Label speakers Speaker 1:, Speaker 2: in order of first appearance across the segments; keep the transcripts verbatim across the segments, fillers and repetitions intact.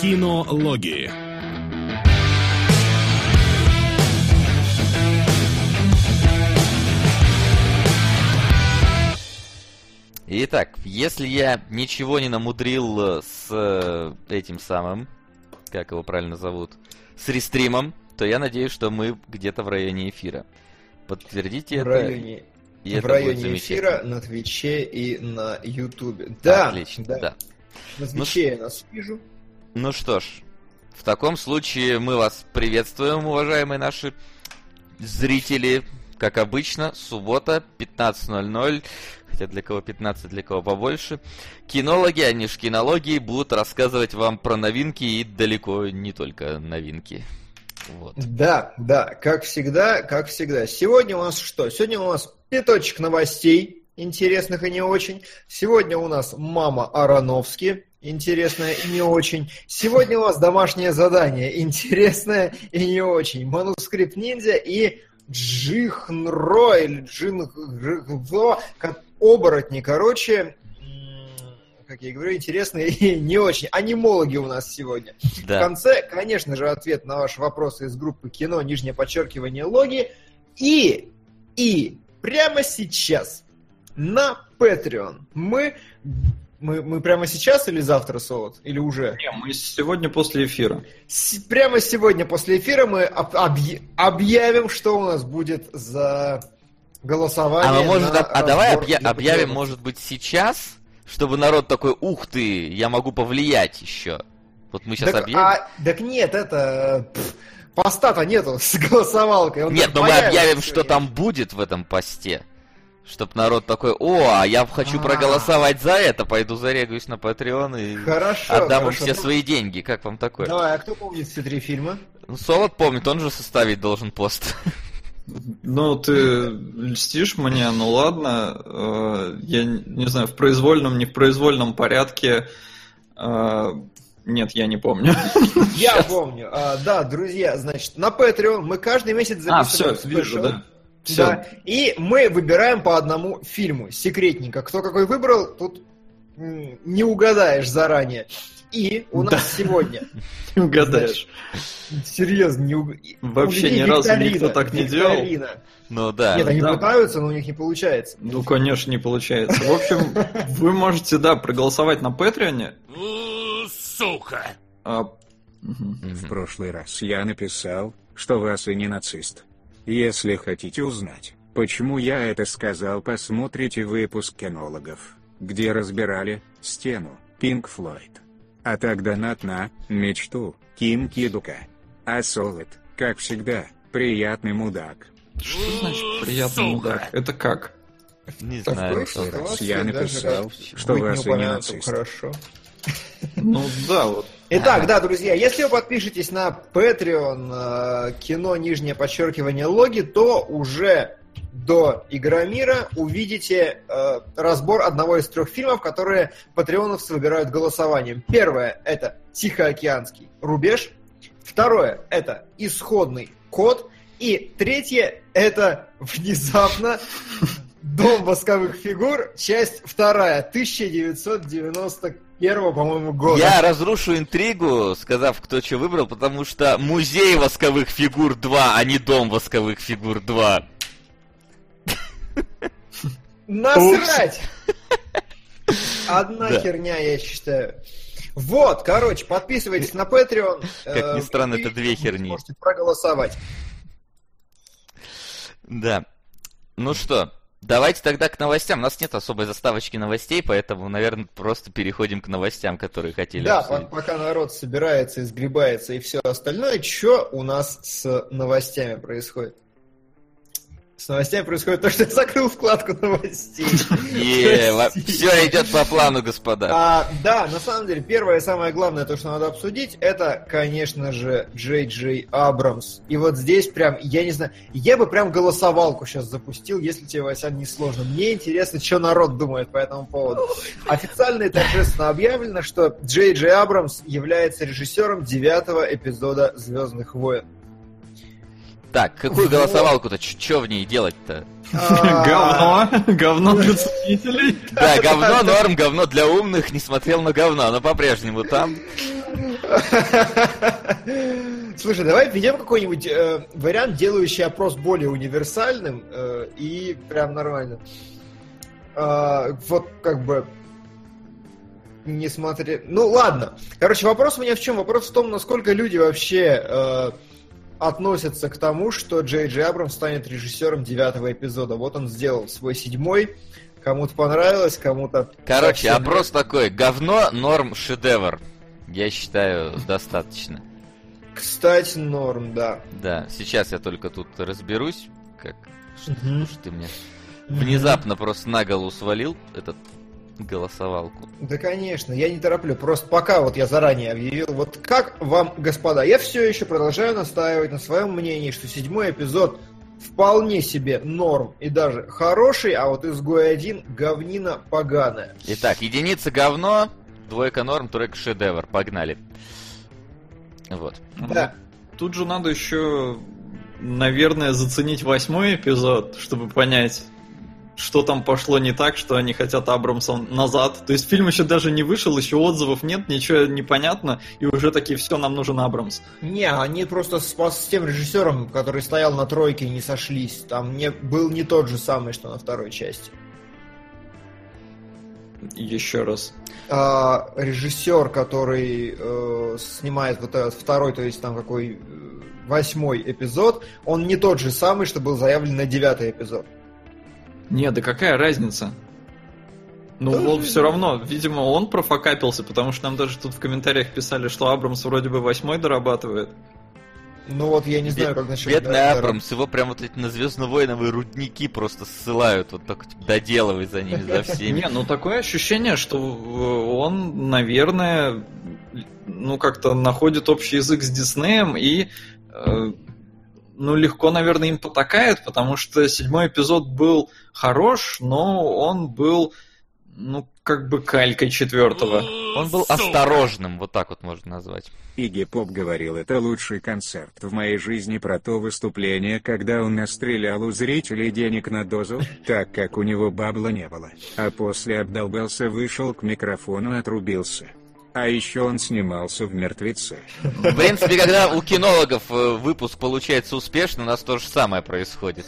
Speaker 1: Кинологии.
Speaker 2: Итак, если я ничего не намудрил с этим самым, как его правильно зовут, с рестримом, то я надеюсь, что мы где-то в районе эфира. Подтвердите
Speaker 3: в
Speaker 2: это.
Speaker 3: Районе,
Speaker 2: и
Speaker 3: в
Speaker 2: это
Speaker 3: районе эфира на Твиче и на Ютубе. Да,
Speaker 2: отлично,
Speaker 3: да.
Speaker 2: да.
Speaker 3: На Твиче ну, я нас вижу.
Speaker 2: Ну что ж, в таком случае мы вас приветствуем, уважаемые наши зрители. Как обычно, суббота, пятнадцать ноль ноль. Хотя для кого пятнадцать, для кого побольше. Кинологи, они ж кинологии, будут рассказывать вам про новинки и далеко не только новинки. Вот.
Speaker 3: Да, да, как всегда, как всегда. Сегодня у нас что? Сегодня у нас пяточек новостей, интересных и не очень. Сегодня у нас мама Аронофски, интересная и не очень. Сегодня у нас домашнее задание, интересное и не очень. Манускрипт ниндзя и Джихнро или Джинхо, оборотни, короче, как я и говорю, интересные и не очень. Анимологи у нас сегодня. Да. В конце, конечно же, ответ на ваши вопросы из группы кино, нижнее подчеркивание, логи. И, и прямо сейчас на Patreon мы... Мы, мы прямо сейчас или завтра, Солод? Или уже?
Speaker 4: Не, мы сегодня после эфира.
Speaker 3: С, прямо сегодня после эфира мы об, объ, объявим, что у нас будет за голосование.
Speaker 2: А, мы может, а, а давай объя, объявим, может быть, сейчас, чтобы народ такой, ух ты, я могу повлиять еще. Вот мы сейчас
Speaker 3: так,
Speaker 2: объявим.
Speaker 3: А, так нет, это... Пфф, поста-то нету с голосовалкой. Он
Speaker 2: нет, но мы объявим, что нет. Там будет в этом посте. Чтоб народ такой, о, а я хочу А-а-а. проголосовать за это, пойду зарегаюсь на Patreon и
Speaker 3: хорошо,
Speaker 2: отдам
Speaker 3: хорошо.
Speaker 2: им все свои деньги. Как вам такое?
Speaker 3: Давай, а кто помнит все три фильма?
Speaker 2: Ну, Солод помнит, он же составить должен пост.
Speaker 4: Ну, ты льстишь мне, ну ладно. Я не знаю, в произвольном, не в произвольном порядке. Нет, я не помню.
Speaker 3: Я Сейчас. помню. А, да, друзья, значит, на Patreon мы каждый месяц записываем
Speaker 4: а, все, вижу, да. Все.
Speaker 3: Да, и мы выбираем по одному фильму, секретненько. Кто какой выбрал, тут не угадаешь заранее. И у нас да. сегодня...
Speaker 4: Не угадаешь.
Speaker 3: Значит, серьезно, не угадаешь.
Speaker 4: Вообще ни разу никто так не делал.
Speaker 2: Ну да.
Speaker 3: Нет, они
Speaker 4: да.
Speaker 3: пытаются, но у них не получается.
Speaker 4: Ну, конечно, не получается. В общем, вы можете, да, проголосовать на Патреоне.
Speaker 1: Сука!
Speaker 5: В прошлый раз я написал, что вас и не нацист. Если хотите узнать, почему я это сказал, посмотрите выпуск кинологов, где разбирали «Стену» Pink Floyd. А так донат на «Мечту» Ким Кидука. А Солод, как всегда, приятный мудак.
Speaker 4: Что значит приятный мудак? Это как?
Speaker 2: Не знаю.
Speaker 5: В прошлый раз я написал, что вас и не нацист.
Speaker 3: Хорошо.
Speaker 4: Ну да, вот.
Speaker 3: Итак, да, друзья, если вы подпишетесь на Patreon э, кино, нижнее подчеркивание, логи, то уже до Игромира увидите э, разбор одного из трех фильмов, которые патреоновцы выбирают голосованием. Первое – это «Тихоокеанский рубеж». Второе – это «Исходный код». И третье – это внезапно «Дом восковых фигур», часть вторая, тысяча девятьсот девяносто первого, по-моему, года.
Speaker 2: Я разрушу интригу, сказав, кто что выбрал, потому что «Музей восковых фигур два», а не «Дом восковых фигур два».
Speaker 3: Насрать! Одна херня, я считаю. Вот, короче, подписывайтесь на Patreon.
Speaker 2: Как ни странно, это две херни.
Speaker 3: Можете проголосовать.
Speaker 2: Да. Ну что, давайте тогда к новостям. У нас нет особой заставочки новостей, поэтому, наверное, просто переходим к новостям, которые хотели
Speaker 3: да,
Speaker 2: обсудить.
Speaker 3: Да, пока народ собирается, изгребается и все остальное, что у нас с новостями происходит? С новостями происходит то, что я закрыл вкладку новостей.
Speaker 2: Все идет по плану, господа.
Speaker 3: А, да, на самом деле, первое и самое главное, то, что надо обсудить, это, конечно же, Джей Джей Абрамс. И вот здесь прям, я не знаю, я бы прям голосовалку сейчас запустил, если тебе, Васян, не сложно. Мне интересно, что народ думает по этому поводу. Официально и торжественно объявлено, что Джей Джей Абрамс является режиссером девятого эпизода «Звездных войн».
Speaker 2: Так, какую голосовалку-то? Что в ней делать-то?
Speaker 4: Говно. Говно для ценителей.
Speaker 2: Да, говно, норм, говно для умных. Не смотрел на говно, но по-прежнему там.
Speaker 3: Слушай, давай введем какой-нибудь э, вариант, делающий опрос более универсальным э, и прям нормально. Э, вот как бы не смотри. Ну ладно. Короче, вопрос у меня в чем? Вопрос в том, насколько люди вообще э, относятся к тому, что Джей Джей Абрамс станет режиссером девятого эпизода. Вот он сделал свой седьмой. Кому-то понравилось, кому-то...
Speaker 2: Короче,
Speaker 3: совсем
Speaker 2: опрос
Speaker 3: нет.
Speaker 2: такой. Говно, норм, шедевр. Я считаю, достаточно.
Speaker 3: Кстати, норм, да.
Speaker 2: Да, сейчас я только тут разберусь, как... Что,
Speaker 3: Мгм.
Speaker 2: что ты мне внезапно просто на голову свалил этот голосовалку.
Speaker 3: Да, конечно, я не тороплю. Просто пока вот я заранее объявил. Вот как вам, господа, я все еще продолжаю настаивать на своем мнении, что седьмой эпизод вполне себе норм и даже хороший, а вот изгой один говнина поганая.
Speaker 2: Итак, единица говно, двойка норм, тройка шедевр. Погнали. Вот.
Speaker 3: Да.
Speaker 4: Тут же надо еще, наверное, заценить восьмой эпизод, чтобы понять, что там пошло не так, что они хотят Абрамса назад. То есть фильм еще даже не вышел, еще отзывов нет, ничего не понятно, и уже такие, все, нам нужен Абрамс.
Speaker 3: Не, они просто с, с тем режиссером, который стоял на тройке, не сошлись. Там не, был не тот же самый, что на второй части.
Speaker 4: Еще раз.
Speaker 3: А, режиссер, который э, снимает вот этот второй, то есть там какой э, восьмой эпизод, он не тот же самый, что был заявлен на девятый эпизод.
Speaker 4: Не, да какая разница? Ну
Speaker 3: Да,
Speaker 4: вот
Speaker 3: да,
Speaker 4: все
Speaker 3: да.
Speaker 4: равно, видимо, он профокапился, потому что нам даже тут в комментариях писали, что Абрамс вроде бы восьмой дорабатывает.
Speaker 3: Ну вот я не знаю,
Speaker 2: Бед-
Speaker 3: как насчет...
Speaker 2: Бедный
Speaker 3: да,
Speaker 2: Абрамс, его прям вот эти на Звездно-Войновые рудники просто ссылают, вот так типа, доделывай за ними, за всеми.
Speaker 4: Не, ну такое ощущение, что э, он, наверное, ну как-то находит общий язык с Диснеем и, э, ну легко, наверное, им потакает, потому что седьмой эпизод был хорош, но он был, ну как бы калькой четвертого.
Speaker 2: Он был
Speaker 1: Сука.
Speaker 2: осторожным, вот так вот можно назвать.
Speaker 5: Игги Поп говорил, это лучший концерт в моей жизни, про то выступление, когда он настрелял у зрителей денег на дозу, так как у него бабла не было. А после обдолбался, вышел к микрофону и отрубился. А еще он снимался в «Мертвеце».
Speaker 2: В принципе, когда у кинологов э, выпуск получается успешно, у нас то же самое происходит.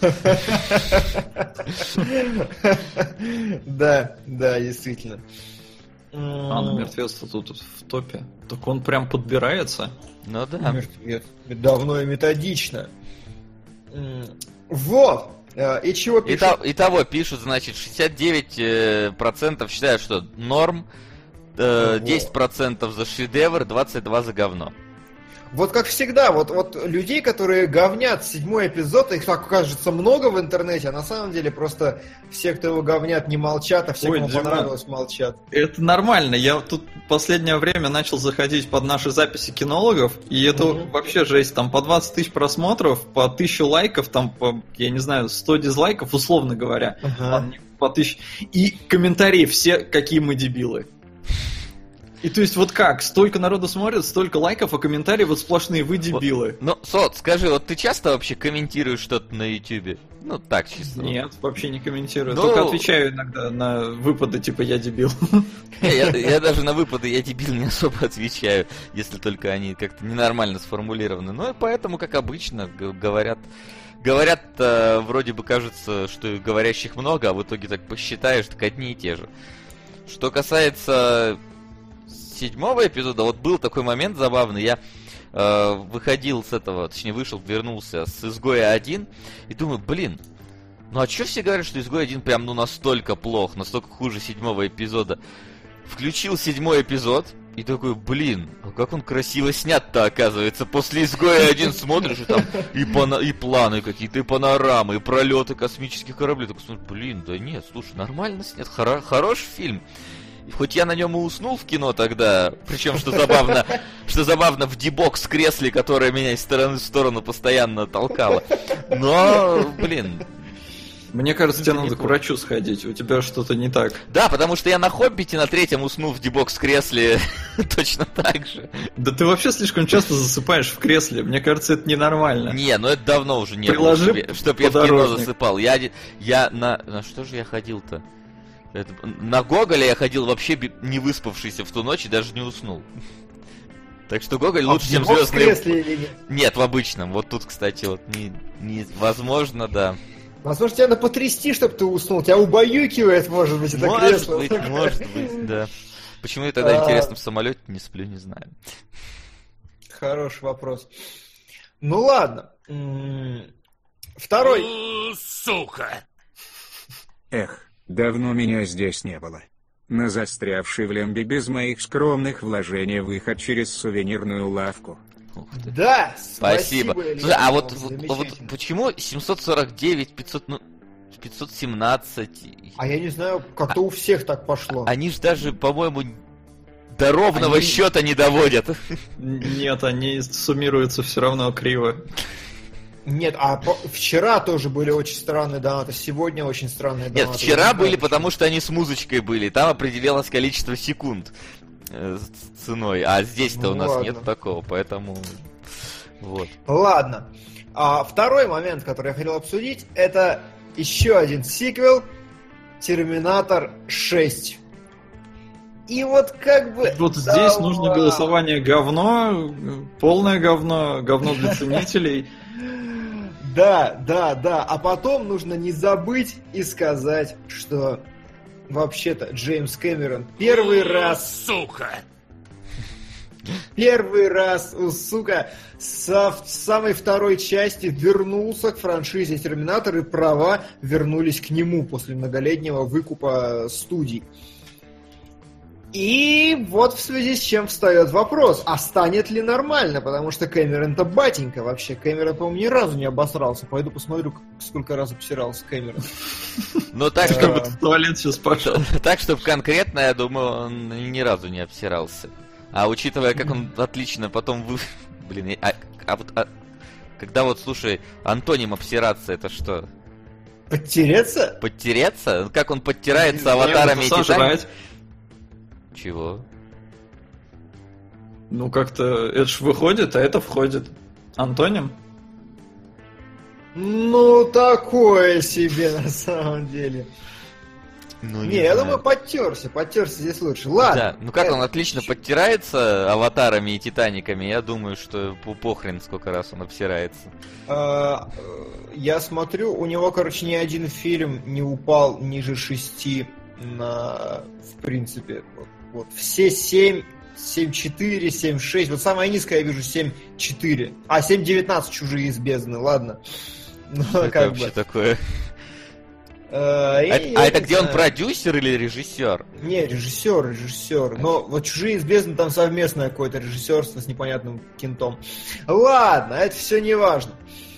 Speaker 3: Да, да, действительно.
Speaker 4: А, ну мертвец-то тут в топе. Так он прям подбирается.
Speaker 2: Ну да.
Speaker 3: Мертвец. Давно и методично. М, Вот. Э, И чего пишут?
Speaker 2: Итого, итого пишут, значит, шестьдесят девять э, процентов считают, что норм, э,
Speaker 3: Ого.
Speaker 2: десять процентов за шедевр, двадцать два за говно.
Speaker 3: Вот как всегда, вот, вот людей, которые говнят седьмой эпизод, их так кажется много в интернете, а на самом деле просто все, кто его говнят, не молчат, а все,
Speaker 4: Ой,
Speaker 3: кому
Speaker 4: Димон.
Speaker 3: понравилось, молчат.
Speaker 4: Это нормально. Я тут последнее время начал заходить под наши записи кинологов, и это
Speaker 3: Мгм.
Speaker 4: вообще жесть. Там по двадцать тысяч просмотров, по тысяче лайков, там по, я не знаю, сто дизлайков, условно говоря.
Speaker 3: Ага.
Speaker 4: Ладно, не по тысяче. И комментарии все, какие мы дебилы. И то есть вот как, столько народу смотрит, столько лайков, а комментарии вот сплошные, вы дебилы.
Speaker 2: Ну, Сот, скажи, вот ты часто вообще комментируешь что-то на Ютубе? Ну, так, чисто.
Speaker 4: Нет, вообще не комментирую.
Speaker 2: Ну-
Speaker 4: Только отвечаю иногда на выпады, типа я дебил.
Speaker 2: Я, я даже на выпады «я дебил» не особо отвечаю, если только они как-то ненормально сформулированы. Ну, и поэтому, как обычно, г- говорят... Говорят, э, вроде бы кажется, что говорящих много, а в итоге так посчитаешь, так одни и те же. Что касается седьмого эпизода, вот был такой момент забавный, я э, выходил с этого, точнее вышел, вернулся с «Изгоя один», и думаю, блин, ну а чё все говорят, что «Изгой один» прям ну настолько плох, настолько хуже седьмого эпизода? Включил седьмой эпизод, и такой, блин, а как он красиво снят-то, оказывается. После «Изгоя один» смотришь, и там и, пана- и планы какие-то, и панорамы, и пролеты космических кораблей. Такой смотришь, блин, да нет, слушай, нормально снят, хоро- хороший фильм. И хоть я на нем и уснул в кино тогда, причем, что забавно, что забавно, в дебокс кресле, которое меня из стороны в сторону постоянно толкало. Но, блин,
Speaker 4: Мне кажется, тебе
Speaker 2: Это
Speaker 4: надо к
Speaker 2: неплохо.
Speaker 4: врачу сходить, у тебя что-то не так.
Speaker 2: да, потому что я на «Хоббите» на третьем уснул в дебокс кресле точно так же.
Speaker 4: Да ты вообще слишком часто засыпаешь в кресле, мне кажется, это ненормально.
Speaker 2: Не, ну это давно уже не
Speaker 4: Приложи
Speaker 2: было, чтоб, чтоб я в кино
Speaker 4: подорожник.
Speaker 2: засыпал. Я, один- я на... На что же я ходил-то? Это- на Гоголя я ходил вообще бе- не выспавшийся в ту ночь и даже не уснул. Так что Гоголь
Speaker 3: А
Speaker 2: лучше,
Speaker 3: в
Speaker 2: чем
Speaker 3: его
Speaker 2: звездные...
Speaker 3: кресле или нет?
Speaker 2: Нет, в обычном. Вот тут, кстати, вот не, не... возможно, да.
Speaker 3: Возможно, тебя надо потрясти, чтобы ты уснул. Тебя убаюкивает, может быть, это
Speaker 2: Может
Speaker 3: кресло.
Speaker 2: быть, может быть, да. Почему я тогда,
Speaker 3: А.
Speaker 2: интересно, в самолете не сплю, не знаю.
Speaker 3: Хороший вопрос. Ну ладно. М, Второй.
Speaker 1: Э, Сука.
Speaker 5: Эх, давно меня здесь не было. На застрявший в лембе без моих скромных вложений выход через сувенирную лавку.
Speaker 2: Ух ты.
Speaker 3: Да,
Speaker 2: Спасибо.
Speaker 3: Илья,
Speaker 2: Слушай, а вот,
Speaker 3: вам,
Speaker 2: вот, вот
Speaker 3: замечательно.
Speaker 2: почему семьсот сорок девять, пятьсот, ну, пятьсот семнадцать?
Speaker 3: А я не знаю, как-то у всех так пошло.
Speaker 2: Они же даже, по-моему, до ровного
Speaker 4: Они-
Speaker 2: счета не доводят.
Speaker 4: Нет, они суммируются все равно криво.
Speaker 3: Нет, а по- вчера тоже были очень странные донаты, сегодня очень странные донаты.
Speaker 2: Нет, вчера
Speaker 3: Я не
Speaker 2: были,
Speaker 3: знаю,
Speaker 2: потому что они с музычкой были. Там определялось количество секунд э, с ценой. А здесь-то
Speaker 3: Ну
Speaker 2: у нас
Speaker 3: ладно.
Speaker 2: нет такого, поэтому... Вот.
Speaker 3: почему. Ладно. А второй момент, который я хотел обсудить, это еще один сиквел «Терминатор шесть». И вот как бы...
Speaker 4: Вот здесь
Speaker 3: да
Speaker 4: нужно
Speaker 3: ладно.
Speaker 4: голосование говно, полное говно, говно для ценителей.
Speaker 3: Да, да, да. А потом нужно не забыть и сказать, что вообще-то Джеймс Кэмерон первый раз,
Speaker 1: Сука.
Speaker 3: первый раз, у, сука, со в- самой второй части вернулся к франшизе Терминатор, и права вернулись к нему после многолетнего выкупа студий. И вот в связи с чем встает вопрос, а станет ли нормально, потому что Кэмерон-то батенька вообще. Кэмерон, по-моему, ни разу не обосрался. Пойду посмотрю, как- сколько раз обсирался Кэмерон.
Speaker 2: Но так,
Speaker 3: Э,
Speaker 4: Как
Speaker 2: чтобы,
Speaker 4: будто в туалет сейчас пошел.
Speaker 2: так, чтобы конкретно, я думаю, он ни разу не обсирался. А учитывая, как он отлично потом вы... Блин, а, а вот... а- когда вот, слушай, антоним обсираться, это что?
Speaker 3: Подтереться?
Speaker 2: Подтереться? Как он подтирается
Speaker 3: Не,
Speaker 2: аватарами и титанами?
Speaker 4: Сожрать.
Speaker 2: Чего?
Speaker 4: Ну как-то это ж выходит, а это входит. Антоним?
Speaker 3: Ну, такое себе на самом деле.
Speaker 2: Ну,
Speaker 3: Не, я
Speaker 2: знаю.
Speaker 3: думаю, подтерся, подтерся здесь лучше. Ладно.
Speaker 2: Да, ну как он
Speaker 3: Э,
Speaker 2: отлично подтирается аватарами и титаниками, я думаю, что по- похрен сколько раз он обсирается.
Speaker 3: а, э, Я смотрю, у него, короче, ни один фильм не упал ниже шести на... В принципе, вот, вот. Все семь, семь четыре, семь шесть. Вот самое низкое я вижу семь четыре. А, семь девятнадцать «Чужие из бездны», ладно. Ну,
Speaker 2: Что это
Speaker 3: как
Speaker 2: вообще
Speaker 3: бы.
Speaker 2: такое?
Speaker 3: Э,
Speaker 2: А,
Speaker 3: я-
Speaker 2: а
Speaker 3: я
Speaker 2: это
Speaker 3: не
Speaker 2: где он
Speaker 3: знаю.
Speaker 2: продюсер или режиссер?
Speaker 3: Не, режиссер, режиссер. Но вот «Чужие из бездны» там совместное какое-то режиссерство с непонятным кентом. Ладно, это все не важно.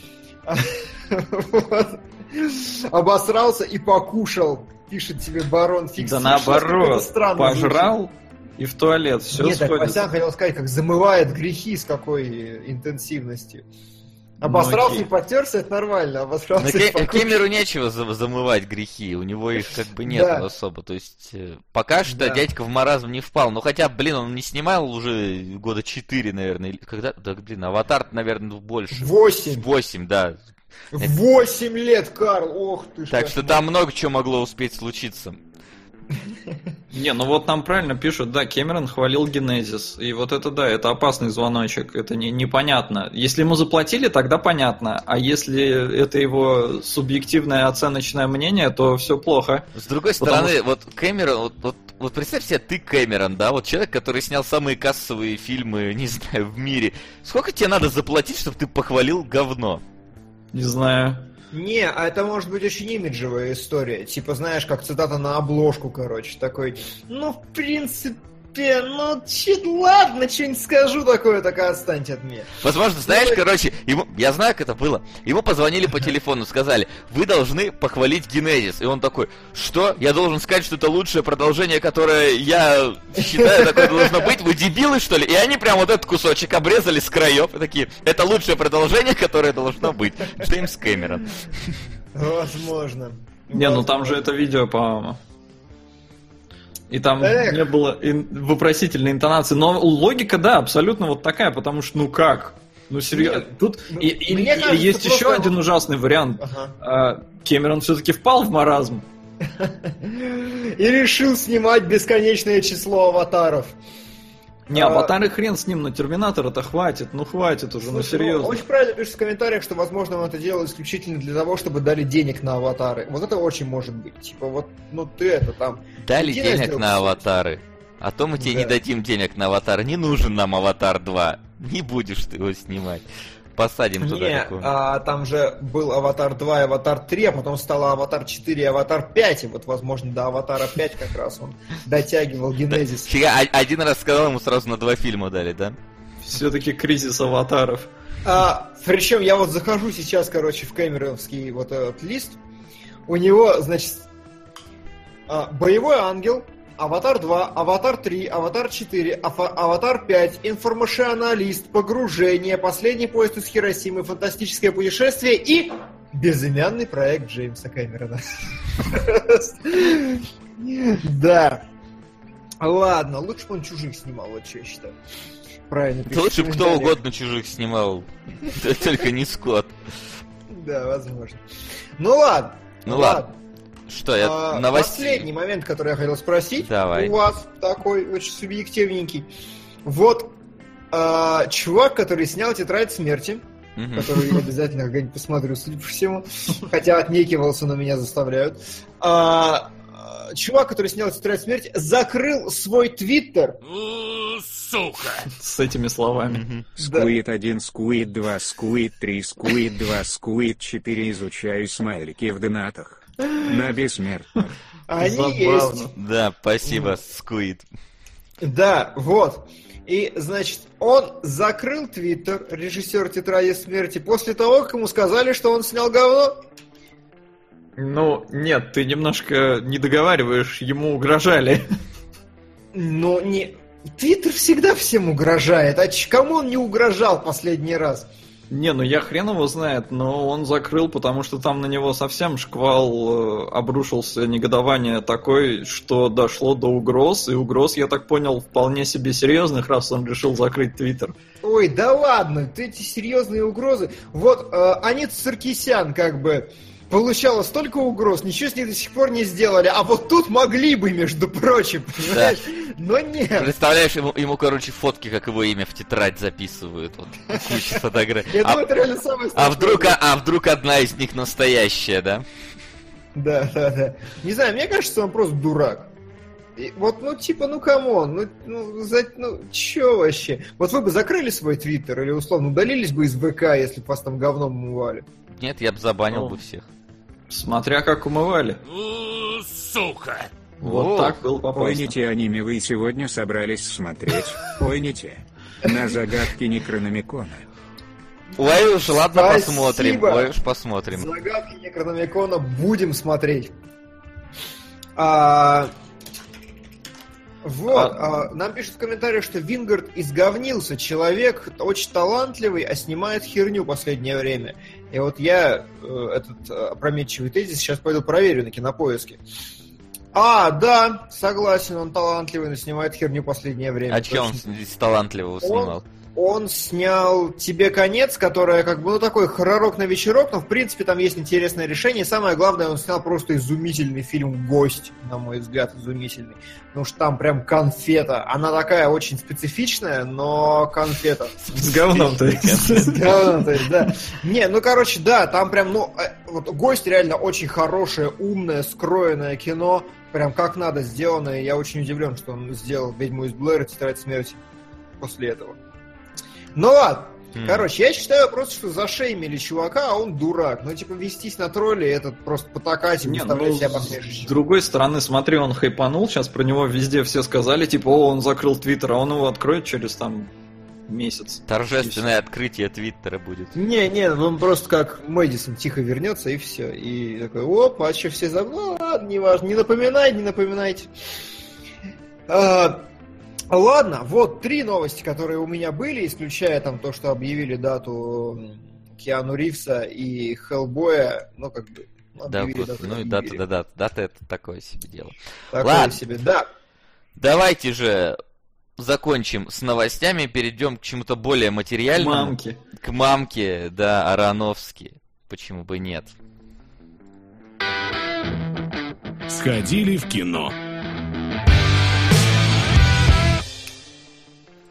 Speaker 3: Вот. Обосрался и покушал, пишет тебе барон Фикс.
Speaker 4: Да
Speaker 3: Слушай, как это
Speaker 4: наоборот,
Speaker 3: странно звучит.
Speaker 4: пожрал и в туалет. Все
Speaker 3: Нет, так
Speaker 4: сходится.
Speaker 3: Васян хотел сказать, как замывает грехи, с какой интенсивностью. Обосрался
Speaker 4: окей.
Speaker 3: и подтерся, это нормально.
Speaker 2: На
Speaker 3: Обосрался и
Speaker 2: Ке-
Speaker 3: покушал.
Speaker 2: Кемеру нечего за- замывать грехи, у него их как бы нет
Speaker 3: Да.
Speaker 2: особо. То есть э, пока что
Speaker 3: Да.
Speaker 2: дядька в маразм не впал. Но хотя, блин, он не снимал уже года четыре, наверное. Или когда? Да, блин, аватар, наверное, больше.
Speaker 3: Восемь.
Speaker 2: Восемь, да.
Speaker 3: Восемь лет, Карл, ох ты ж.
Speaker 2: Так что
Speaker 3: кошмар.
Speaker 2: там много чего могло успеть случиться.
Speaker 4: Не, ну вот нам правильно пишут, да, Кэмерон хвалил Генезис. И вот это да, это опасный звоночек, это не, непонятно. Если ему заплатили, тогда понятно. А если это его субъективное оценочное мнение, то все плохо.
Speaker 2: С другой
Speaker 4: Потому
Speaker 2: стороны, вот Кэмерон, вот, вот, вот представь себе, ты Кэмерон, да, вот человек, который снял самые кассовые фильмы, не знаю, в мире. Сколько тебе надо заплатить, чтобы ты похвалил говно?
Speaker 4: Не знаю.
Speaker 3: Не, а это может быть очень имиджевая история. Типа, знаешь, как цитата на обложку, короче. Такой, ну, в принципе, ну, че, ладно, что-нибудь скажу такое, так и отстаньте от меня.
Speaker 2: Возможно, знаешь,
Speaker 3: Ну,
Speaker 2: короче, ему, я знаю, как это было. Ему позвонили по телефону, сказали, вы должны похвалить Генезис. И он такой, что? Я должен сказать, что это лучшее продолжение, которое я считаю, такое должно быть? Вы дебилы, что ли? И они прям вот этот кусочек обрезали с краев и такие, это лучшее продолжение, которое должно быть. Джеймс Кэмерон.
Speaker 3: Возможно.
Speaker 4: Не, ну там
Speaker 3: Возможно.
Speaker 4: же это видео, по-моему. И там
Speaker 3: Эх.
Speaker 4: не было ин- вопросительной интонации. Но логика, да, абсолютно вот такая, потому что, ну как? Ну серьезно.
Speaker 3: Нет,
Speaker 4: Тут
Speaker 3: ну,
Speaker 4: и, и-
Speaker 3: мне
Speaker 4: и
Speaker 3: кажется,
Speaker 4: есть еще
Speaker 3: просто-
Speaker 4: один ужасный вариант.
Speaker 3: Ага.
Speaker 4: А, Кэмерон все-таки впал в маразм.
Speaker 3: И решил снимать бесконечное число аватаров.
Speaker 4: Не, Аватар и хрен с ним, но Терминатора-то хватит, ну хватит уже, ну серьезно.
Speaker 3: Очень правильно пишут в комментариях, что, возможно, он это делал исключительно для того, чтобы дали денег на аватары. Вот это очень может быть. Типа, вот, ну ты это там...
Speaker 2: Дали
Speaker 3: иди
Speaker 2: денег
Speaker 3: сделку.
Speaker 2: на аватары. А то мы тебе
Speaker 3: Да.
Speaker 2: не дадим денег на аватар. Не нужен нам Аватар два. Не будешь ты его снимать. Посадим туда
Speaker 3: Не,
Speaker 2: какого-нибудь.
Speaker 3: а, там же был Аватар два и Аватар три, а потом стало Аватар четыре и Аватар пять, и вот, возможно, до Аватара пять как раз он дотягивал генезис.
Speaker 2: Фига, а- один раз сказал, ему сразу на два фильма дали, да?
Speaker 4: Все-таки кризис аватаров.
Speaker 3: А, причем я вот захожу сейчас, короче, в Кэмероновский вот этот лист. У него, значит, а, Боевой ангел, Аватар два, Аватар три, Аватар четыре, Афа- Аватар пять, Информационалист, Погружение, Последний поезд из Хиросимы, Фантастическое путешествие и безымянный проект Джеймса Кэмерона. Да. Ладно, лучше бы он чужих снимал, вот что я считаю. Правильно.
Speaker 2: Да лучше бы кто угодно чужих снимал. Только не Скотт.
Speaker 3: Да, возможно. Ну ладно.
Speaker 2: Ну ладно. Что, я
Speaker 3: А,
Speaker 2: новостей...
Speaker 3: Последний момент, который я хотел спросить.
Speaker 2: Давай.
Speaker 3: У вас такой очень субъективненький. Вот а, чувак, который снял «Тетрадь смерти»,
Speaker 2: Мгм.
Speaker 3: которую я обязательно когда-нибудь посмотрю, судя по всему, хотя отнекивался, но меня заставляют. А, а, чувак, который снял «Тетрадь смерти», закрыл свой твиттер.
Speaker 1: У, сука!
Speaker 4: С этими словами.
Speaker 2: Мгм.
Speaker 5: Скуит один, скуит два, скуит три, скуит два, скуит четыре. Изучаю смайлики в донатах. На бессмертных.
Speaker 3: Они
Speaker 4: Забавно.
Speaker 3: есть.
Speaker 2: Да, спасибо, Скуид.
Speaker 3: Да, вот. И, значит, он закрыл твиттер, режиссер «Тетради смерти», после того, как ему сказали, что он снял говно.
Speaker 4: Ну, нет, ты немножко не договариваешь, ему угрожали.
Speaker 3: Но не... Твиттер всегда всем угрожает. А ч- кому он не угрожал последний раз?
Speaker 4: Не, ну я хрен его знает, но он закрыл, потому что там на него совсем шквал э, обрушился, негодование такое, что дошло до угроз, и угроз, я так понял, вполне себе серьезных, раз он решил закрыть твиттер.
Speaker 3: Ой, да ладно, ты эти серьезные угрозы. Вот э, Анит Саркисян как бы получала столько угроз, ничего с ней до сих пор не сделали. А вот тут могли бы, между прочим, понимаешь? Но нет.
Speaker 2: Представляешь, ему, ему, короче, фотки, как его имя в тетрадь записывают. Вот, куча фотографий.
Speaker 3: Я
Speaker 2: А,
Speaker 3: думаю, это реально самое
Speaker 2: а
Speaker 3: страшное.
Speaker 2: вдруг, а, а вдруг одна из них настоящая, да?
Speaker 3: Да, да, да. Не знаю, мне кажется, он просто дурак. И вот, ну, типа, ну, камон, ну, ну, за, ну, чё вообще? Вот вы бы закрыли свой твиттер или, условно, удалились бы из ВК, если бы вас там говном умывали?
Speaker 2: Нет, я бы забанил
Speaker 4: Ну.
Speaker 2: бы всех.
Speaker 4: Смотря как умывали.
Speaker 1: У, сука!
Speaker 4: Вот
Speaker 2: О,
Speaker 4: так было попасно.
Speaker 5: Ой, не те аниме вы сегодня собрались смотреть. Ой, не те. На загадки Некрономикона.
Speaker 2: Ой уж, ладно,
Speaker 3: Спасибо.
Speaker 2: посмотрим. Ой уж, посмотрим.
Speaker 3: Загадки Некрономикона будем смотреть. А, вот, а, нам пишут в комментариях, что Вингард изговнился. Человек очень талантливый, а снимает херню последнее время. И вот я э, этот э, опрометчивый тезис сейчас пойду проверю на Кинопоиске. А, да, согласен, он талантливый, но снимает херню последнее время.
Speaker 2: А че он
Speaker 3: Точно.
Speaker 2: из талантливого снимал?
Speaker 3: Он снял «Тебе конец», которая как бы, ну, такой хорророк на вечерок, но, в принципе, там есть интересное решение. И самое главное, он снял просто изумительный фильм «Гость», на мой взгляд, изумительный. Потому что там прям конфета. Она такая очень специфичная, но конфета.
Speaker 4: С говном, то есть.
Speaker 3: С говном, то есть, да. Не, ну, короче, да, там прям, ну, э, вот «Гость» реально очень хорошее, умное, скроенное кино. Прям как надо сделано. И я очень удивлен, что он сделал «Ведьму из Блэр» и «Тетрадь смерти» после этого. Ну ладно.
Speaker 2: М.
Speaker 3: Короче, я считаю просто, что зашеймили чувака, а он дурак. Ну, типа, вестись на тролли, это просто потакать и
Speaker 4: Не,
Speaker 3: выставлять
Speaker 4: ну,
Speaker 3: себя
Speaker 4: с
Speaker 3: посмешищем.
Speaker 4: другой стороны, смотри, он хайпанул, сейчас про него везде все сказали, типа, о, он закрыл твиттер, а он его откроет через там месяц.
Speaker 2: Торжественное открытие Твиттера будет.
Speaker 3: Не-не, он просто как Мэдисон тихо вернется, и все. И такой, оп, а что все забыли? Ну, ладно, не важно, не напоминай, не напоминайте. А, ладно, вот три новости, которые у меня были, исключая там то, что объявили дату Киану Ривза и Хеллбоя, ну, как бы,
Speaker 2: Да,
Speaker 3: объявили
Speaker 2: вот,
Speaker 3: дату,
Speaker 2: ну и
Speaker 3: объявили.
Speaker 2: дата, да, да, дата это такое себе дело.
Speaker 3: Такое
Speaker 2: Ладно.
Speaker 3: себе, да.
Speaker 2: Давайте же закончим с новостями, перейдем к чему-то более материальному.
Speaker 4: Мамки.
Speaker 2: К мамке, да, Аронофски. Почему бы нет?
Speaker 1: Сходили в кино.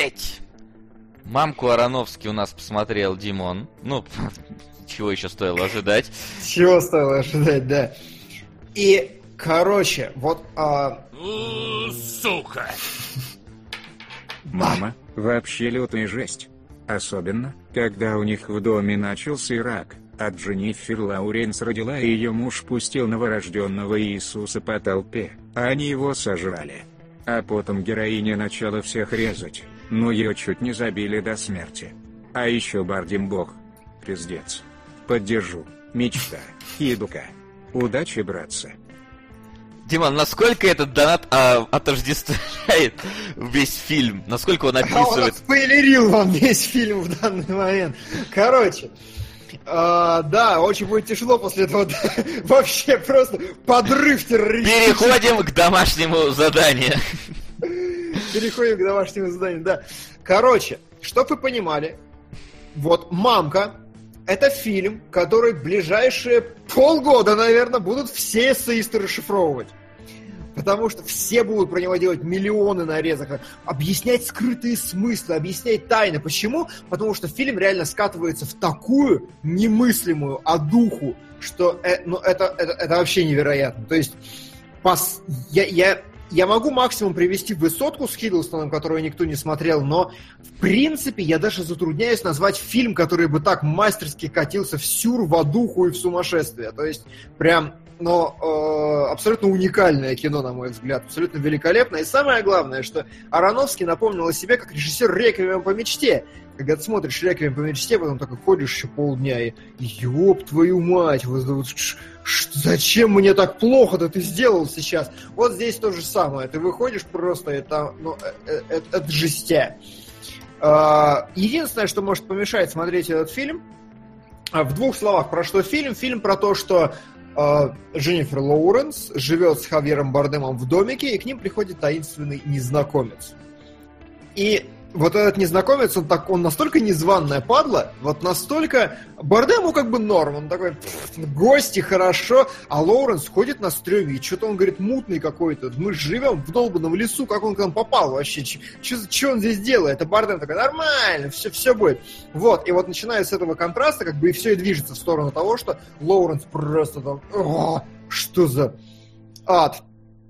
Speaker 2: Эть. Мамку Аронофски у нас посмотрел Димон. Ну, чего еще стоило ожидать?
Speaker 3: Чего стоило ожидать, да. И, короче, вот... А...
Speaker 1: Сука!
Speaker 5: Мама, вообще лютая жесть. Особенно, когда у них в доме начался рак, а Дженнифер Лоуренс родила и ее муж пустил новорожденного Иисуса по толпе, а они его сожрали. А потом героиня начала всех резать, но ее чуть не забили до смерти. А еще Бардим Бог. Пиздец. Поддержу. Мечта. Едука. Удачи, братцы.
Speaker 2: Димон, насколько этот донат а, отождествляет весь фильм? Насколько он описывает...
Speaker 3: А он спойлерил вам весь фильм в данный момент. Короче, а, да, очень будет тяжело после этого. Вообще просто подрыв террористический.
Speaker 2: Переходим к домашнему заданию.
Speaker 3: Переходим к домашнему заданию, да. Короче, чтоб вы понимали, вот «Мамка» — это фильм, который в ближайшие полгода, наверное, будут все эссеисты расшифровывать. Потому что все будут про него делать миллионы нарезок, объяснять скрытые смыслы, объяснять тайны. Почему? Потому что фильм реально скатывается в такую немыслимую одуху, что э, ну, это, это, это вообще невероятно. То есть пос... я, я, я могу максимум привести «Высотку» с Хиддлстоном, которую никто не смотрел, но в принципе я даже затрудняюсь назвать фильм, который бы так мастерски катился в сюр, в одуху и в сумасшествие. То есть прям... но э, абсолютно уникальное кино, на мой взгляд, абсолютно великолепное. И самое главное, что Аронофски напомнил о себе как режиссер «Реквиема по мечте». Когда ты смотришь «Реквием по мечте», потом такой ходишь еще полдня и «Ёб твою мать, вот, вот, ш, ш, зачем мне так плохо-то ты сделал сейчас?» Вот здесь то же самое. Ты выходишь просто, это, ну, это, это, это жестя. Э, единственное, что может помешать смотреть этот фильм, в двух словах, про что фильм. Фильм про то, что Дженнифер Лоуренс живет с Хавьером Бардемом в домике, и к ним приходит таинственный незнакомец. И вот этот незнакомец, он, так, он настолько незваная падла, вот настолько... Бардему как бы норм, он такой, гости, хорошо, а Лоуренс ходит на стрёме, и что-то он, говорит, мутный какой-то. Мы живем в долбанном лесу, как он к нам попал вообще? Что он здесь делает? А Бардем такой, нормально, все, все будет. Вот, и вот начиная с этого контраста, как бы и все и движется в сторону того, что Лоуренс просто там... О, что за ад?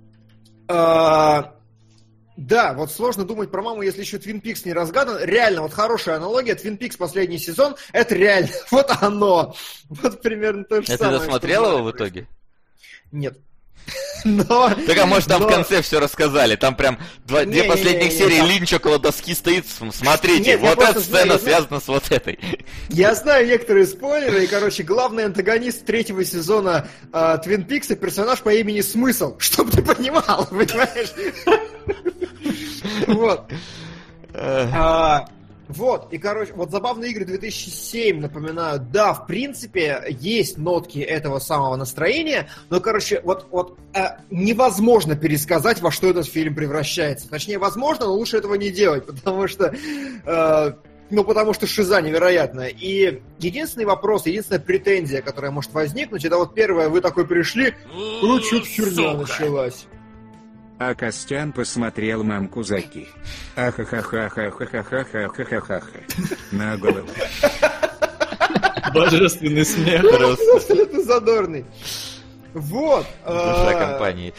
Speaker 3: А... Да, вот сложно думать про маму, если еще Твин Пикс не разгадан. Реально, вот хорошая аналогия. Твин Пикс последний сезон, это реально, вот оно. Вот примерно то же
Speaker 2: а
Speaker 3: самое.
Speaker 2: Ты досмотрел его в итоге?
Speaker 3: Нет. Но...
Speaker 2: Так, а может, там
Speaker 3: но...
Speaker 2: в конце все рассказали? Там прям два,
Speaker 3: не,
Speaker 2: две
Speaker 3: не,
Speaker 2: последних
Speaker 3: не, не,
Speaker 2: серии
Speaker 3: там...
Speaker 2: Линч около доски стоит. Смотрите,
Speaker 3: Нет,
Speaker 2: вот эта
Speaker 3: знаю,
Speaker 2: сцена
Speaker 3: знаю...
Speaker 2: связана с вот этой.
Speaker 3: Я знаю некоторые спойлеры, и, короче, главный антагонист третьего сезона э, Твин Пикса — персонаж по имени Смысл, чтобы ты понимал, понимаешь? Вот. А, вот, и, короче, вот «Забавные игры» две тысячи семь, напоминаю, да, в принципе, есть нотки этого самого настроения, но, короче, вот, вот а, невозможно пересказать, во что этот фильм превращается. Точнее, возможно, но лучше этого не делать, потому что... А, ну, потому что шиза невероятная. И единственный вопрос, единственная претензия, которая может возникнуть, это вот первое, вы такой пришли, ну, что-то херня началась.
Speaker 5: А Костян посмотрел «Мамку Заки». Ахахахахахахахахахахаха. На голову.
Speaker 4: Божественный смех.
Speaker 3: Абсолютно задорный. Вот.
Speaker 2: Душа компании.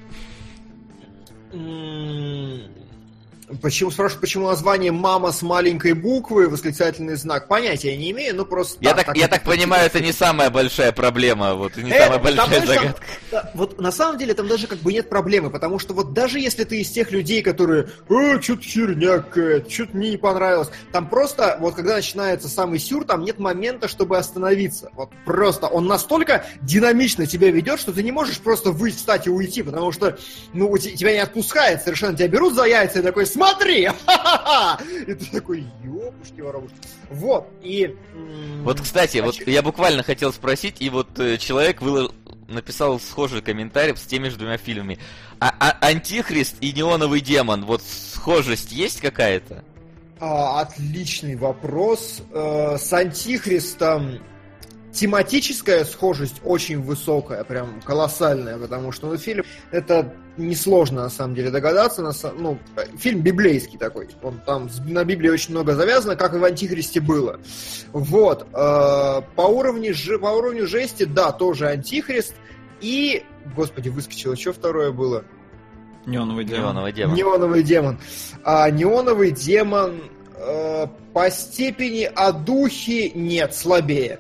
Speaker 3: Почему, спрашивают, почему название «Мама» с маленькой буквы, восклицательный знак? Понятия не имею, ну просто...
Speaker 2: Я
Speaker 3: так,
Speaker 2: так,
Speaker 3: так,
Speaker 2: я
Speaker 3: так,
Speaker 2: так понимаю, это не самая большая проблема, вот, не
Speaker 3: э,
Speaker 2: самая большая
Speaker 3: там,
Speaker 2: загадка.
Speaker 3: Там, вот на самом деле там даже как бы нет проблемы, потому что вот даже если ты из тех людей, которые «Э, что-то херня какая-то, что-то мне не понравилось», там просто, вот когда начинается самый сюр, там нет момента, чтобы остановиться. Вот просто он настолько динамично тебя ведет, что ты не можешь просто выйти, встать и уйти, потому что, ну, у тебя не отпускает совершенно, тебя берут за яйца и такой «Смотри!» И ты такой, ёпушки воробушки. Вот, и...
Speaker 2: Вот, кстати, вот я буквально хотел спросить, и вот э, человек выло... написал схожий комментарий с теми же двумя фильмами. А, а Антихрист и Неоновый демон, вот схожесть есть какая-то?
Speaker 3: А, отличный вопрос. Э, с Антихристом... тематическая схожесть очень высокая, прям колоссальная, потому что ну, фильм, это несложно на самом деле догадаться, на, ну, фильм библейский такой, он там на Библии очень много завязано, как и в Антихристе было. Вот, э, по, уровню, по уровню жести, да, тоже Антихрист, и, господи, выскочило, что второе было?
Speaker 4: Неоновый демон.
Speaker 2: Неоновый демон.
Speaker 3: Неоновый демон. А, неоновый демон э, по степени одухи нет, слабее.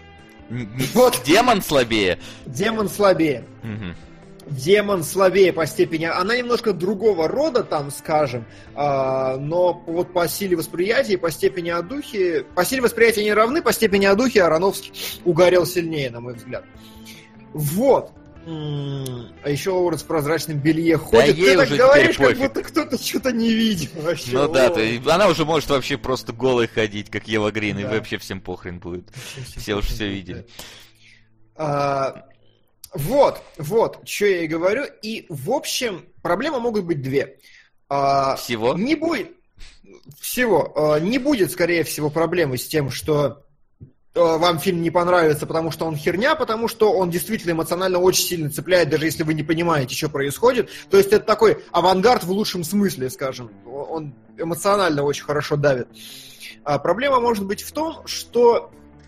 Speaker 2: Вот. Демон слабее?
Speaker 3: Демон слабее.
Speaker 2: Угу.
Speaker 3: Демон слабее по степени... Она немножко другого рода, там, скажем, а, но вот по силе восприятия и по степени одухи... По силе восприятия они равны, по степени одухи Аронофский угорел сильнее, на мой взгляд. Вот. А еще Лоуренс в прозрачном белье ходит.
Speaker 2: Да, ты так
Speaker 3: говоришь, как
Speaker 2: пофиг.
Speaker 3: будто кто-то что-то не видел вообще.
Speaker 2: Ну да, ты, она уже может вообще просто голой ходить, как Ева Грин, да. И вообще всем похрен будет. Все, все уже все видели.
Speaker 3: А, вот, вот, что я и говорю. И, в общем, проблемы могут быть две. А,
Speaker 2: всего?
Speaker 3: Не будет. Всего. А, не будет, скорее всего, проблемы с тем, что вам фильм не понравится, потому что он херня, потому что он действительно эмоционально очень сильно цепляет, даже если вы не понимаете, что происходит. То есть это такой авангард в лучшем смысле, скажем. Он эмоционально очень хорошо давит. А проблема может быть в том, что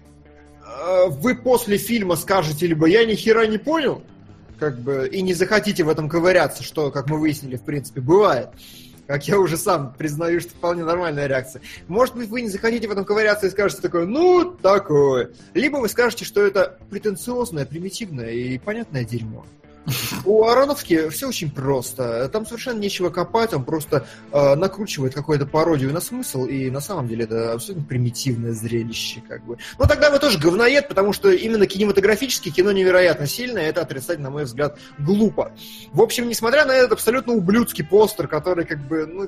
Speaker 3: э, вы после фильма скажете либо «я ни хера не понял», как бы, и не захотите в этом ковыряться, что, как мы выяснили, в принципе, бывает. Как я уже сам признаю, что вполне нормальная реакция. Может быть, вы не захотите в этом ковыряться и скажете такое, ну, такое. Либо вы скажете, что это претенциозное, примитивное и понятное дерьмо. У Аронофски все очень просто. Там совершенно нечего копать, он просто э, накручивает какую-то пародию на смысл, и на самом деле это абсолютно примитивное зрелище, как бы. Ну тогда вы тоже говноед, потому что именно кинематографически кино невероятно сильное, это отрицать, на мой взгляд, глупо. В общем, несмотря на этот абсолютно ублюдский постер, который как бы, ну,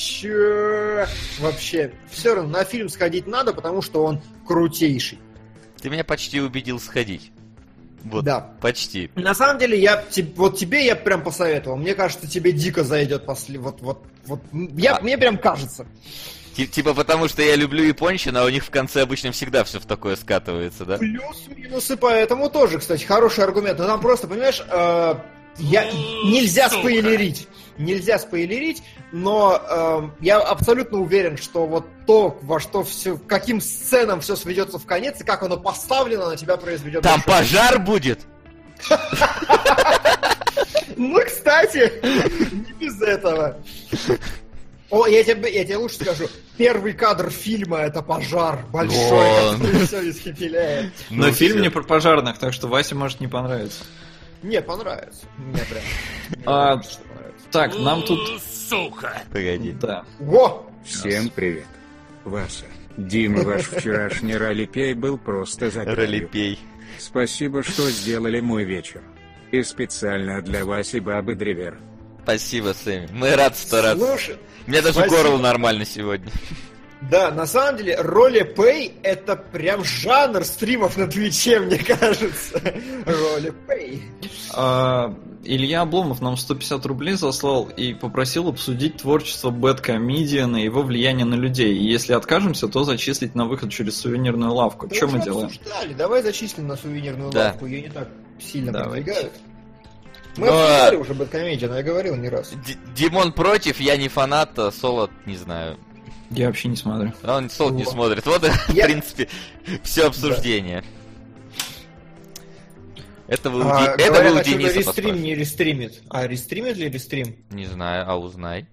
Speaker 3: чё вообще, все равно на фильм сходить надо, потому что он крутейший.
Speaker 2: Ты меня почти убедил сходить. Вот,
Speaker 3: да.
Speaker 2: Почти.
Speaker 3: На самом деле, я, вот тебе я прям посоветовал. Мне кажется, тебе дико зайдет после... Вот, вот, вот, я, а... Мне прям кажется.
Speaker 2: Типа потому, что я люблю японщину, а у них в конце обычно всегда все в такое скатывается, да?
Speaker 3: Плюс-минусы, поэтому тоже, кстати, хороший аргумент. Но там просто, понимаешь, э, я, нельзя спойлерить. Нельзя спойлерить, но э, я абсолютно уверен, что вот то, во что все, каким сценам все сведется в конец, и как оно поставлено, на тебя произведет...
Speaker 2: Там пожар будет?
Speaker 3: Ну, кстати, не без этого. О, я тебе, я тебе лучше скажу. Первый кадр фильма — это пожар большой, который все испепеляет.
Speaker 4: Но фильм не про пожарных, так что Васе может не понравиться.
Speaker 3: Не, понравится. Мне прям.
Speaker 4: А, так, нам тут...
Speaker 1: Сука!
Speaker 2: Погоди.
Speaker 4: Да.
Speaker 3: Во!
Speaker 5: Всем привет. Васа. Дима, ваш вчерашний ролепей был просто загадкой.
Speaker 2: Ролепей.
Speaker 5: Спасибо, что сделали мой вечер. И специально для Васи Бабы Древер.
Speaker 2: Спасибо, Сэмми. Мы рады стараться.
Speaker 3: Слушай,
Speaker 2: мне даже
Speaker 3: спасибо.
Speaker 2: горло нормально сегодня.
Speaker 3: Да, на самом деле, ролеплей — это прям жанр стримов на Твиче, мне кажется. Ролеплей.
Speaker 4: А, Илья Обломов нам сто пятьдесят рублей заслал и попросил обсудить творчество Бэдкомедиана и его влияние на людей. И если откажемся, то зачислить на выход через сувенирную лавку.
Speaker 3: Да
Speaker 4: что мы
Speaker 3: уже
Speaker 4: делаем?
Speaker 3: Обсуждали. Давай зачислим на сувенирную
Speaker 2: да.
Speaker 3: лавку, ее не так сильно
Speaker 4: Давай.
Speaker 3: продвигают. Мы
Speaker 2: Но...
Speaker 3: обсуждали уже Бэдкомедиана, я говорил не раз.
Speaker 2: Д- Димон против, я не фанат, а Соло не знаю.
Speaker 4: Я вообще не смотрю.
Speaker 2: А он Соло не смотрит. Вот,
Speaker 3: Я...
Speaker 2: в принципе, все обсуждение. Да. Это вы,
Speaker 3: а,
Speaker 2: у, Ди...
Speaker 3: говорят,
Speaker 2: Это вы у
Speaker 3: а
Speaker 2: Дениса
Speaker 3: рестрим не рестримит. А рестримит ли рестрим?
Speaker 2: Не знаю, а узнай.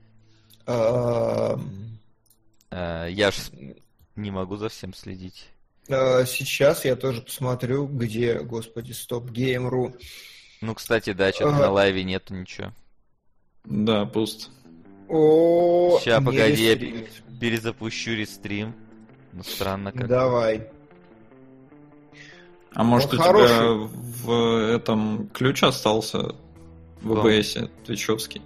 Speaker 3: А...
Speaker 2: А, я ж не могу за всем следить.
Speaker 3: А, сейчас я тоже посмотрю, где, господи, стоп гейм точка ру.
Speaker 2: Ну, кстати, да, что-то а... на лайве нету ничего.
Speaker 4: Да, пуст.
Speaker 3: О,
Speaker 2: Сейчас, погоди, я перезапущу рестрим. Ну, странно как.
Speaker 3: Давай.
Speaker 4: А может,
Speaker 3: Он
Speaker 4: у
Speaker 3: хороший.
Speaker 4: тебя в этом ключ остался в о бэ эс твичевский?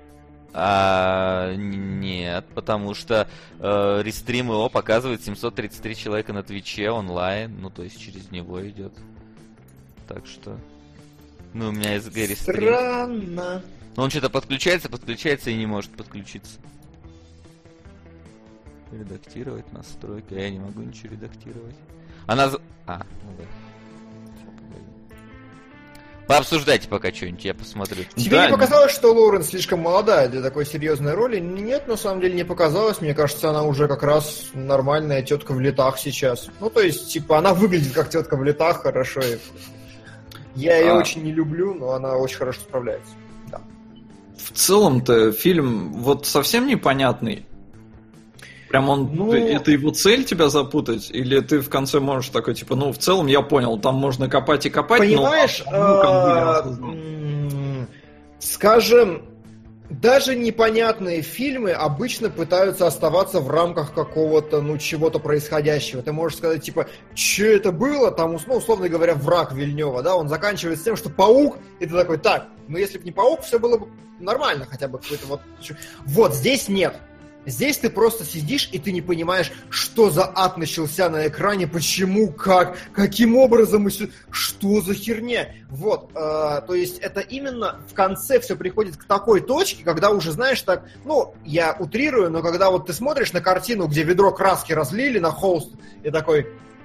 Speaker 2: А, нет, потому что э, рестрим его показывает семьсот тридцать три человека на Твиче онлайн, ну, то есть через него идет. Так что... Ну, у меня эс джи рестрим.
Speaker 3: Странно.
Speaker 2: Но он что-то подключается, подключается и не может подключиться. Редактировать настройки. Я не могу ничего редактировать. Она... А, ну да. Пообсуждайте пока что-нибудь, я посмотрю.
Speaker 3: Тебе
Speaker 4: Да,
Speaker 3: не показалось, что Лоуренс слишком молодая для такой серьезной роли? Нет, на самом деле не показалось. Мне кажется, она уже как раз нормальная тетка в летах сейчас. Ну, то есть, типа, она выглядит как тетка в летах хорошо. И... Я ее
Speaker 4: А.
Speaker 3: очень не люблю, но она очень хорошо справляется. Да.
Speaker 4: В целом-то фильм вот совсем непонятный. Прям он,
Speaker 3: Ну-
Speaker 4: это его цель тебя запутать? Или ты в конце можешь такой, типа, ну, в целом я понял, там можно копать и копать,
Speaker 3: Понимаешь,
Speaker 4: но... ну, как бы я
Speaker 3: а,
Speaker 4: осознал.
Speaker 3: м, скажем, даже непонятные фильмы обычно пытаются оставаться в рамках какого-то, ну, чего-то происходящего. Ты можешь сказать, типа, что это было, там, ну, условно говоря, «Враг» Вильнёва, да, он заканчивается тем, что паук, и ты такой, так, ну, если бы не паук, все было бы нормально хотя бы какой-то вот... Вот, здесь нет. Здесь ты просто сидишь, и ты не понимаешь, что за ад начался на экране, почему, как, каким образом, и сю- что за херня. Вот, э, то есть это именно в конце все приходит к такой точке, когда уже, знаешь, так, ну, я утрирую, но когда вот ты смотришь на картину, где ведро краски разлили на холст, и такой...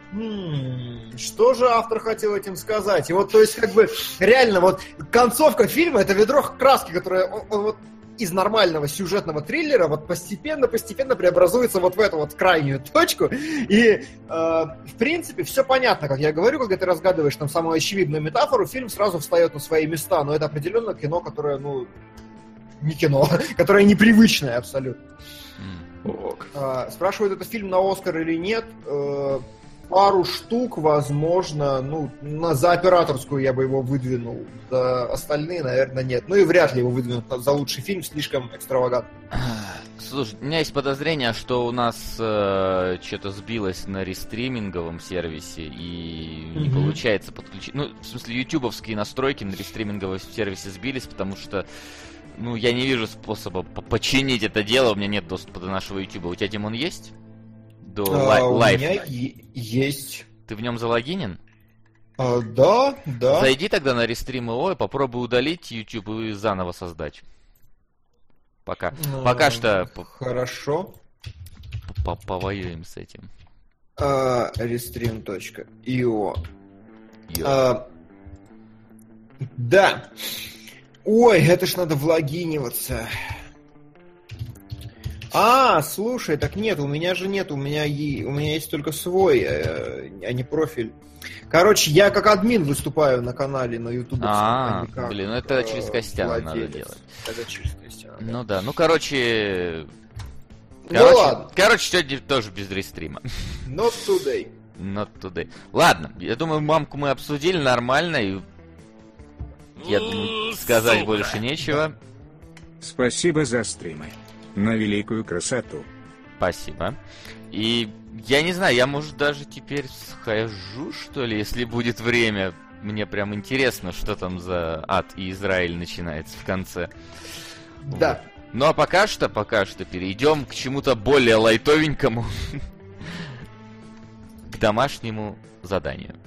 Speaker 3: «М, что же автор хотел этим сказать?» И вот, то есть, как бы, реально, вот, концовка фильма — это ведро краски, которое он, он вот из нормального сюжетного триллера вот постепенно-постепенно преобразуется вот в эту вот крайнюю точку. И, э, в принципе, все понятно, как я говорю, когда ты разгадываешь там самую очевидную метафору, фильм сразу встает на свои места, но это определенно кино, которое, ну, не кино, которое непривычное абсолютно.
Speaker 4: Ок.
Speaker 3: Э, спрашивают, это фильм на Оскар или нет? Э, пару штук, возможно, ну, на, за операторскую я бы его выдвинул. За остальные, наверное, нет. Ну и вряд ли его выдвинут за лучший фильм, слишком экстравагантно.
Speaker 2: Слушай, у меня есть подозрение, что у нас э, что-то сбилось на рестриминговом сервисе и не
Speaker 3: Мгм.
Speaker 2: получается подключить. Ну, в смысле, ютубовские настройки на рестриминговом сервисе сбились, потому что, ну, я не вижу способа по- починить это дело, у меня нет доступа до нашего ютуба. У тебя, Димон, есть? До
Speaker 3: А,
Speaker 2: лай-
Speaker 3: у
Speaker 2: лайв.
Speaker 3: меня е- есть.
Speaker 2: Ты в нем залогинен?
Speaker 3: А, да, да.
Speaker 2: Зайди тогда на рестрим точка ай о и попробуй удалить YouTube и заново создать. Пока.
Speaker 3: А,
Speaker 2: Пока что п-
Speaker 3: Хорошо.
Speaker 2: п- повоюем с этим.
Speaker 3: А, restream точка ай о.
Speaker 2: Ё.
Speaker 3: А, да. Ой, это ж надо влогиниваться. А, слушай, так нет, у меня же нет, у меня, е- у меня есть только свой, э, а не профиль. Короче, я как админ выступаю на канале на YouTube.
Speaker 2: А, блин, ну это через Костяна надо делать.
Speaker 3: Это через Костяна. да.
Speaker 2: Ну да, ну короче...
Speaker 3: Ну
Speaker 2: Короче,
Speaker 3: ладно,
Speaker 2: короче, сегодня тоже без рестрима.
Speaker 3: not today.
Speaker 2: Not today. Ладно, я думаю, мамку мы обсудили нормально, и я думаю, сказать
Speaker 1: Сука.
Speaker 2: больше нечего.
Speaker 5: Спасибо за стримы. На великую красоту.
Speaker 2: Спасибо. И я не знаю, я, может, даже теперь схожу, что ли, если будет время. Мне прям интересно, что там за ад и Израиль начинается в конце.
Speaker 3: Да.
Speaker 2: Ну а пока что, пока что перейдем к чему-то более лайтовенькому. К домашнему заданию.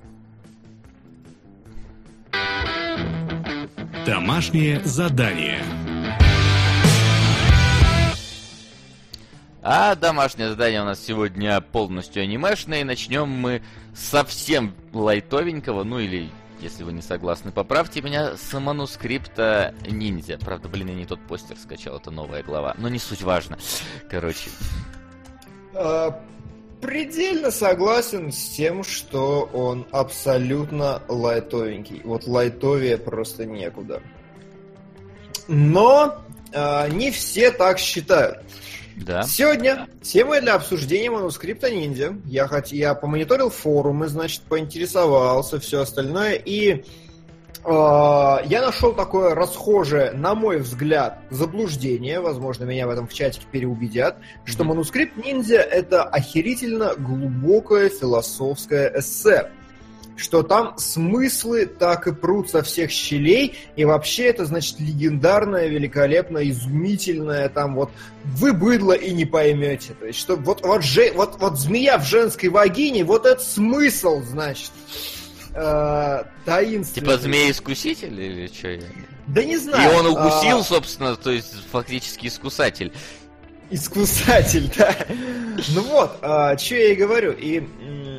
Speaker 1: Домашнее задание.
Speaker 2: А домашнее задание у нас сегодня полностью анимешное, и начнем мы совсем лайтовенького, ну или, если вы не согласны, поправьте меня, с манускрипта ниндзя. Правда, блин, я не тот постер скачал, это новая глава, но не суть важно. Короче,
Speaker 3: А, предельно согласен с тем, что он абсолютно лайтовенький. Вот лайтовее просто некуда. Но а, не все так считают.
Speaker 2: да.
Speaker 3: Сегодня темой для обсуждения манускрипта ниндзя. Я, хот... я помониторил форумы, значит, поинтересовался, все остальное. И э, я нашел такое расхожее, на мой взгляд, заблуждение. Возможно, меня в этом в чатике переубедят, что
Speaker 2: Мгм.
Speaker 3: манускрипт ниндзя — это охерительно глубокое философское эссе. Что там смыслы так и прут со всех щелей, и вообще это, значит, легендарное, великолепное, изумительное, там вот вы быдло и не поймете. То есть, что вот, вот, же, вот, вот змея в женской вагине, вот этот смысл, значит, э, таинственный.
Speaker 2: Типа змея-искуситель или что?
Speaker 3: Да не
Speaker 2: И
Speaker 3: знаю.
Speaker 2: он укусил,
Speaker 3: а,
Speaker 2: собственно, то есть фактически искусатель.
Speaker 3: Искусатель, да. Ну вот, что я и говорю. И м,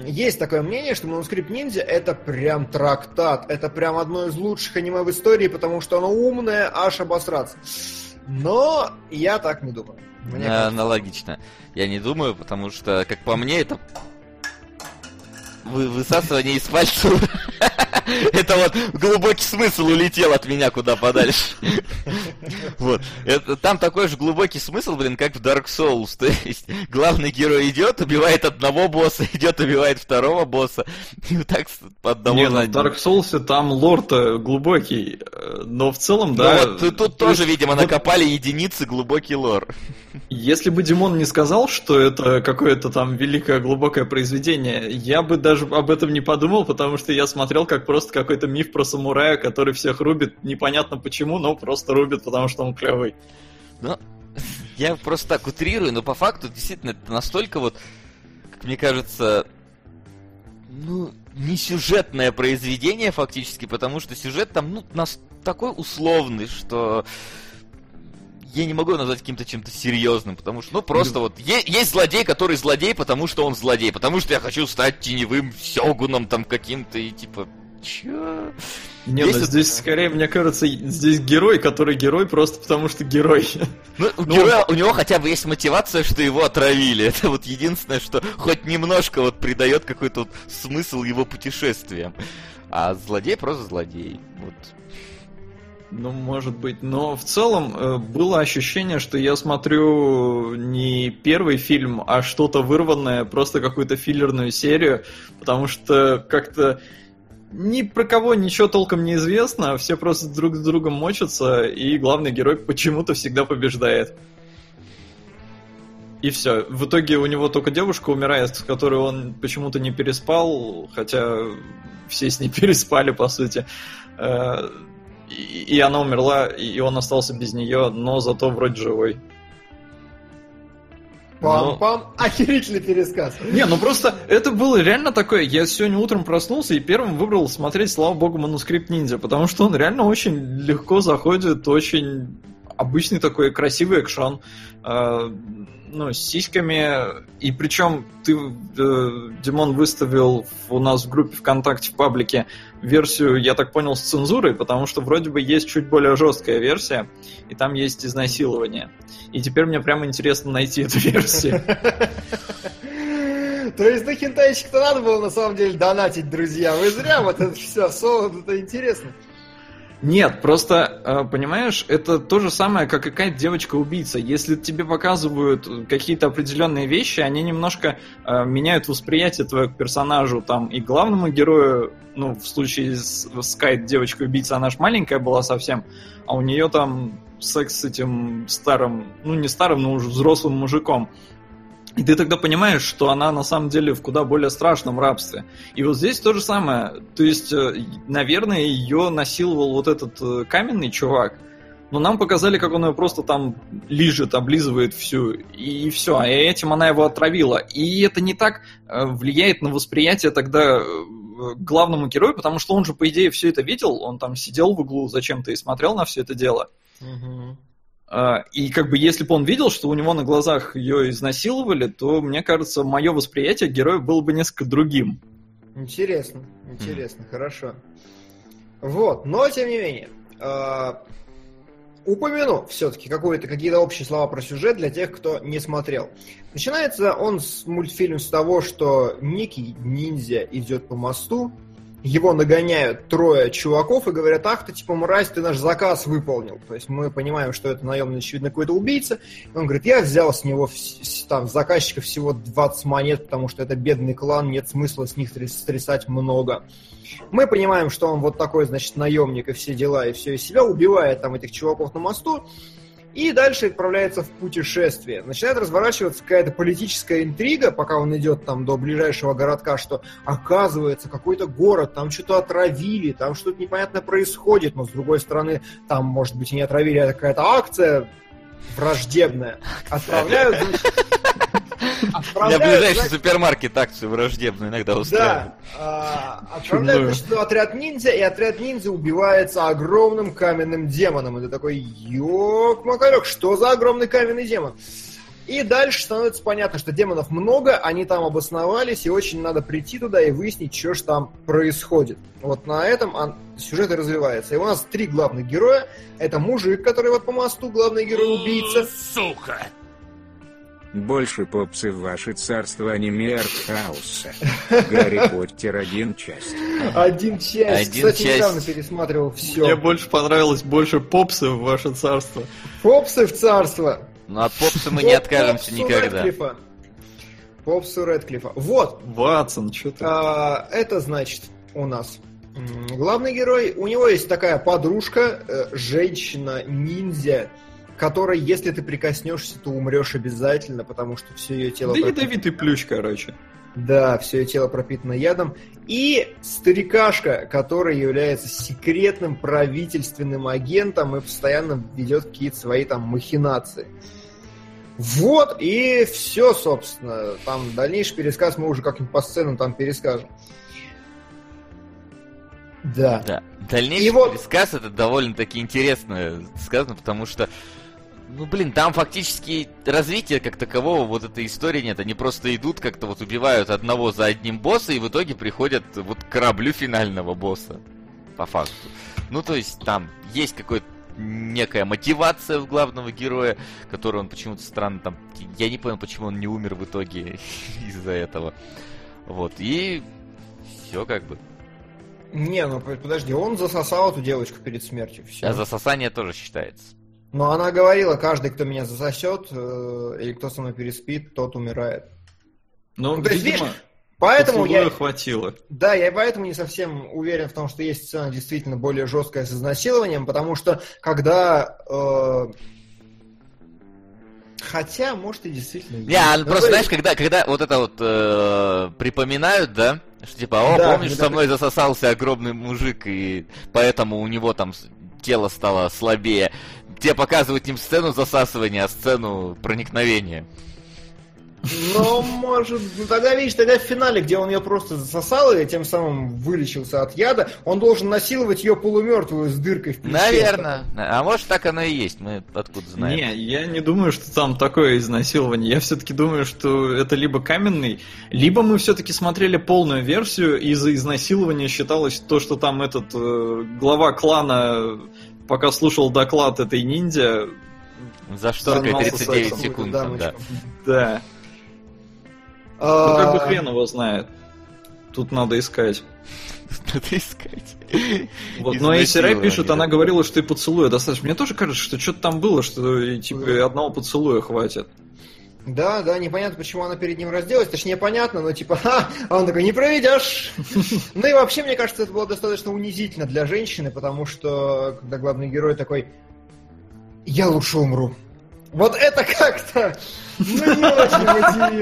Speaker 3: есть такое мнение, что «Манускрипт ниндзя» — это прям трактат, это прям одно из лучших аниме в истории, потому что оно умное, аж обосраться. Но я так не думаю. Мне
Speaker 2: Аналогично. Я не думаю, потому что, как по мне, это вы, высасывание из пальцев. Это вот глубокий смысл улетел от меня куда подальше. Вот. Это, там такой же глубокий смысл, блин, как в Dark Souls. То есть главный герой идет, убивает одного босса, идет, убивает второго босса. И вот так по одному.
Speaker 4: Не, ну в Dark Souls там лор-то глубокий. Но в целом, да.
Speaker 2: Ну вот тут, тут тоже, есть, видимо, вот накопали единицы глубокий лор.
Speaker 4: Если бы Димон не сказал, что это какое-то там великое глубокое произведение, я бы даже об этом не подумал, потому что я смотрел как просто какой-то миф про самурая, который всех рубит, непонятно почему, но просто рубит, потому что он клевый.
Speaker 2: Ну, я просто так утрирую, но по факту действительно это настолько вот, как мне кажется, ну, не сюжетное произведение фактически, потому что сюжет там, ну, нас такой условный, что я не могу его назвать каким-то чем-то серьезным, потому что, ну, просто вот е- есть злодей, который злодей, потому что он злодей, потому что я хочу стать теневым сёгуном там каким-то, и типа, чё?
Speaker 4: Не, ну здесь скорее, мне кажется, здесь герой, который герой просто потому что герой.
Speaker 2: Ну, у, ну, героя, у него хотя бы есть мотивация, что его отравили. Это вот единственное, что хоть немножко вот придает какой-то вот смысл его путешествиям. А злодей просто злодей. Вот.
Speaker 4: Ну, может быть. Но в целом э, было ощущение, что я смотрю не первый фильм, а что-то вырванное, просто какую-то филлерную серию, потому что как-то ни про кого ничего толком не известно, все просто друг с другом мочатся, и главный герой почему-то всегда побеждает. И все. В итоге у него только девушка умирает, с которой он почему-то не переспал, хотя все с ней переспали, по сути. И она умерла, и он остался без нее, но зато вроде живой.
Speaker 3: Пам-пам, но... охерительный пересказ.
Speaker 4: Не, ну просто это было реально такое. Я сегодня утром проснулся и первым выбрал смотреть, слава богу, «Манускрипт ниндзя», потому что он реально очень легко заходит, очень обычный такой красивый экшон. Ну, с сиськами. И причем ты, э, Димон, выставил у нас в группе ВКонтакте в паблике версию, я так понял, с цензурой, потому что вроде бы есть чуть более жесткая версия, и там есть изнасилование. И теперь мне прямо интересно найти эту версию.
Speaker 3: То есть на хентайчик-то надо было на самом деле донатить, друзья. Вы зря вот это все, это интересно.
Speaker 4: Нет, просто, понимаешь, это то же самое, как какая-то девочка-убийца. Если тебе показывают какие-то определенные вещи, они немножко э, меняют восприятие твоего к персонажу, там, и главному герою, ну, в случае с Скай, девочка-убийца, она ж маленькая была совсем, а у нее там секс с этим старым, ну, не старым, но уже взрослым мужиком. И ты тогда понимаешь, что она на самом деле в куда более страшном рабстве. И вот здесь то же самое. То есть, наверное, ее насиловал вот этот каменный чувак, но нам показали, как он ее просто там лижет, облизывает всю, и все. И этим она его отравила. И это не так влияет на восприятие тогда главному герою, потому что он же, по идее, все это видел. Он там сидел в углу зачем-то и смотрел на все это дело.
Speaker 3: Угу.
Speaker 4: И как бы если бы он видел, что у него на глазах ее изнасиловали, то, мне кажется, мое восприятие героя было бы несколько другим.
Speaker 3: Интересно, интересно, mm. хорошо. Вот, но тем не менее, э, упомяну все-таки какие-то общие слова про сюжет для тех, кто не смотрел. Начинается он с мультфильма с того, что некий ниндзя идет по мосту, его нагоняют трое чуваков и говорят: ах ты, типа, мразь, ты наш заказ выполнил. То есть мы понимаем, что это наемный, очевидно, какой-то убийца. И он говорит: я взял с него, там, заказчика всего двадцать монет, потому что это бедный клан, нет смысла с них стрясать много. Мы понимаем, что он вот такой, значит, наемник и все дела, и все из себя, убивает там этих чуваков на мосту. И дальше отправляется в путешествие. Начинает разворачиваться какая-то политическая интрига, пока он идет там до ближайшего городка, что оказывается какой-то город, там что-то отравили, там что-то непонятное происходит, но с другой стороны, там, может быть, и не отравили, а какая-то акция враждебная. Отправляют, значит...
Speaker 2: У меня ближайший значит... супермаркет акцию враждебную иногда устраивает.
Speaker 3: Да, а, отправляют, значит, отряд ниндзя, и отряд ниндзя убивается огромным каменным демоном. И ты такой: ёк-макарёк, что за огромный каменный демон? И дальше становится понятно, что демонов много, они там обосновались, и очень надо прийти туда и выяснить, что же там происходит. Вот на этом он, сюжет и развивается. И у нас три главных героя. Это мужик, который вот по мосту, главный герой-убийца.
Speaker 1: Сука!
Speaker 5: Больше попсы в ваше царство аниме артхауса. Гарри Поттер один часть.
Speaker 3: Один часть.
Speaker 2: Один
Speaker 3: Кстати,
Speaker 2: часть.
Speaker 3: недавно пересматривал все.
Speaker 4: Мне больше понравилось больше попсы в ваше царство.
Speaker 3: Попсы в царство.
Speaker 2: Ну от попса мы не откажемся
Speaker 3: Попсу
Speaker 2: никогда.
Speaker 3: Рэдклиффа. Попсу Рэдклиффа. Вот.
Speaker 4: Ватсон, что ты?
Speaker 3: А, это значит у нас м, главный герой. У него есть такая подружка, э, женщина-ниндзя, которой, если ты прикоснешься, то умрешь обязательно, потому что все ее тело...
Speaker 4: Да
Speaker 3: пропитано-
Speaker 4: ядовитый плющ, короче.
Speaker 3: Да, все ее тело пропитано ядом. И старикашка, который является секретным правительственным агентом и постоянно ведет какие-то свои там махинации. Вот, и все, собственно. Там дальнейший пересказ мы уже как-нибудь по сценам там перескажем. Да.
Speaker 2: Да. Дальнейший
Speaker 3: И вот-
Speaker 2: пересказ это довольно-таки интересно сказано, потому что, ну блин, там фактически развития как такового вот этой истории нет. Они просто идут, как-то вот убивают одного за одним босса, и в итоге приходят вот к кораблю финального босса. По факту. Ну, то есть там есть какой-то некая мотивация у главного героя, которую он почему-то странно там... Я не понял, почему он не умер в итоге из-за этого. Вот, и все как бы.
Speaker 3: Не, ну подожди, он засосал эту девочку перед смертью. Все.
Speaker 2: А засосание тоже считается.
Speaker 3: Но она говорила, каждый, кто меня засосет, э, или кто со мной переспит, тот умирает.
Speaker 4: Ну,
Speaker 3: Ну, то есть,
Speaker 4: видимо,
Speaker 3: видишь, поэтому
Speaker 4: поцелуя
Speaker 3: я...
Speaker 4: хватило.
Speaker 3: Да, я поэтому не совсем уверен в том, что есть сцена действительно более жесткая с изнасилованием, потому что когда... э, Хотя, может, и действительно...
Speaker 2: Не, а
Speaker 3: Ну,
Speaker 2: просто
Speaker 3: то
Speaker 2: знаешь,
Speaker 3: есть-
Speaker 2: когда, когда вот это вот э, припоминают, да, что типа, о,
Speaker 3: Да,
Speaker 2: помнишь,
Speaker 3: когда-
Speaker 2: со мной засосался огромный мужик, и поэтому у него там с- тело стало слабее. Тебе показывают не сцену засасывания, а сцену проникновения.
Speaker 3: Ну, может... Ну, тогда, видишь, тогда в финале, где он ее просто засосал и тем самым вылечился от яда, он должен насиловать ее полумертвую с дыркой в плече.
Speaker 2: Наверное. А может, так оно и есть, мы откуда знаем.
Speaker 4: Не, я не думаю, что там такое изнасилование. Я все-таки думаю, что это либо каменный, либо мы все-таки смотрели полную версию, и за изнасилование считалось то, что там этот э, глава клана, пока слушал доклад этой ниндзя,
Speaker 2: За шторкой
Speaker 3: Занимался
Speaker 2: тридцать девять
Speaker 3: сексом
Speaker 2: секунд
Speaker 3: какой-то
Speaker 2: там, да.
Speaker 3: дамочкой.
Speaker 4: да.
Speaker 3: А,
Speaker 4: Ну как бы хрен его знает. Тут надо искать.
Speaker 2: Надо искать.
Speaker 4: Вот. Но если Рэй
Speaker 2: Изнасилование,
Speaker 4: пишет,
Speaker 2: да.
Speaker 4: она говорила, что и поцелуя достаточно. Мне тоже кажется, что что-то там было, что и, типа и одного поцелуя хватит.
Speaker 3: Да, да, непонятно, почему она перед ним разделась, точнее, понятно, но типа, ха, а он такой, не проведешь. Ну и вообще, мне кажется, это было достаточно унизительно для женщины, потому что, когда главный герой такой, я лучше умру. Вот это как-то, ну, не очень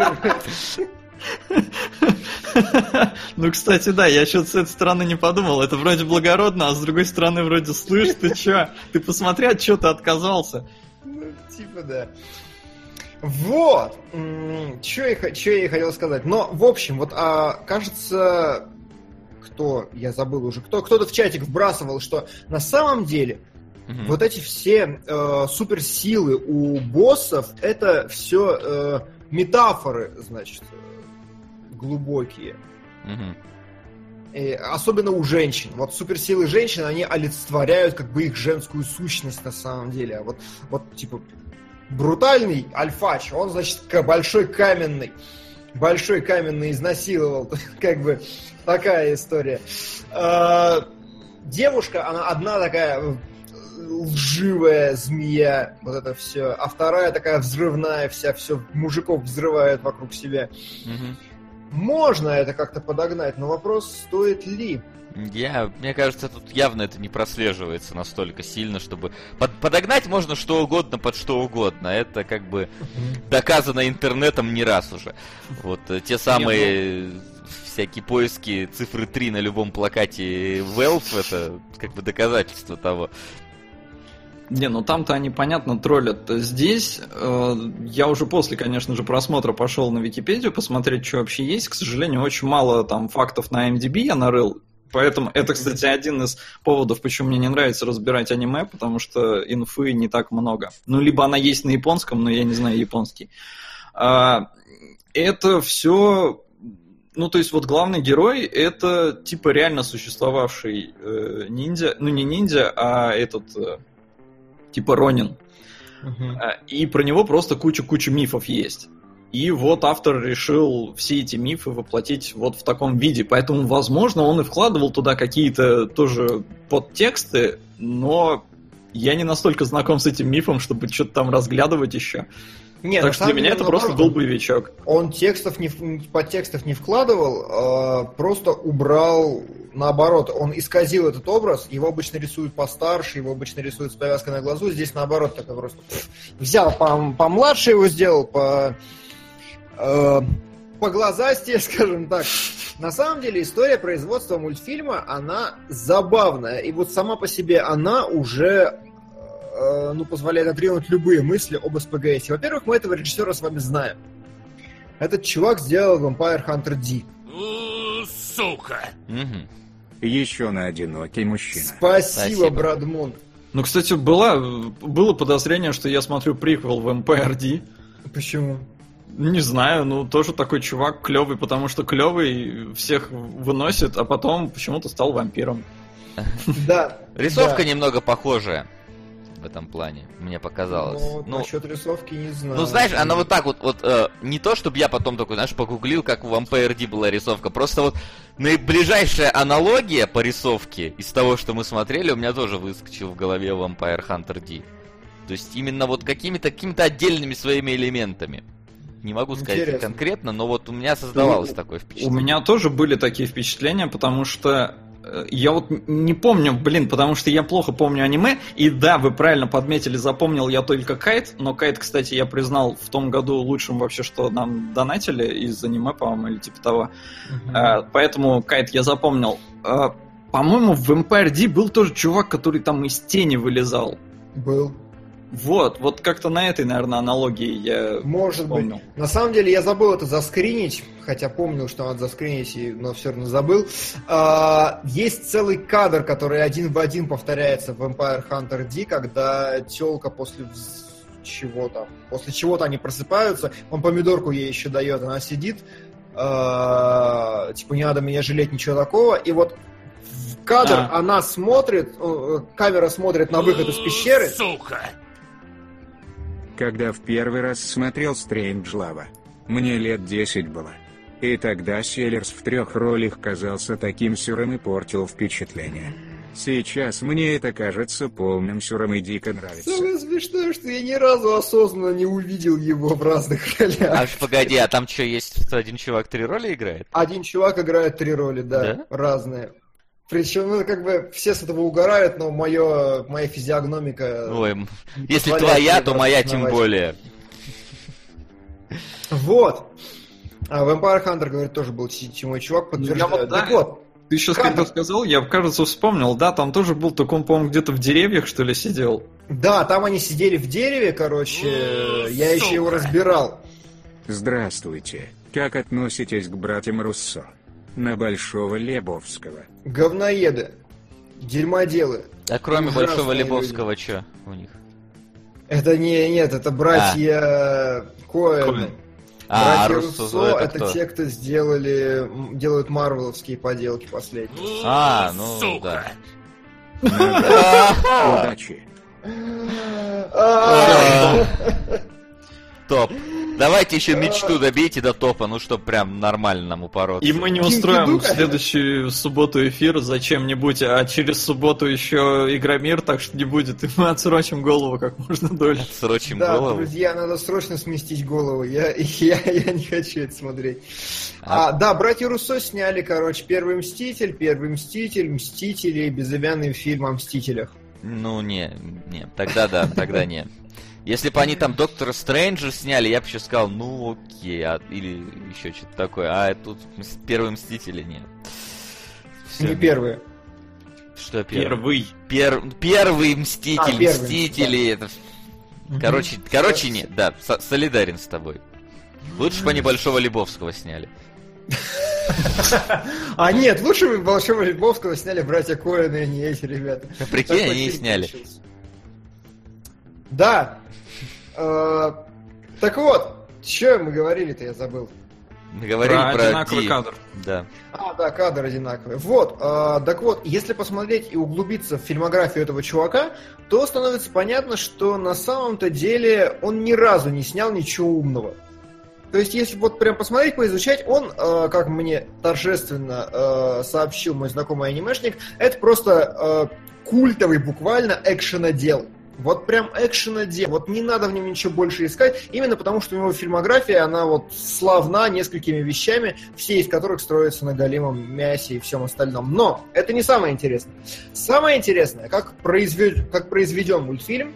Speaker 3: мотивирует.
Speaker 4: Ну, кстати, да, я что-то с этой стороны не подумал. Это вроде благородно, а с другой стороны вроде, слышь, ты чё? Ты посмотри, от чего ты отказался.
Speaker 3: Ну, типа, да. Вот. Что я, чё я и хотел сказать. Но, в общем, вот, а, кажется, кто, я забыл уже, кто, кто-то в чатик вбрасывал, что на самом деле
Speaker 2: Мгм.
Speaker 3: вот эти все э, суперсилы у боссов, это все э, метафоры, значит, э, глубокие.
Speaker 2: Мгм.
Speaker 3: И особенно у женщин. Вот суперсилы женщин, они олицетворяют как бы их женскую сущность на самом деле. А вот, вот типа, брутальный альфач, он, значит, к- большой каменный. Большой каменный изнасиловал. Как бы такая история. А, девушка, она одна такая лживая змея, вот это все. А вторая такая взрывная вся, все мужиков взрывает вокруг себя.
Speaker 2: Мгм.
Speaker 3: Можно это как-то подогнать, но вопрос, стоит ли?
Speaker 2: Я, мне кажется, тут явно это не прослеживается настолько сильно, чтобы... Под, подогнать можно что угодно под что угодно. Это как бы доказано интернетом не раз уже. Вот э, те самые всякие поиски цифры три на любом плакате Valve, это как бы доказательство того.
Speaker 4: Не, ну там-то они, понятно, троллят. Здесь э, я уже после, конечно же, просмотра пошел на Википедию посмотреть, что вообще есть. К сожалению, очень мало там фактов на IMDb я нарыл. Поэтому это, кстати, один из поводов, почему мне не нравится разбирать аниме, потому что инфы не так много. Ну, либо она есть на японском, но я не знаю японский. А, это все... Ну, то есть, вот главный герой — это, типа, реально существовавший э, ниндзя. Ну, не ниндзя, а этот, э, типа, ронин. Uh-huh. И про него просто куча-куча мифов есть. И вот автор решил все эти мифы воплотить вот в таком виде. Поэтому, возможно, он и вкладывал туда какие-то тоже подтексты, но я не настолько знаком с этим мифом, чтобы что-то там разглядывать еще. Нет, так что для меня это просто был боевичок.
Speaker 3: Он текстов не, подтекстов не вкладывал, а просто убрал, наоборот, он исказил этот образ, его обычно рисуют постарше, его обычно рисуют с повязкой на глазу, здесь наоборот такой просто взял помладше его сделал, по... Э, по глазастее, скажем так. На самом деле история производства мультфильма, она забавная. И вот сама по себе она уже э, ну, позволяет отодвинуть любые мысли об эс пэ гэ эс. Во-первых, мы этого режиссера с вами знаем. Этот чувак сделал Vampire Hunter D.
Speaker 1: Сука!
Speaker 5: Угу. Еще на одинокий мужчина.
Speaker 3: Спасибо,
Speaker 2: Спасибо.
Speaker 3: Брадмун.
Speaker 4: Ну, кстати, была, было подозрение, что я смотрю приквел Vampire D.
Speaker 3: Почему?
Speaker 4: Не знаю, ну тоже такой чувак клевый, потому что клевый всех выносит, а потом почему-то стал вампиром.
Speaker 3: Да.
Speaker 2: Рисовка
Speaker 3: да.
Speaker 2: немного похожая в этом плане, мне показалось.
Speaker 3: Ну,
Speaker 2: ну,
Speaker 3: насчет рисовки не знаю.
Speaker 2: Ну, знаешь, она вот так вот, вот э, не то, чтобы я потом такой, знаешь, погуглил, как у Vampire D была рисовка, просто вот наиближайшая аналогия по рисовке из того, что мы смотрели, у меня тоже выскочил в голове Vampire Hunter D. То есть именно вот какими-то, какими-то отдельными своими элементами. Не могу сказать
Speaker 3: Интересно.
Speaker 2: конкретно, но вот у меня создавалось ну, такое впечатление.
Speaker 4: У меня тоже были такие впечатления, потому что э, я вот не помню, блин, потому что я плохо помню аниме, и да, вы правильно подметили, запомнил я только Кайт, но Кайт, кстати, я признал в том году лучшим вообще, что нам донатили из аниме, по-моему, или типа того. Uh-huh. Э, поэтому Кайт я запомнил. Э, по-моему, в Vampire D был тоже чувак, который там из тени вылезал.
Speaker 3: Был.
Speaker 4: Вот, вот как-то на этой, наверное, аналогии я
Speaker 3: Может
Speaker 4: помнил.
Speaker 3: быть. На самом деле я забыл это заскринить, хотя помнил, что надо заскринить, но все равно забыл. А, есть целый кадр, который один в один повторяется в Vampire Hunter D, когда тёлка после чего-то, после чего-то они просыпаются, он помидорку ей еще дает, она сидит, а, типа не надо меня жалеть, ничего такого, и вот в кадр а. она смотрит, камера смотрит на выход из пещеры.
Speaker 1: Сука!
Speaker 5: Когда в первый раз смотрел Стрейнджлава, мне лет десять было. И тогда Селлерс в трех ролях казался таким сюром и портил впечатление. Сейчас мне это кажется полным сюром и дико нравится.
Speaker 3: Самое смешное, что я ни разу осознанно не увидел его в разных ролях.
Speaker 2: А погоди, а там что, есть один чувак три роли играет?
Speaker 3: Один чувак играет три роли, да,
Speaker 2: да?
Speaker 3: разные. Причем, ну, как бы, все с этого угорают, но моё, моя физиогномика...
Speaker 2: Ой, если твоя, то моя тем более.
Speaker 3: Вот. А Vampire Hunter, говорит, тоже был седьмой чувак, подтверждаю.
Speaker 4: Вот, да,
Speaker 3: так вот.
Speaker 4: Ты сейчас когда сказал, я, кажется, вспомнил, да, там тоже был, так он, по-моему, где-то в деревьях, что ли, сидел.
Speaker 3: Да, там они сидели в дереве, короче, я еще его разбирал.
Speaker 5: Здравствуйте, как относитесь к братьям Руссо? На Большого Лебовского.
Speaker 3: Говноеды. Дерьмоделы.
Speaker 2: А кроме
Speaker 3: Ужасные
Speaker 2: Большого
Speaker 3: люди.
Speaker 2: Лебовского, что у них?
Speaker 3: Это не, нет, это братья а. Коэн.
Speaker 2: А,
Speaker 3: братья
Speaker 2: Руссо,
Speaker 3: Руссо
Speaker 2: это,
Speaker 3: это
Speaker 2: кто?
Speaker 3: те, кто сделали, делают марвеловские поделки последние.
Speaker 2: А, ну
Speaker 1: Сука.
Speaker 2: да.
Speaker 5: Удачи.
Speaker 2: Топ. Давайте еще мечту добейте до топа, ну чтоб прям нормально нам упороться.
Speaker 4: И мы не устроим в следующую субботу эфир зачем-нибудь, а через субботу еще Игромир, так что не будет, и мы отсрочим голову как можно дольше.
Speaker 2: Отсрочим
Speaker 3: Да,
Speaker 2: голову.
Speaker 3: друзья, надо срочно сместить голову. Я, я, я не хочу это смотреть. А, а, да, братья Руссо сняли, короче, Первый Мститель, Первый Мститель, Мстители, безымянный фильм о Мстителях.
Speaker 2: Ну, не, не, тогда да, тогда не. Если бы они там Доктора Стрэнджа сняли, я бы еще сказал, ну окей, а, или еще что-то такое. А тут Первые Мстители нет. Всё,
Speaker 3: Не
Speaker 2: нет.
Speaker 3: первые.
Speaker 2: Что первый?
Speaker 4: Первый.
Speaker 2: Пер... Первый Мститель,
Speaker 3: А, первый,
Speaker 2: Мстители.
Speaker 3: да.
Speaker 2: Это... Короче, короче, нет, да, со- солидарен с тобой. Лучше бы они Большого Лебовского сняли.
Speaker 3: А нет, лучше бы Волшебного Лебовского сняли братья Коэны, а не эти ребята.
Speaker 2: Прикинь, они и сняли.
Speaker 3: Да. Так вот, что мы говорили-то, я забыл.
Speaker 2: Мы говорили
Speaker 4: про,
Speaker 2: про
Speaker 4: одинаковый
Speaker 2: Ди.
Speaker 4: кадр.
Speaker 2: Да.
Speaker 3: А, да, кадр одинаковый. Вот, э, так вот, если посмотреть и углубиться в фильмографию этого чувака, то становится понятно, что на самом-то деле он ни разу не снял ничего умного. То есть, если вот прям посмотреть, поизучать, он, э, как мне торжественно э, сообщил мой знакомый анимешник, это просто э, культовый буквально экшенодел. Вот прям экшенодел. Вот не надо в нем ничего больше искать, именно потому что у него фильмография, она вот славна несколькими вещами, все из которых строятся на голимом мясе и всем остальном. Но это не самое интересное. Самое интересное, как, произвед... как произведен мультфильм,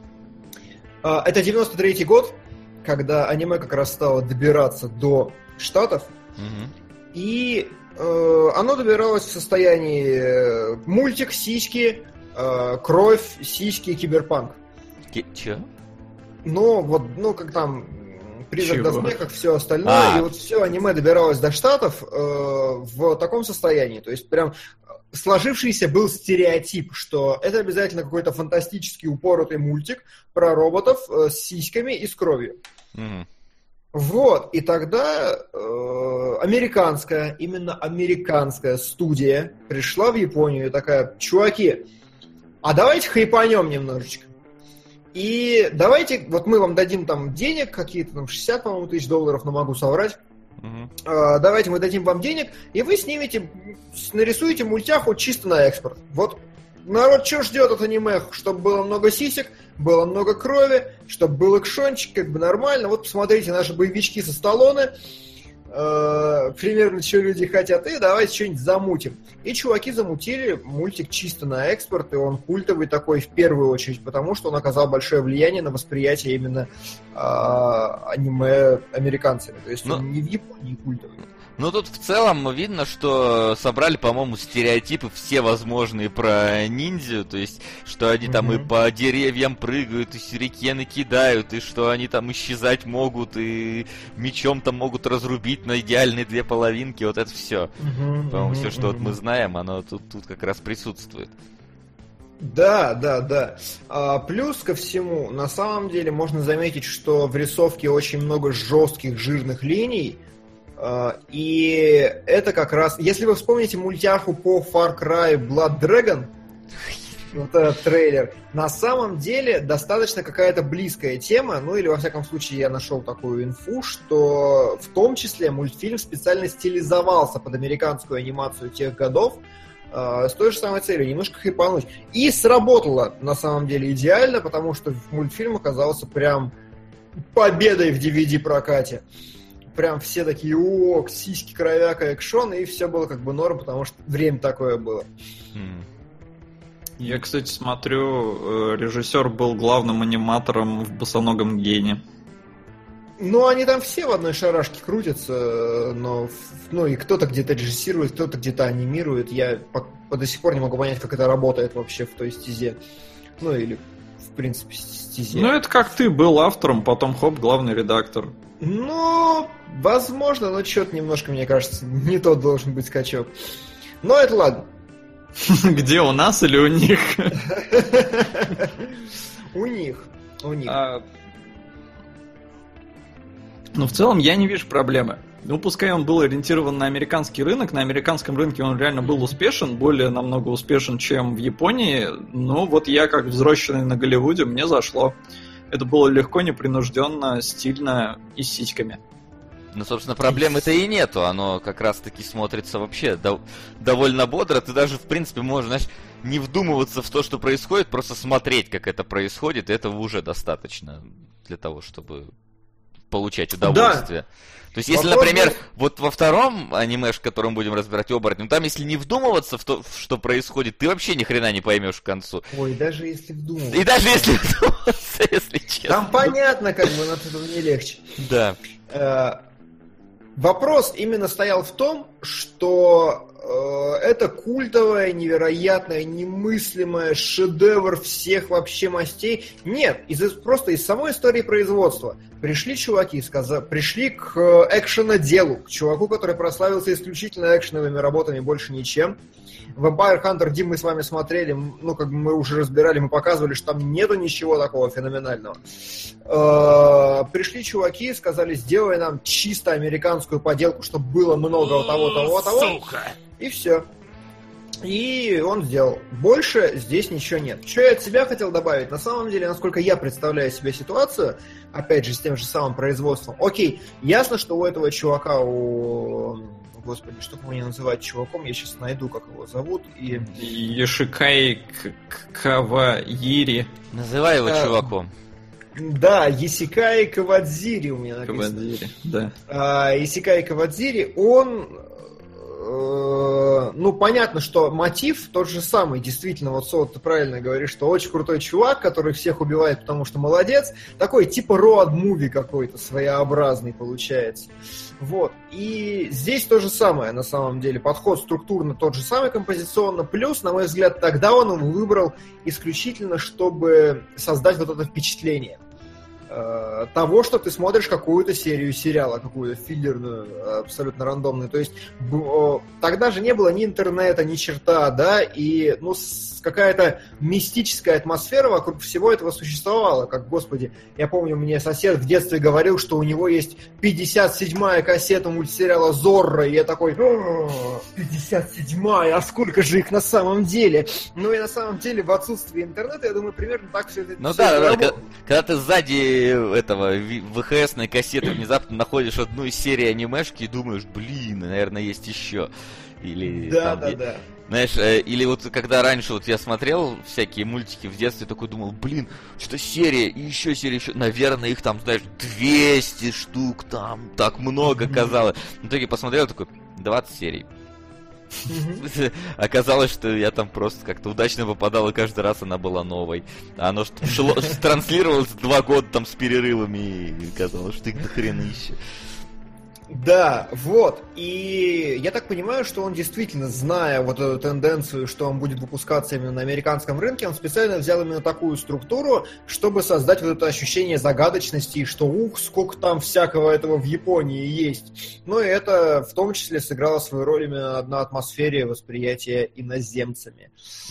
Speaker 3: э, это девяносто третий год, когда аниме как раз стало добираться до Штатов,
Speaker 2: Угу.
Speaker 3: и э, оно добиралось в состоянии э, мультик, сиськи, э, кровь, сиськи, киберпанк.
Speaker 2: Ки- Чё?
Speaker 3: Ну, вот, ну, как там, призрак
Speaker 4: Чего?
Speaker 3: до смеха, все остальное,
Speaker 2: А.
Speaker 3: и вот все аниме добиралось до Штатов э, в таком состоянии. То есть прям сложившийся был стереотип, что это обязательно какой-то фантастический упоротый мультик про роботов э, с сиськами и с кровью.
Speaker 2: Мгм.
Speaker 3: Вот, и тогда э, американская, именно американская студия пришла в Японию и такая: чуваки, а давайте хайпанем немножечко. И давайте, вот мы вам дадим там денег, какие-то там шестьдесят, по-моему, тысяч долларов, но могу соврать.
Speaker 2: Мгм.
Speaker 3: Э, давайте мы дадим вам денег, и вы снимете, нарисуете мультяху чисто на экспорт. Вот народ что ждет от аниме? Чтобы было много сисек, было много крови, чтобы был экшончик, как бы нормально. Вот посмотрите наши боевички со Сталлоне, э, примерно что люди хотят, и давайте что-нибудь замутим. И чуваки замутили мультик чисто на экспорт, и он культовый такой в первую очередь, потому что он оказал большое влияние на восприятие именно э, аниме американцами. То есть
Speaker 2: Ну,
Speaker 3: он не в Японии культовый.
Speaker 2: Ну, тут в целом видно, что собрали, по-моему, стереотипы все возможные про ниндзю, то есть, что они там и
Speaker 3: Мгм.
Speaker 2: по деревьям прыгают, и сюрикены кидают, и что они там исчезать могут, и мечом там могут разрубить на идеальные две половинки, вот это все. По-моему, все, что вот мы знаем, оно тут, тут как раз присутствует.
Speaker 3: Да, да, да. А, плюс ко всему, на самом деле можно заметить, что в рисовке очень много жестких, жирных линий. а, И это как раз... Если вы вспомните мультяху по Far Cry Blood Dragon, вот этот трейлер, на самом деле достаточно какая-то близкая тема, ну или во всяком случае я нашел такую инфу, что в том числе мультфильм специально стилизовался под американскую анимацию тех годов, с той же самой целью, немножко хайпануть. И сработало, на самом деле, идеально, потому что мультфильм оказался прям победой в ди ви ди-прокате. Прям все такие: о, сиськи, кровяка, экшон, и все было как бы норм, потому что время такое было.
Speaker 2: М.
Speaker 4: Я, кстати, смотрю, э, режиссер был главным аниматором в «Босоногом гене».
Speaker 3: Ну, они там все в одной шарашке крутятся, но ну, и кто-то где-то режиссирует, кто-то где-то анимирует. Я по, по до сих пор не могу понять, как это работает вообще в той стезе. Ну, или, в принципе, стезе.
Speaker 4: Ну, это как ты был автором, потом хоп, главный редактор.
Speaker 3: Ну, возможно, но что-то немножко, мне кажется, не тот должен быть скачок. Но это ладно.
Speaker 4: Где, у нас или у них?
Speaker 3: У них. У них.
Speaker 4: А, Ну, в целом, я не вижу проблемы. Ну, пускай он был ориентирован на американский рынок, на американском рынке он реально был успешен, более намного успешен, чем в Японии, но вот я, как взросленный на Голливуде, мне зашло. Это было легко, непринужденно, стильно и с сиськами.
Speaker 2: Ну, собственно, проблемы-то и нету, оно как раз-таки смотрится вообще дов- довольно бодро, ты даже, в принципе, можешь, знаешь, не вдумываться в то, что происходит, просто смотреть, как это происходит, и этого уже достаточно для того, чтобы получать удовольствие. Да. То есть, если,
Speaker 3: Вопрос,
Speaker 2: например,
Speaker 3: да?
Speaker 2: вот во втором аниме, в котором будем разбирать оборотнем, там, если не вдумываться в то, что происходит, ты вообще ни хрена не поймешь к концу.
Speaker 3: Ой, даже если вдумываться.
Speaker 2: И даже если вдумываться, если честно.
Speaker 3: Там понятно, как бы, но от этого не легче.
Speaker 2: Да.
Speaker 3: Вопрос именно стоял в том, что это культовая, невероятная, немыслимая шедевр всех вообще мастей. Нет, из, просто из самой истории производства. Пришли чуваки, сказа, пришли к экшеноделу, к чуваку, который прославился исключительно экшеновыми работами, больше ничем. Vampire Hunter Ди мы с вами смотрели, ну, как бы мы уже разбирали, мы показывали, что там нету ничего такого феноменального. Пришли чуваки, сказали, сделай нам чисто американскую поделку, чтобы было много того, того, того.
Speaker 1: Сука!
Speaker 3: И все. И он сделал. Больше здесь ничего нет. Что я от себя хотел добавить? На самом деле, насколько я представляю себе ситуацию, опять же, с тем же самым производством. Окей, ясно, что у этого чувака, у... Господи, что его не называть чуваком, я сейчас найду, как его зовут. И...
Speaker 4: Йошикай Каваири.
Speaker 2: Называй его а, чуваком.
Speaker 3: Да, Исикай Кавадзири у меня написано.
Speaker 4: Кавадзири, да.
Speaker 3: А, Исикай Кавадзири, он... Ну, понятно, что мотив тот же самый. Действительно, вот Солод, ты правильно говоришь, что очень крутой чувак, который всех убивает, потому что молодец. Такой типа роад-муви какой-то своеобразный получается. Вот. И здесь то же самое, на самом деле. Подход структурно тот же самый, композиционно. Плюс, на мой взгляд, тогда он его выбрал исключительно, чтобы создать вот это впечатление того, что ты смотришь какую-то серию сериала, какую-то филлерную, абсолютно рандомную. То есть тогда же не было ни интернета, ни черта, да, и ну, какая-то мистическая атмосфера вокруг всего этого существовала. Как, господи, я помню, мне сосед в детстве говорил, что у него есть пятьдесят седьмая кассета мультсериала «Зорро», и я такой, пятьдесят седьмая, а сколько же их на самом деле? Ну и на самом деле в отсутствии интернета, я думаю, примерно так все это...
Speaker 2: Ну все да, да, когда, когда ты сзади этого ВХСной кассеты внезапно находишь одну из серий анимешки и думаешь, блин, наверное, есть еще. Или,
Speaker 3: да,
Speaker 2: там,
Speaker 3: да,
Speaker 2: и,
Speaker 3: да.
Speaker 2: Знаешь, э, или вот когда раньше вот я смотрел всякие мультики в детстве, такой думал, блин, что серия, и еще серия, еще, наверное, их там, знаешь, двести штук, там, так много казалось. В итоге посмотрел, такой, двадцать серий. Оказалось, что я там просто как-то удачно попадал, и каждый раз она была новой. А оно шло, транслировалось два года там с перерывами, и казалось, что их до хрена еще.
Speaker 3: Да, вот. И я так понимаю, что он действительно, зная вот эту тенденцию, что он будет выпускаться именно на американском рынке, он специально взял именно такую структуру, чтобы создать вот это ощущение загадочности, и что ух, сколько там всякого этого в Японии есть. Ну и это в том числе сыграло свою роль именно на атмосфере восприятия иноземцами.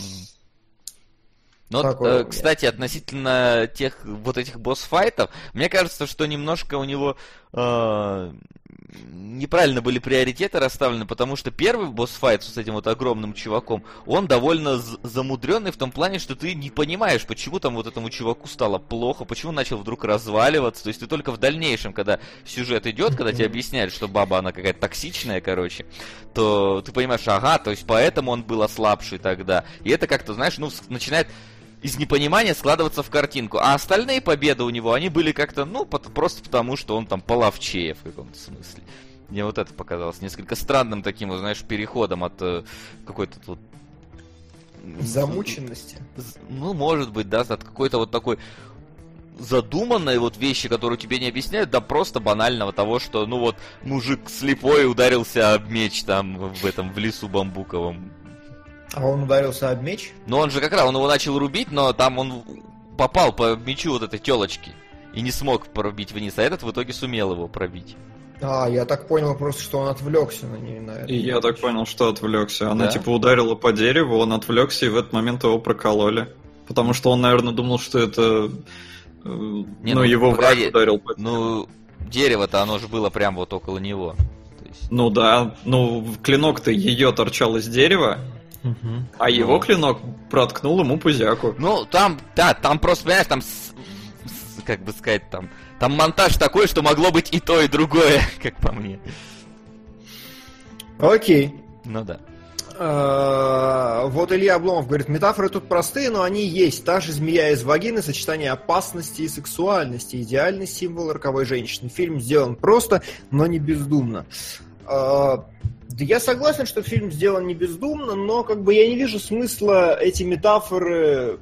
Speaker 2: Но, э, кстати, относительно тех вот этих босс-файтов, мне кажется, что немножко у него э, неправильно были приоритеты расставлены, потому что первый босс-файт с этим вот огромным чуваком, он довольно замудренный в том плане, что ты не понимаешь, почему там вот этому чуваку стало плохо, почему он начал вдруг разваливаться. То есть ты только в дальнейшем, когда сюжет идет, когда тебе объясняют, что баба, она какая-то токсичная, короче, то ты понимаешь, ага, то есть поэтому он был ослабший тогда. И это как-то, знаешь, ну, начинает из непонимания складываться в картинку. А остальные победы у него, они были как-то, ну, просто потому, что он там половчее в каком-то смысле. Мне вот это показалось несколько странным таким, вот, знаешь, переходом от э, какой-то тут...
Speaker 3: замученности.
Speaker 2: Ну, может быть, да, от какой-то вот такой задуманной вот вещи, которую тебе не объясняют, да просто банального того, что, ну вот, мужик слепой ударился об меч там в этом, в лесу бамбуковом.
Speaker 3: А он ударился об меч?
Speaker 2: Ну он же как раз, он его начал рубить, но там он попал по мечу вот этой телочки и не смог пробить вниз, а этот в итоге сумел его пробить.
Speaker 3: А, я так понял просто, что он отвлекся на ней, наверное.
Speaker 4: И я так понял, что отвлекся. Она
Speaker 2: да?
Speaker 4: типа ударила по дереву, он отвлекся, и в этот момент его прокололи. Потому что он, наверное, думал, что это...
Speaker 2: Не,
Speaker 4: ну,
Speaker 2: ну,
Speaker 4: его враг ударил по
Speaker 2: дереву. Ну, дерево-то оно же было прямо вот около него. То есть...
Speaker 4: Ну да, ну клинок-то ее торчал из дерева, угу. а его ну... клинок проткнул ему пузяку.
Speaker 2: Ну, там, да, там просто, понимаешь, там, с, с, как бы сказать, там, там монтаж такой, что могло быть и то, и другое, как по мне.
Speaker 3: Окей.
Speaker 2: Ну да.
Speaker 3: Вот Илья Обломов говорит, метафоры тут простые, но они есть. Та же змея из вагины, сочетание опасности и сексуальности. Идеальный символ роковой женщины. Фильм сделан просто, но не бездумно. Да я согласен, что фильм сделан не бездумно, но как бы я не вижу смысла эти метафоры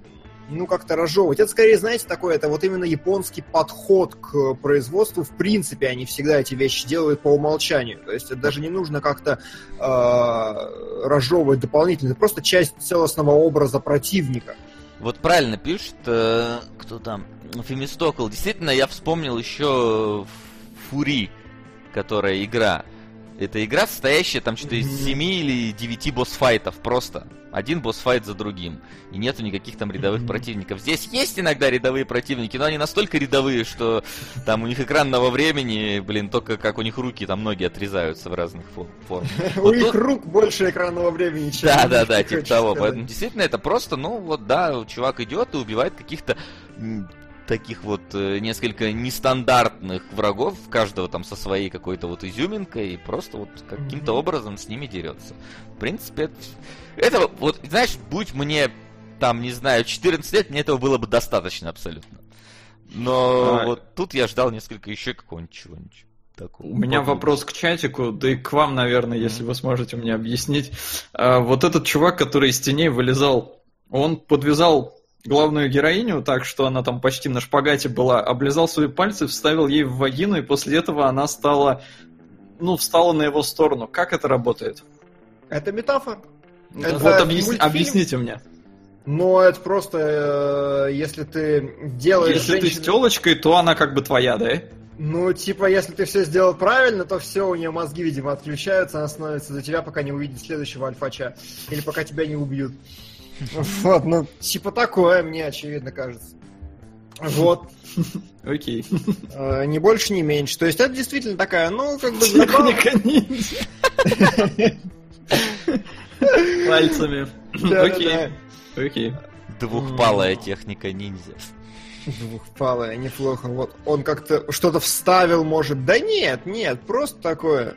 Speaker 3: ну, как-то разжевывать. Это скорее, знаете, такое, это вот именно японский подход к производству. В принципе, они всегда эти вещи делают по умолчанию. То есть это даже не нужно как-то э, разжевывать дополнительно. Это просто часть целостного образа противника.
Speaker 2: Вот правильно пишет, э, кто там, Фемистокл. Действительно, я вспомнил еще Фури, которая игра. Это игра, состоящая там что-то из семи или девяти босс-файтов просто. Один босс-файт за другим. И нету никаких там рядовых mm-hmm. противников. Здесь есть иногда рядовые противники, но они настолько рядовые, что там у них экранного времени, блин, только как у них руки, там ноги отрезаются в разных формах.
Speaker 3: У их рук больше экранного времени, чем
Speaker 2: Да, да, да, типа того. Поэтому действительно это просто, ну вот да, чувак идет и убивает каких-то таких вот э, несколько нестандартных врагов, каждого там со своей какой-то вот изюминкой, и просто вот каким-то mm-hmm. образом с ними дерется. В принципе, это, это вот, знаешь, будь мне там, не знаю, четырнадцать лет, мне этого было бы достаточно абсолютно. Но а... вот тут я ждал несколько еще какого-нибудь чего-нибудь такого.
Speaker 4: У меня вопрос к чатику, да и к вам, наверное, mm-hmm. если вы сможете мне объяснить. А, вот этот чувак, который из теней вылезал, он подвязал главную героиню так, что она там почти на шпагате была, облизал свои пальцы, вставил ей в вагину, и после этого она стала, ну, встала на его сторону. Как это работает?
Speaker 3: Это метафора.
Speaker 4: Это вот объясни, объясните мне.
Speaker 3: Ну, это просто, э, если ты делаешь
Speaker 4: Если
Speaker 3: женщину...
Speaker 4: ты с тёлочкой, то она как бы твоя, да?
Speaker 3: Ну, типа, если ты все сделал правильно, то все, у нее мозги, видимо, отключаются, она становится за тебя, пока не увидит следующего альфача. Или пока тебя не убьют. Вот, ну, типа такое, мне очевидно кажется. Вот.
Speaker 4: Окей.
Speaker 3: Не больше, не меньше. То есть это действительно такая, ну, как бы... Техника
Speaker 4: пальцами. Окей. Окей.
Speaker 2: Двухпалая техника ниндзя.
Speaker 3: Двухпалая, неплохо. Вот он как-то что-то вставил, может. Да нет, нет, просто такое...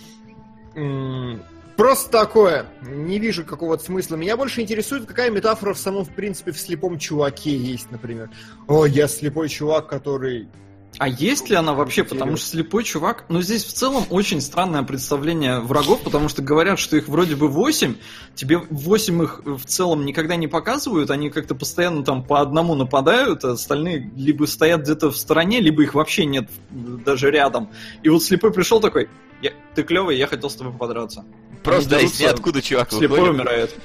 Speaker 3: Просто такое. Не вижу какого-то смысла. Меня больше интересует, какая метафора в самом, в принципе, в слепом чуваке есть, например. О, я слепой чувак, который...
Speaker 4: А есть ли она вообще? Потому что слепой чувак... Ну, здесь в целом очень странное представление врагов, потому что говорят, что их вроде бы восемь, тебе восемь их в целом никогда не показывают, они как-то постоянно там по одному нападают, а остальные либо стоят где-то в стороне, либо их вообще нет даже рядом. И вот слепой пришел такой... Я, ты клевый, я хотел с тобой подраться.
Speaker 2: Просто да, из ниоткуда чувак
Speaker 4: слепой
Speaker 2: выходит.
Speaker 4: Умирает.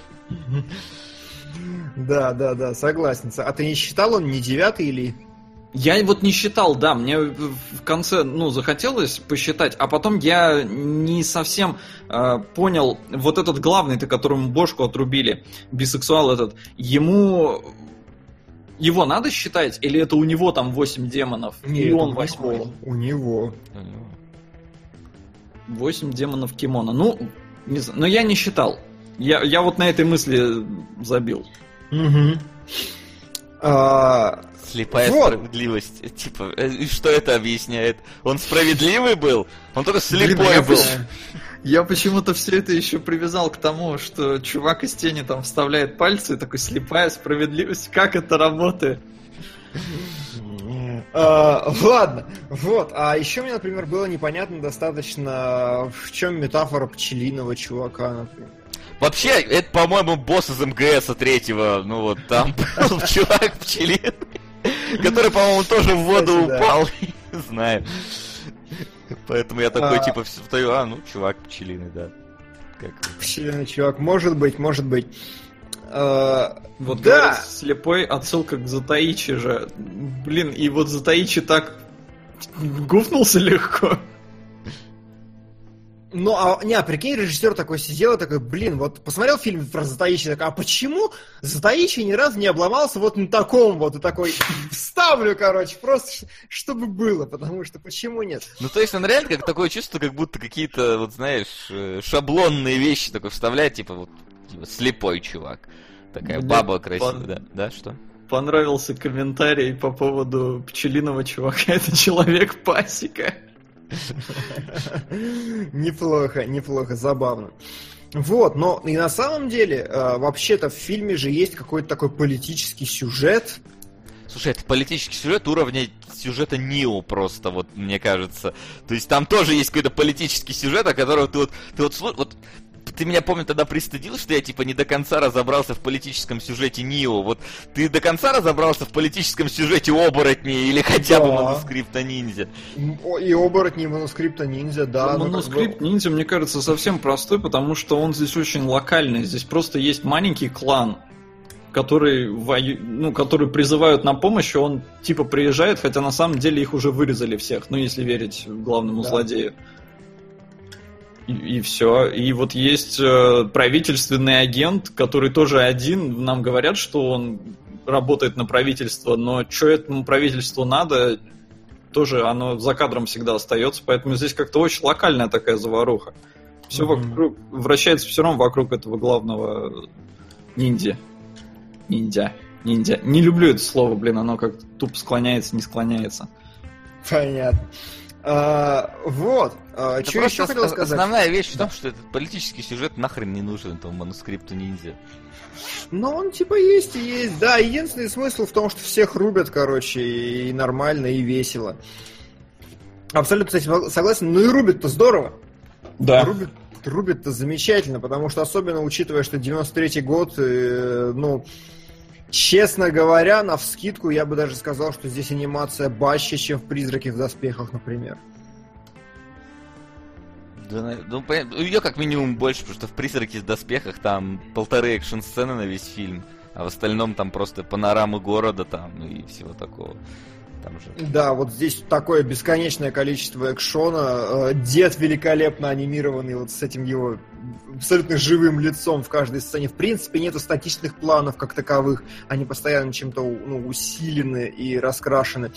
Speaker 3: Да, да, да, согласен. А ты не считал, он не девятый или...
Speaker 4: Я вот не считал, да, мне в конце, ну, захотелось посчитать, а потом я не совсем э, понял, вот этот главный-то, которому бошку отрубили, бисексуал этот, ему... Его надо считать, или это у него там восемь демонов,
Speaker 3: Нет,
Speaker 4: и он восьмой?
Speaker 3: У него.
Speaker 4: Восемь демонов кимона. Ну, не знаю, но я не считал. Я, я вот на этой мысли забил.
Speaker 3: Угу. А...
Speaker 2: Слепая вот. Справедливость. Типа, и что это объясняет? Он справедливый был? Он только слепой Блин, был.
Speaker 4: Я почему-то все это еще привязал к тому, что чувак из тени там вставляет пальцы, и такой слепая справедливость. Как это работает?
Speaker 3: Uh, ладно, вот. А еще мне, например, было непонятно достаточно, в чем метафора пчелиного чувака, например.
Speaker 2: Вообще, это, по-моему, босс из МГСа третьего. Ну вот, там был чувак пчелиный, который, по-моему, тоже в воду упал. Не знаю. Поэтому я такой, типа, встаю, а, ну, чувак пчелиный, да.
Speaker 3: Пчелиный чувак, может быть, может быть.
Speaker 4: Uh, вот да. Говорит, слепой отсылка к Затаичи же. Блин, и вот Затаичи так гуфнулся легко.
Speaker 3: Ну, а, не, а прикинь, режиссер такой сидел и такой, блин, вот посмотрел фильм про Затаичи, такой, а почему Затаичи ни разу не обломался вот на таком вот, и такой, вставлю, короче, просто чтобы было, потому что почему нет?
Speaker 2: Ну, то есть он реально как такое чувство, как будто какие-то, вот знаешь, шаблонные вещи такой вставляет, типа вот, типа, слепой чувак. Такая Мне баба красивая, пон... да, да, что?
Speaker 4: Понравился комментарий по поводу пчелиного чувака, это человек-пасека.
Speaker 3: Неплохо, неплохо, забавно. Вот, но и на самом деле, вообще-то в фильме же есть какой-то такой политический сюжет.
Speaker 2: Слушай, это политический сюжет уровня сюжета Нио просто, вот, мне кажется. То есть там тоже есть какой-то политический сюжет, о котором ты вот, ты вот, вот ты меня, помню, тогда пристыдил, что я, типа, не до конца разобрался в политическом сюжете Нио. Вот ты до конца разобрался в политическом сюжете Оборотней или хотя
Speaker 3: Да.
Speaker 2: бы Манускрипта Ниндзя?
Speaker 3: И Оборотни, и Манускрипта Ниндзя, да. ну, как
Speaker 4: Манускрипт
Speaker 3: бы-
Speaker 4: ниндзя, мне кажется, совсем простой, потому что он здесь очень локальный. Здесь просто есть маленький клан, который, вою... ну, который призывают на помощь, и он типа приезжает, хотя на самом деле их уже вырезали всех, ну если верить главному
Speaker 3: Да.
Speaker 4: злодею. И, и все. И вот есть э, правительственный агент, который тоже один. Нам говорят, что он работает на правительство, но что этому правительству надо, тоже оно за кадром всегда остается. Поэтому здесь как-то очень локальная такая заваруха. Все
Speaker 3: Мгм.
Speaker 4: вокруг, вращается все равно вокруг этого главного ниндзя. Ниндзя. Ниндзя. Не люблю это слово, блин, оно как-то тупо склоняется, не склоняется.
Speaker 3: Понятно. А, вот. А,
Speaker 2: Это
Speaker 3: что
Speaker 2: просто
Speaker 3: еще хотел
Speaker 2: ос-
Speaker 3: сказать?
Speaker 2: Основная вещь в том, что этот политический сюжет нахрен не нужен этому Манускрипту Ниндзя.
Speaker 3: Ну, он типа есть и есть. Да, единственный смысл в том, что всех рубят, короче, и нормально, и весело. Абсолютно, кстати, согласен. Ну и рубят-то здорово.
Speaker 4: Да.
Speaker 3: Рубит, рубит-то замечательно, потому что особенно учитывая, что девяносто третий год, э, ну, честно говоря, навскидку я бы даже сказал, что здесь анимация баще, чем в «Призраке в доспехах», например.
Speaker 2: Да, на- ну, понятно, ее как минимум больше, потому что в «Призраке в доспехах» там полторы экшн-сцены на весь фильм, а в остальном там просто панорамы города там и всего такого. Там же...
Speaker 3: Да, вот здесь такое бесконечное количество экшона. Э, Дед великолепно анимированный вот с этим его абсолютно живым лицом в каждой сцене. В принципе, нету статичных планов как таковых. Они постоянно чем-то ну, усилены и раскрашены.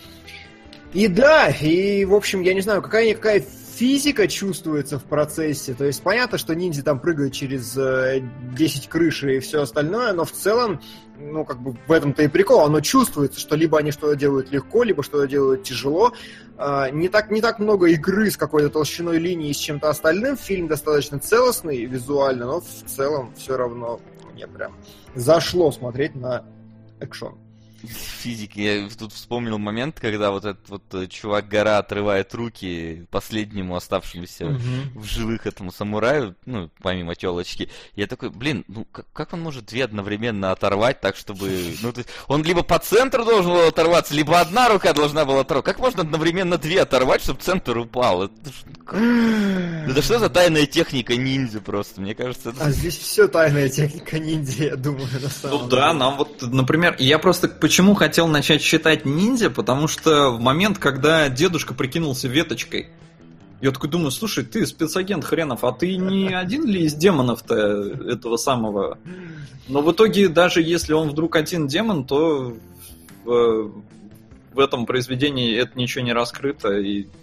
Speaker 3: И да, и в общем, я не знаю, какая-никакая физика чувствуется в процессе. То есть понятно, что ниндзя там прыгают через э, десять крыш и все остальное, но в целом, ну, как бы в этом-то и прикол. Оно чувствуется, что либо они что-то делают легко, либо что-то делают тяжело. Э, не так, не так много игры с какой-то толщиной линии и с чем-то остальным. Фильм достаточно целостный визуально, но в целом все равно мне прям зашло смотреть на экшон.
Speaker 2: Физики. Я тут вспомнил момент, когда вот этот вот э, чувак-гора отрывает руки последнему оставшемуся
Speaker 3: Мгм.
Speaker 2: в живых этому самураю, ну, помимо телочки. Я такой, блин, ну как, как он может две одновременно оторвать так, чтобы... Ну, то есть он либо по центру должен был оторваться, либо одна рука должна была оторвать. Как можно одновременно две оторвать, чтобы центр упал? Это, ж- как- это что за тайная техника ниндзя просто? Мне кажется, это...
Speaker 3: А здесь все тайная техника ниндзя, я думаю, на самом
Speaker 4: Ну да,
Speaker 3: деле.
Speaker 4: нам вот, например, я просто почему хотел начать считать ниндзя, потому что в момент, когда дедушка прикинулся веточкой, я такой думаю, слушай, ты спецагент хренов, а ты не один ли из демонов-то этого самого? Но в итоге, даже если он вдруг один демон, то в, в этом произведении это ничего не раскрыто и, и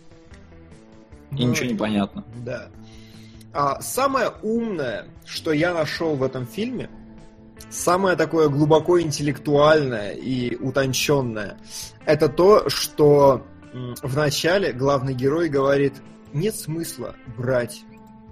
Speaker 3: Ну,
Speaker 4: ничего не понятно.
Speaker 3: Да. А самое умное, что я нашел в этом фильме, самое такое глубоко интеллектуальное и утонченное, это то, что м, в начале главный герой говорит, нет смысла брать,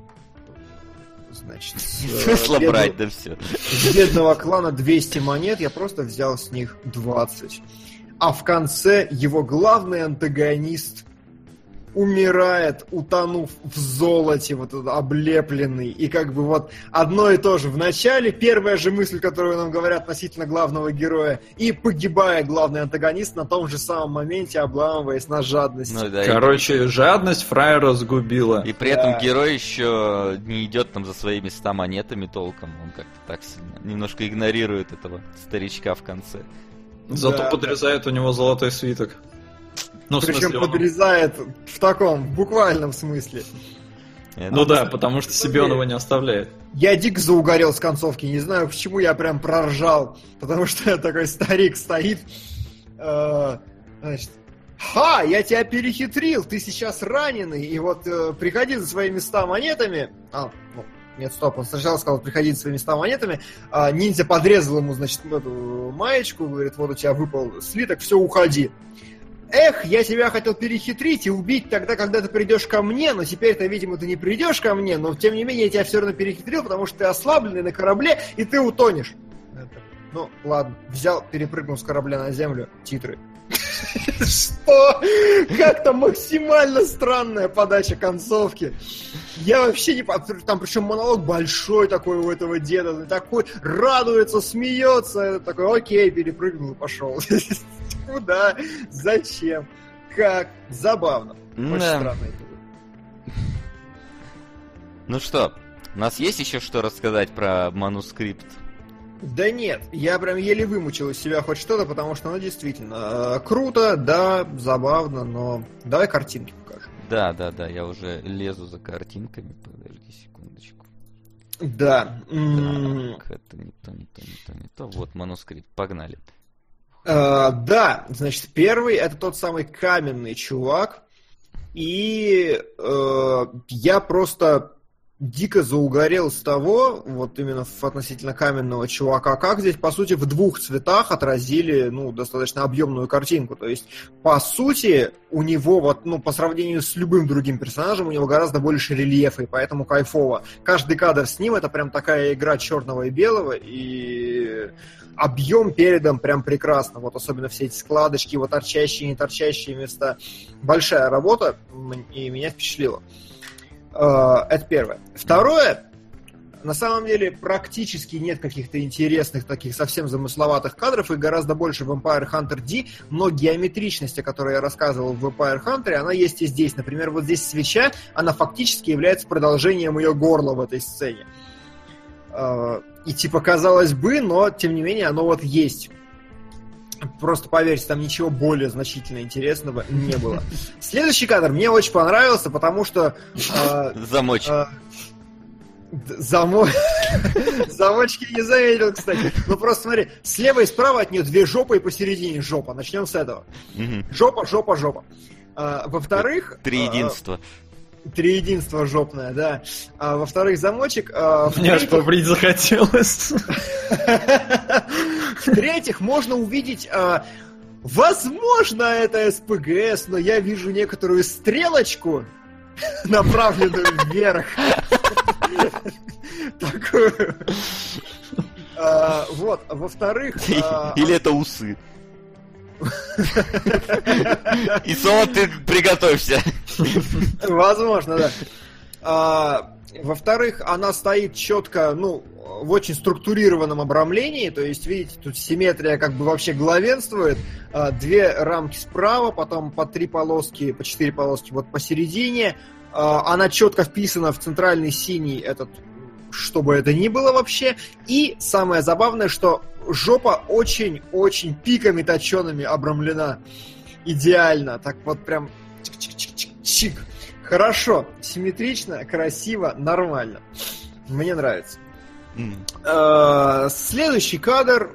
Speaker 3: значит, с, э,
Speaker 2: Смысла
Speaker 3: бедного-
Speaker 2: брать, да все.
Speaker 3: с бедного клана двести монет, я просто взял с них двадцать. А в конце его главный антагонист умирает, утонув в золоте, вот этот облепленный. И как бы вот одно и то же. В начале первая же мысль, которую нам говорят относительно главного героя, и погибает главный антагонист на том же самом моменте, обламываясь на жадность.
Speaker 2: Ну, да, и-
Speaker 4: Короче, жадность фраера сгубила.
Speaker 2: И при этом
Speaker 3: Да.
Speaker 2: герой еще не идет там за своими ста монетами толком. Он как-то так сильно немножко игнорирует этого старичка в конце.
Speaker 4: Зато
Speaker 3: Да,
Speaker 4: подрезает у него золотой свиток. Ну, в
Speaker 3: Причем
Speaker 4: смысле, он-
Speaker 3: подрезает в таком, в буквальном смысле.
Speaker 2: Это-
Speaker 4: Ну да, потому что себе он его не оставляет.
Speaker 3: Я дико заугорел с концовки, не знаю почему, я прям проржал, потому что такой старик стоит, э, значит, ха, я тебя перехитрил, ты сейчас раненый, и вот э, приходи за своими ста монетами, а, ну, нет, стоп, он сначала сказал, приходи за своими ста монетами, а ниндзя подрезал ему, значит, эту маечку, говорит, вот у тебя выпал слиток, все, уходи. Эх, я тебя хотел перехитрить и убить тогда, когда ты придешь ко мне, но теперь-то, видимо, ты не придешь ко мне, но тем не менее я тебя все равно перехитрил, потому что ты ослабленный на корабле, и ты утонешь. Это, ну, ладно, взял, перепрыгнул с корабля на землю, титры. Что? Как-то максимально странная подача концовки. Я вообще не... Там причем монолог большой такой у этого деда. Такой радуется, смеется. Такой, окей, перепрыгнул и пошел. Куда? Зачем? Как? Забавно. Очень
Speaker 2: Да.
Speaker 3: странно.
Speaker 2: Ну что, у нас есть еще что рассказать про манускрипт?
Speaker 3: Да нет, я прям еле вымучил из себя хоть что-то, потому что, ну, действительно, э, круто, да, забавно, но давай картинки покажем.
Speaker 2: Да, да, да, я уже лезу за картинками. Подожди секундочку.
Speaker 3: Да. м,
Speaker 2: Так, это не то, не то, не то, не то. Вот манускрипт, погнали.
Speaker 3: э, Да, значит, первый это тот самый каменный чувак, и э, я просто дико заугорел с того, вот именно в относительно каменного чувака, как здесь, по сути, в двух цветах отразили, ну, достаточно объемную картинку. То есть, по сути, у него, вот, ну, по сравнению с любым другим персонажем, у него гораздо больше рельефа, и поэтому кайфово. Каждый кадр с ним — это прям такая игра черного и белого, и объем передан прям прекрасно. Вот особенно все эти складочки, вот торчащие и не торчащие места. Большая работа, и меня впечатлило. Это первое. Второе, на самом деле практически нет каких-то интересных таких совсем замысловатых кадров, и гораздо больше в Vampire Hunter D, но геометричность, о которой я рассказывал в Vampire Hunter, она есть и здесь. Например, вот здесь свеча, она фактически является продолжением ее горла в этой сцене. И типа казалось бы, но тем не менее оно вот есть. Просто поверьте, там ничего более значительно интересного не было. Следующий кадр мне очень понравился, потому что... Э,
Speaker 2: Замочек.
Speaker 3: Э, замо... Замочки не заметил, кстати. Ну просто смотри, слева и справа от нее две жопы и посередине жопа. Начнем с этого. Жопа, жопа, жопа. Э, во-вторых...
Speaker 2: Триединство.
Speaker 3: Триединство жопное, да. А, во-вторых, замочек. А,
Speaker 4: Мне аж побрить захотелось.
Speaker 3: В-третьих, можно увидеть, а, возможно, это СПГС, но я вижу некоторую стрелочку, направленную вверх. Такую. А, вот. Во-вторых... а,
Speaker 2: Или это усы. И Соло, ты приготовься.
Speaker 3: Возможно, да. А, во-вторых, она стоит четко, ну, в очень структурированном обрамлении, то есть, видите, тут симметрия как бы вообще главенствует. А, две рамки справа, потом по три полоски, по четыре полоски вот посередине. А, она четко вписана в центральный синий этот, что бы это ни было вообще. И самое забавное, что жопа очень-очень пиками точеными обрамлена. Идеально. Так вот прям чик-чик-чик-чик. Хорошо, симметрично, красиво, нормально. Мне нравится. Mm. Следующий кадр.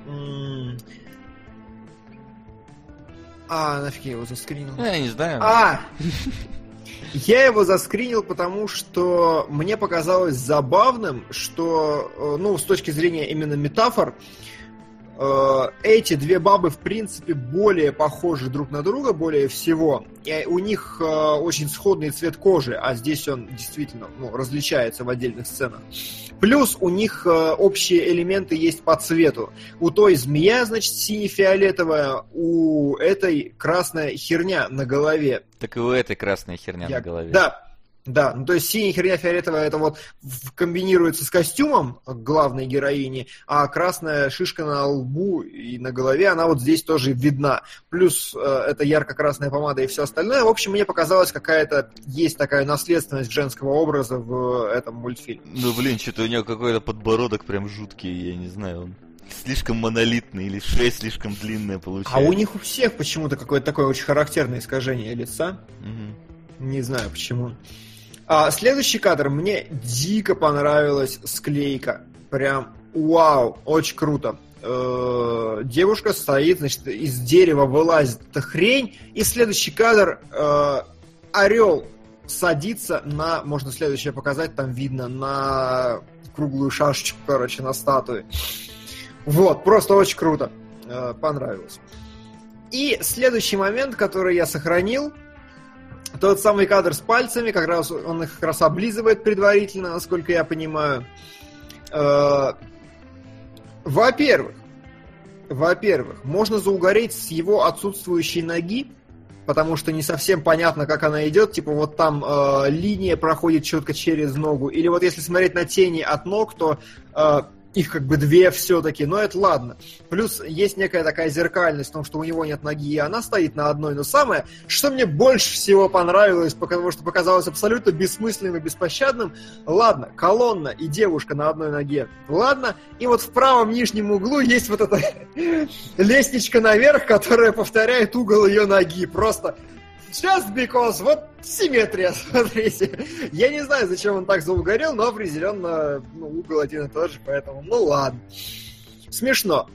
Speaker 3: А, нафиг я его заскринил.
Speaker 2: Я не знаю.
Speaker 3: А! Я его заскринил, потому что мне показалось забавным, что, ну, с точки зрения именно метафор, эти две бабы, в принципе, более похожи друг на друга, более всего. И у них очень сходный цвет кожи, а здесь он действительно, ну, различается в отдельных сценах. Плюс у них общие элементы есть по цвету. У той змея, значит, сине-фиолетовая, у этой красная херня на голове.
Speaker 2: Так и у этой красная херня
Speaker 3: Я...
Speaker 2: на голове.
Speaker 3: Да. Да, ну то есть синяя херня фиолетовая это вот комбинируется с костюмом главной героини, а красная шишка на лбу и на голове, она вот здесь тоже видна. Плюс э, это ярко-красная помада и все остальное. В общем, мне показалось, какая-то есть такая наследственность женского образа в этом мультфильме.
Speaker 2: Ну блин, что-то у него какой-то подбородок прям жуткий, я не знаю, он слишком монолитный или шея слишком длинная получается.
Speaker 3: А у них у всех почему-то какое-то такое очень характерное искажение лица.
Speaker 2: Угу.
Speaker 3: Не знаю почему. А следующий кадр, мне дико понравилась склейка. Прям вау, очень круто. Э-э- девушка стоит, значит, из дерева вылазит эта хрень. И следующий кадр, э- орел садится на, можно следующее показать, там видно, на круглую шашечку, короче, на статуе. Вот, просто очень круто. Э-э- понравилось. И следующий момент, который я сохранил, тот самый кадр с пальцами, как раз он их как раз облизывает предварительно, насколько я понимаю. Во-первых, во-первых, можно заугореть с его отсутствующей ноги, потому что не совсем понятно, как она идет. Типа вот там э, линия проходит четко через ногу. Или вот если смотреть на тени от ног, то э, их как бы две все-таки, но это ладно. Плюс есть некая такая зеркальность в том, что у него нет ноги, и она стоит на одной. Но самое, что мне больше всего понравилось, потому что показалось абсолютно бессмысленным и беспощадным, ладно, колонна и девушка на одной ноге, ладно, и вот в правом нижнем углу есть вот эта лестничка наверх, которая повторяет угол ее ноги. Просто just because, вот симметрия, смотрите. Я не знаю, зачем он так заугорел, но определенно ну, угол один и тот же, поэтому, ну ладно. Смешно.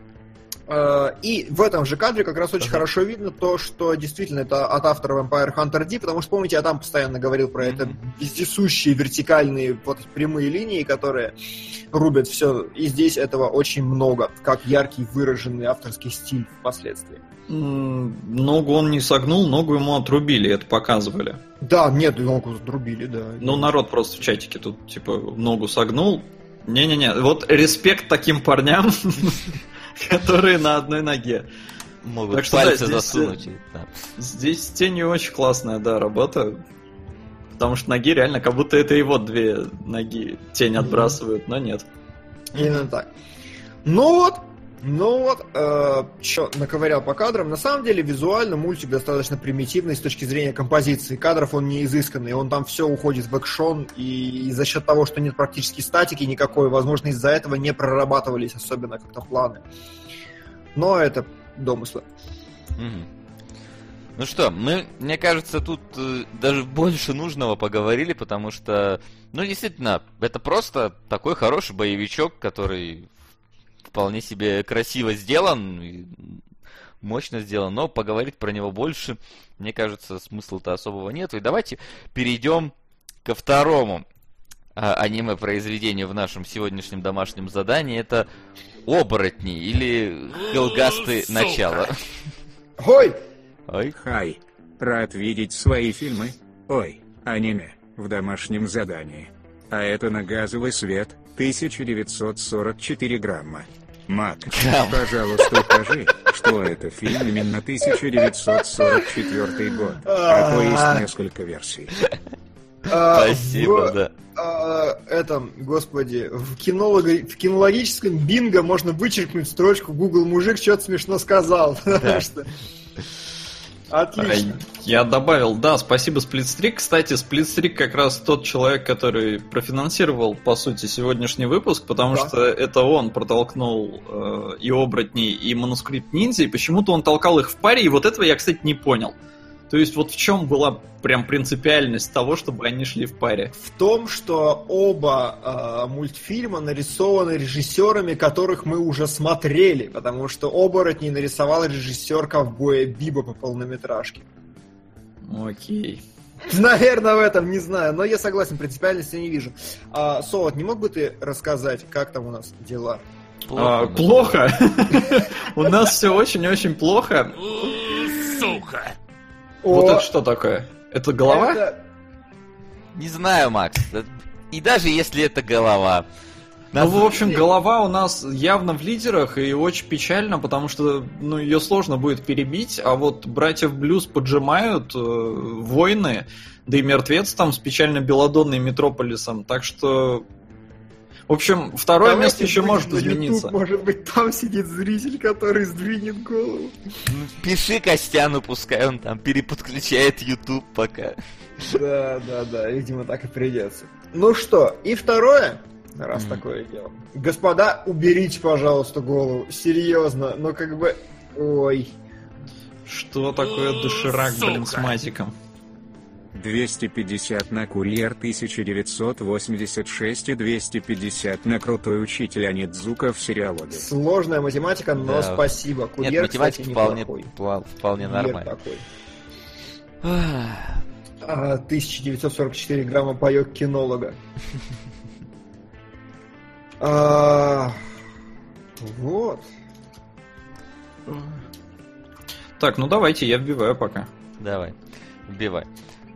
Speaker 3: И в этом же кадре как раз очень uh-huh. хорошо видно то, что действительно это от автора Vampire Hunter D, потому что, помните, я там постоянно говорил про uh-huh. это вездесущие вертикальные вот прямые линии, которые рубят все, и здесь этого очень много, как яркий выраженный авторский стиль впоследствии.
Speaker 4: Ногу он не согнул, ногу ему отрубили, это показывали.
Speaker 3: Да, нет, ногу отрубили, да.
Speaker 4: Ну, народ просто в чатике тут, типа, ногу согнул. Не-не-не, вот респект таким парням, которые на одной ноге.
Speaker 2: Могут так что, пальцы да, засунуть.
Speaker 4: Здесь, да. здесь с тенью очень классная, да, работа. Потому что ноги реально, как будто это его две ноги тень отбрасывают, но нет.
Speaker 3: Именно так. Ну вот, ну вот, э, что наковырял по кадрам. На самом деле, визуально мультик достаточно примитивный с точки зрения композиции. Кадров он не изысканный, он там все уходит в экшон, и, и за счет того, что нет практически статики никакой, возможно, из-за этого не прорабатывались особенно как-то планы. Но это домыслы.
Speaker 2: Mm-hmm. Ну что, мы, мне кажется, тут э, даже больше нужного поговорили, потому что, ну, действительно, это просто такой хороший боевичок, который вполне себе красиво сделан, мощно сделан, но поговорить про него больше, мне кажется, смысла-то особого нет. И давайте перейдем ко второму а, аниме-произведению в нашем сегодняшнем домашнем задании. Это «Оборотни» или «Хелгасты. Начало».
Speaker 3: Ой!
Speaker 2: Ой.
Speaker 5: Хай. Рад видеть свои фильмы. Ой, аниме. В домашнем задании. А это на газовый свет. тысяча девятьсот сорок четыре грамма. Мак, пожалуйста, укажи, что это фильм именно тысяча девятьсот сорок четвёртый год. А то есть несколько версий.
Speaker 2: Спасибо, да.
Speaker 3: Это, господи, в, кинолог... в кинологическом бинго можно вычеркнуть строчку «Google мужик что-то смешно сказал». Потому что... Отлично.
Speaker 4: Я добавил, да, спасибо Сплитстрик. Кстати, Сплитстрик как раз тот человек, который профинансировал, по сути, сегодняшний выпуск, потому да. что это он протолкнул э, и «Оборотней», и «Манускрипт ниндзя», и почему-то он толкал их в паре, и вот этого я, кстати, не понял. То есть вот в чем была прям принципиальность того, чтобы они шли в паре?
Speaker 3: В том, что оба э, мультфильма нарисованы режиссерами, которых мы уже смотрели, потому что «Оборотней» нарисовал режиссер «Ковбоя Бибопа» по полнометражке.
Speaker 4: Окей.
Speaker 3: Наверное, в этом не знаю, но я согласен, принципиальности не вижу. А, Солод, не мог бы ты рассказать, как там у нас дела?
Speaker 4: Плохо. Плохо. У нас все очень-очень плохо.
Speaker 1: Сука!
Speaker 4: Вот это что такое? Это голова?
Speaker 3: Это...
Speaker 2: Не знаю, Макс. И даже если это голова.
Speaker 4: Ну, в общем, голова у нас явно в лидерах, и очень печально, потому что ну, ее сложно будет перебить, а вот братьев Блюз поджимают э, войны, да и мертвец там с печально Белладонной Метрополисом, так что... В общем, второе Давайте место еще может измениться.
Speaker 3: YouTube, может быть, там сидит зритель, который сдвинет голову.
Speaker 2: Пиши Костяну, пускай он там переподключает YouTube пока.
Speaker 3: Да, да, да, видимо, так и придется. Ну что, и второе, раз mm-hmm. такое дело. Господа, уберите, пожалуйста, голову. Серьезно, ну как бы... Ой.
Speaker 4: Что такое доширак, блин, с матиком?
Speaker 5: двести пятьдесят на курьер тысяча девятьсот восемьдесят шесть и двести пятьдесят на крутой учитель Анидзука в сериалоге.
Speaker 3: Сложная математика, но да. спасибо. Курьер,
Speaker 2: Нет, математика
Speaker 3: кстати,
Speaker 2: вполне,
Speaker 3: неплохой.
Speaker 2: вполне нормально.
Speaker 3: А, тысяча девятьсот сорок четыре грамма паёк кинолога. а, вот.
Speaker 4: Так, ну давайте, я вбиваю пока.
Speaker 2: Давай, вбивай. В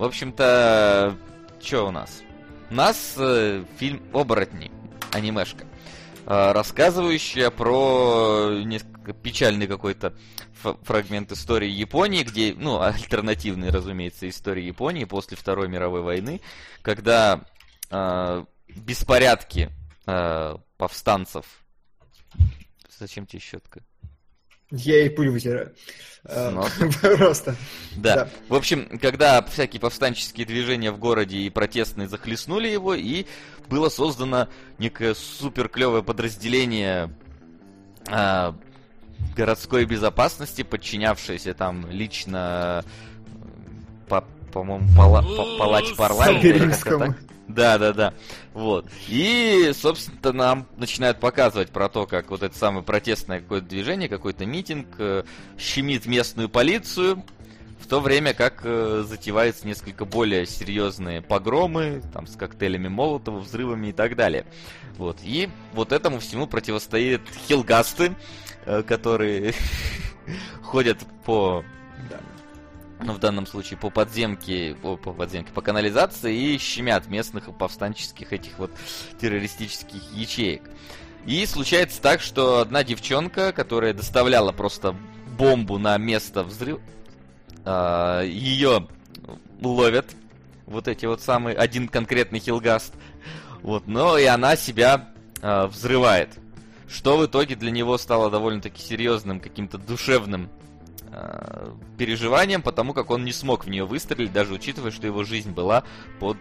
Speaker 2: общем-то, что у нас? У нас э, фильм «Оборотни», анимешка. рассказывающая про несколько печальный какой-то фрагмент истории Японии, где, ну, альтернативные, разумеется, истории Японии после Второй мировой войны, когда э, беспорядки э, повстанцев... Зачем тебе щетка?
Speaker 3: Я и пыль вытираю. Просто.
Speaker 2: Да. да. В общем, когда всякие повстанческие движения в городе и протестные захлестнули его, и было создано некое супер клевое подразделение а, городской безопасности, подчинявшееся там лично, по, по-моему, пала, по, палач парламента. Да, да, да. Вот. И, собственно, нам начинают показывать про то, как вот это самое протестное какое-то движение, какой-то митинг э, щемит местную полицию, в то время как э, затеваются несколько более серьезные погромы, там, с коктейлями Молотова, взрывами и так далее. Вот. И вот этому всему противостоят хелгасты, э, которые ходят по... ну, в данном случае по подземке, по, по подземке, по канализации и щемят местных повстанческих этих вот террористических ячеек. И случается так, что одна девчонка, которая доставляла просто бомбу на место взрыва, э, ее ловят вот эти вот самые, один конкретный хилгаст, вот, но и она себя э, взрывает, что в итоге для него стало довольно-таки серьезным каким-то душевным переживанием, потому как он не смог в нее выстрелить, даже учитывая, что его жизнь была под,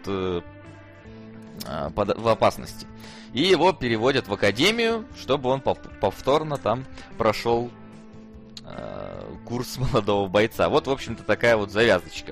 Speaker 2: под в опасности. И его переводят в академию, чтобы он повторно там прошел э, курс молодого бойца. Вот, в общем-то, такая вот завязочка.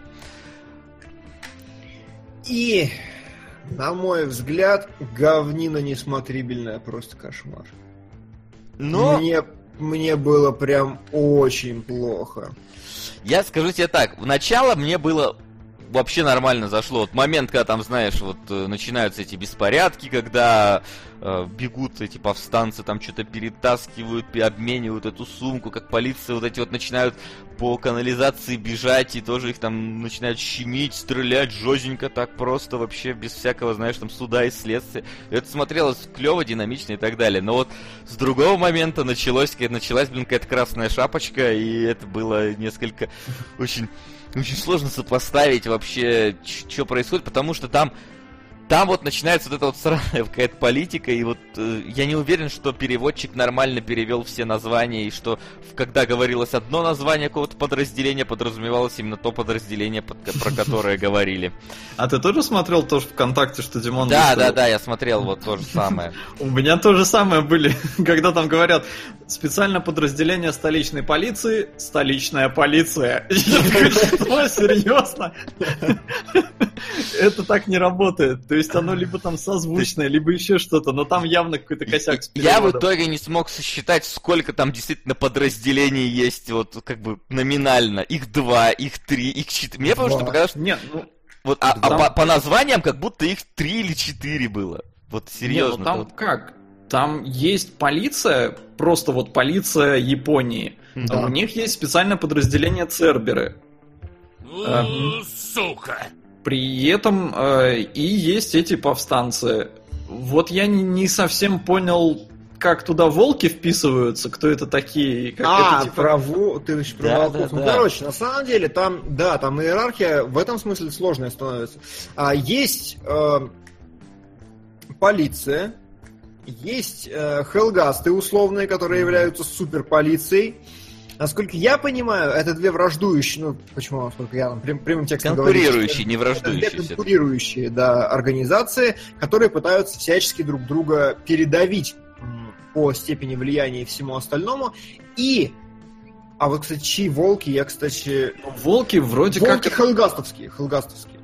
Speaker 3: И, на мой взгляд, говнина несмотрибельная, просто кошмар. Но... Мне... Мне было прям очень плохо.
Speaker 2: Я скажу тебе так, в начало мне было вообще нормально зашло. Вот момент, когда там, знаешь, вот начинаются эти беспорядки, когда э, бегут эти повстанцы, там что-то перетаскивают, обменивают эту сумку, как полиция вот эти вот начинают по канализации бежать, и тоже их там начинают щемить, стрелять жестенько, так просто, вообще без всякого, знаешь, там суда и следствия. И это смотрелось клево, динамично и так далее. Но вот с другого момента началось, началась, блин, какая-то красная шапочка, и это было несколько очень... Очень сложно сопоставить вообще, что происходит, потому что там, там вот начинается вот эта вот сраная какая-то политика, и вот э, я не уверен, что переводчик нормально перевел все названия, и что когда говорилось одно название какого-то подразделения, подразумевалось именно то подразделение, под, про которое говорили.
Speaker 4: А ты тоже смотрел тоже ВКонтакте, что Димон
Speaker 2: Да, выставил? да, да, я смотрел вот то же самое.
Speaker 4: У меня то же самое были, когда там говорят специальное подразделение столичной полиции, столичная полиция. Что, серьезно? Это так не работает. То есть оно либо там созвучное, либо еще что-то, но там явно какой-то косяк с переводом.
Speaker 2: Я в итоге не смог сосчитать, сколько там действительно подразделений есть, вот как бы номинально. Их два, их три, их четыре. Мне потому что показалось, что...
Speaker 4: Нет, ну...
Speaker 2: Вот, а, там... а по, по названиям как будто их три или четыре было. Вот серьезно.
Speaker 4: Нет, ну там
Speaker 2: вот...
Speaker 4: как? Там есть полиция, просто вот полиция Японии. Да. А у них есть специальное подразделение Церберы.
Speaker 1: Ну, сука!
Speaker 4: При этом э, и есть эти повстанцы. Вот я не, не совсем понял, как туда волки вписываются, кто это такие. Как
Speaker 3: а,
Speaker 4: это, типа...
Speaker 3: про во... ты значит, про
Speaker 2: да,
Speaker 3: волков.
Speaker 2: Да,
Speaker 3: ну,
Speaker 2: да.
Speaker 3: короче, на самом деле, там, да, там иерархия в этом смысле сложная становится. А, есть э, полиция, есть э, хелгасты условные, которые являются суперполицией. Насколько я понимаю, это две враждующие, ну, почему, насколько я там прям, прямым текстом говорю.
Speaker 2: Конкурирующие, не враждующие.
Speaker 3: Это две конкурирующие, да, организации, которые пытаются всячески друг друга передавить по степени влияния и всему остальному. И, а вот, кстати, чьи волки, я, кстати...
Speaker 4: Волки вроде
Speaker 3: волки
Speaker 4: как...
Speaker 3: Волки хелгастовские, хелгастовские.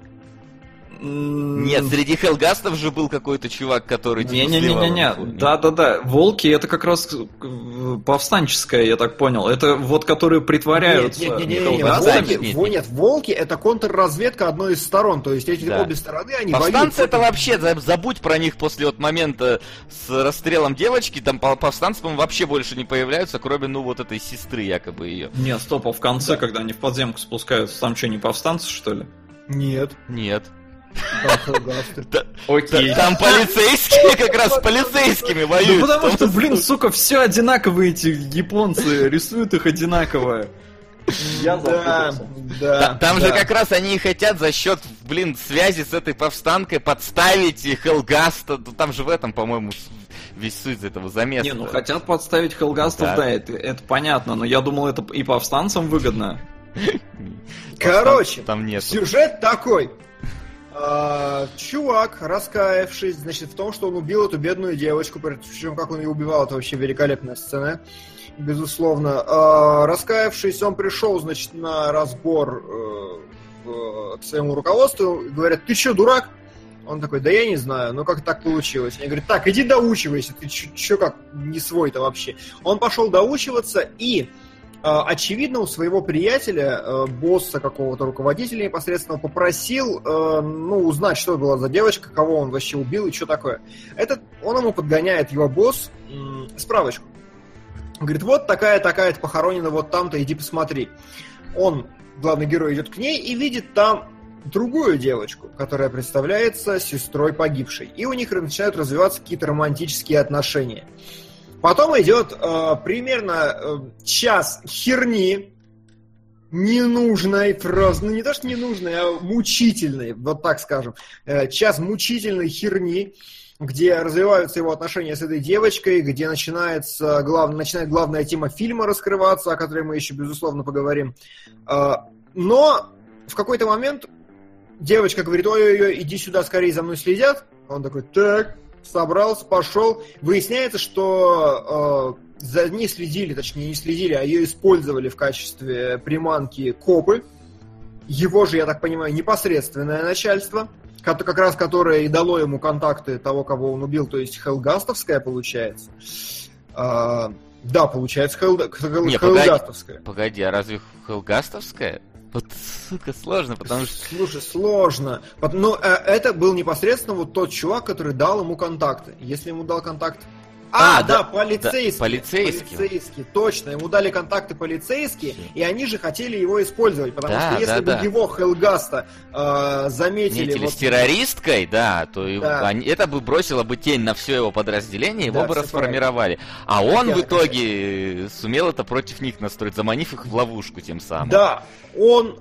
Speaker 2: Нет, среди хелгастов же был какой-то чувак, который...
Speaker 4: Не-не-не-не, да-да-да, волки это как раз повстанческое, я так понял. Это вот которые притворяются...
Speaker 3: Нет-нет-нет, волки, нет, волки это контрразведка одной из сторон, то есть эти да. обе стороны, они
Speaker 2: повстанцы
Speaker 3: воюют...
Speaker 2: Повстанцы это вообще, забудь про них после вот момента с расстрелом девочки, там повстанцы, по-моему, вообще больше не появляются, кроме, ну, вот этой сестры якобы ее.
Speaker 4: Не, стоп, а в конце, да. когда они в подземку спускаются, там что, не повстанцы, что ли?
Speaker 3: Нет.
Speaker 2: Нет.
Speaker 3: Там Хелгасты.
Speaker 2: Да,
Speaker 4: Окей.
Speaker 2: да, там полицейские как раз с полицейскими воюют.
Speaker 4: Ну потому что,
Speaker 2: Там-
Speaker 4: блин, сука, все одинаковые эти японцы, рисуют их одинаково. Я
Speaker 3: Да,
Speaker 4: запутался.
Speaker 3: да.
Speaker 2: Та- Там же
Speaker 3: да.
Speaker 2: как раз они и хотят за счет, блин, связи с этой повстанкой подставить и Хелгаста. Ну, Там же в этом, по-моему, с- весь суть этого замеса.
Speaker 4: Не, ну хотят подставить Хелгастов,
Speaker 2: Да.
Speaker 4: да, это, это понятно, но я думал, это и повстанцам выгодно.
Speaker 3: Короче,
Speaker 2: Там нет.
Speaker 3: сюжет такой. А, чувак, раскаявшись, значит, в том, что он убил эту бедную девочку, причем как он ее убивал, это вообще великолепная сцена, безусловно. А, раскаявшись, он пришел, значит, на разбор э, в- к своему руководству, и говорят: ты че, дурак? Он такой: да я не знаю, ну как так получилось? Они говорят: так, иди доучивайся, ты че как не свой-то вообще? Он пошел доучиваться и... Uh, очевидно, у своего приятеля, uh, босса какого-то, руководителя непосредственно, попросил uh, ну, узнать, что была за девочка, кого он вообще убил и что такое. Этот, он ему подгоняет, его босс, м- справочку. Говорит: вот такая-такая-то похоронена вот там-то, иди посмотри. Он, главный герой, идет к ней и видит там другую девочку, которая представляется сестрой погибшей. И у них начинают развиваться какие-то романтические отношения. Потом идет э, примерно э, час херни, ненужной просто, ну не то что ненужной, а мучительной, вот так скажем. Э, час мучительной херни, где развиваются его отношения с этой девочкой, где начинается глав... начинает главная тема фильма раскрываться, о которой мы еще, безусловно, поговорим. Э, но в какой-то момент девочка говорит: ой-ой-ой, иди сюда, скорее, за мной следят. Он такой: так... собрался, пошел. Выясняется, что э, за ней следили, точнее не следили, а ее использовали в качестве приманки копы. Его же, я так понимаю, непосредственное начальство, как, как раз которое и дало ему контакты того, кого он убил, то есть Хелгастовская, получается. Э, да, получается, Хелда, Хел,
Speaker 2: Не,
Speaker 3: Хелгастовская.
Speaker 2: Погоди, погоди, а разве Хелгастовская? Вот, сука, сложно, потому что...
Speaker 3: Слушай, сложно. Но э, это был непосредственно вот тот чувак, который дал ему контакты. Если ему дал контакт... А,
Speaker 2: А,
Speaker 3: да,
Speaker 2: да,
Speaker 3: полицейские.
Speaker 2: да, полицейские.
Speaker 3: Полицейские, точно. Ему дали контакты полицейские, и они же хотели его использовать. Потому
Speaker 2: Да,
Speaker 3: что если
Speaker 2: да,
Speaker 3: бы
Speaker 2: да.
Speaker 3: его, Хелгаста, э, заметили...
Speaker 2: Метили
Speaker 3: вот-
Speaker 2: с террористкой, да, то и
Speaker 3: Да.
Speaker 2: они- это бы бросило бы тень на все его подразделение, его
Speaker 3: Да,
Speaker 2: бы
Speaker 3: всё
Speaker 2: расформировали. А он
Speaker 3: Я
Speaker 2: в
Speaker 3: так
Speaker 2: итоге сумел это против них настроить, заманив их в ловушку тем самым.
Speaker 3: Да, он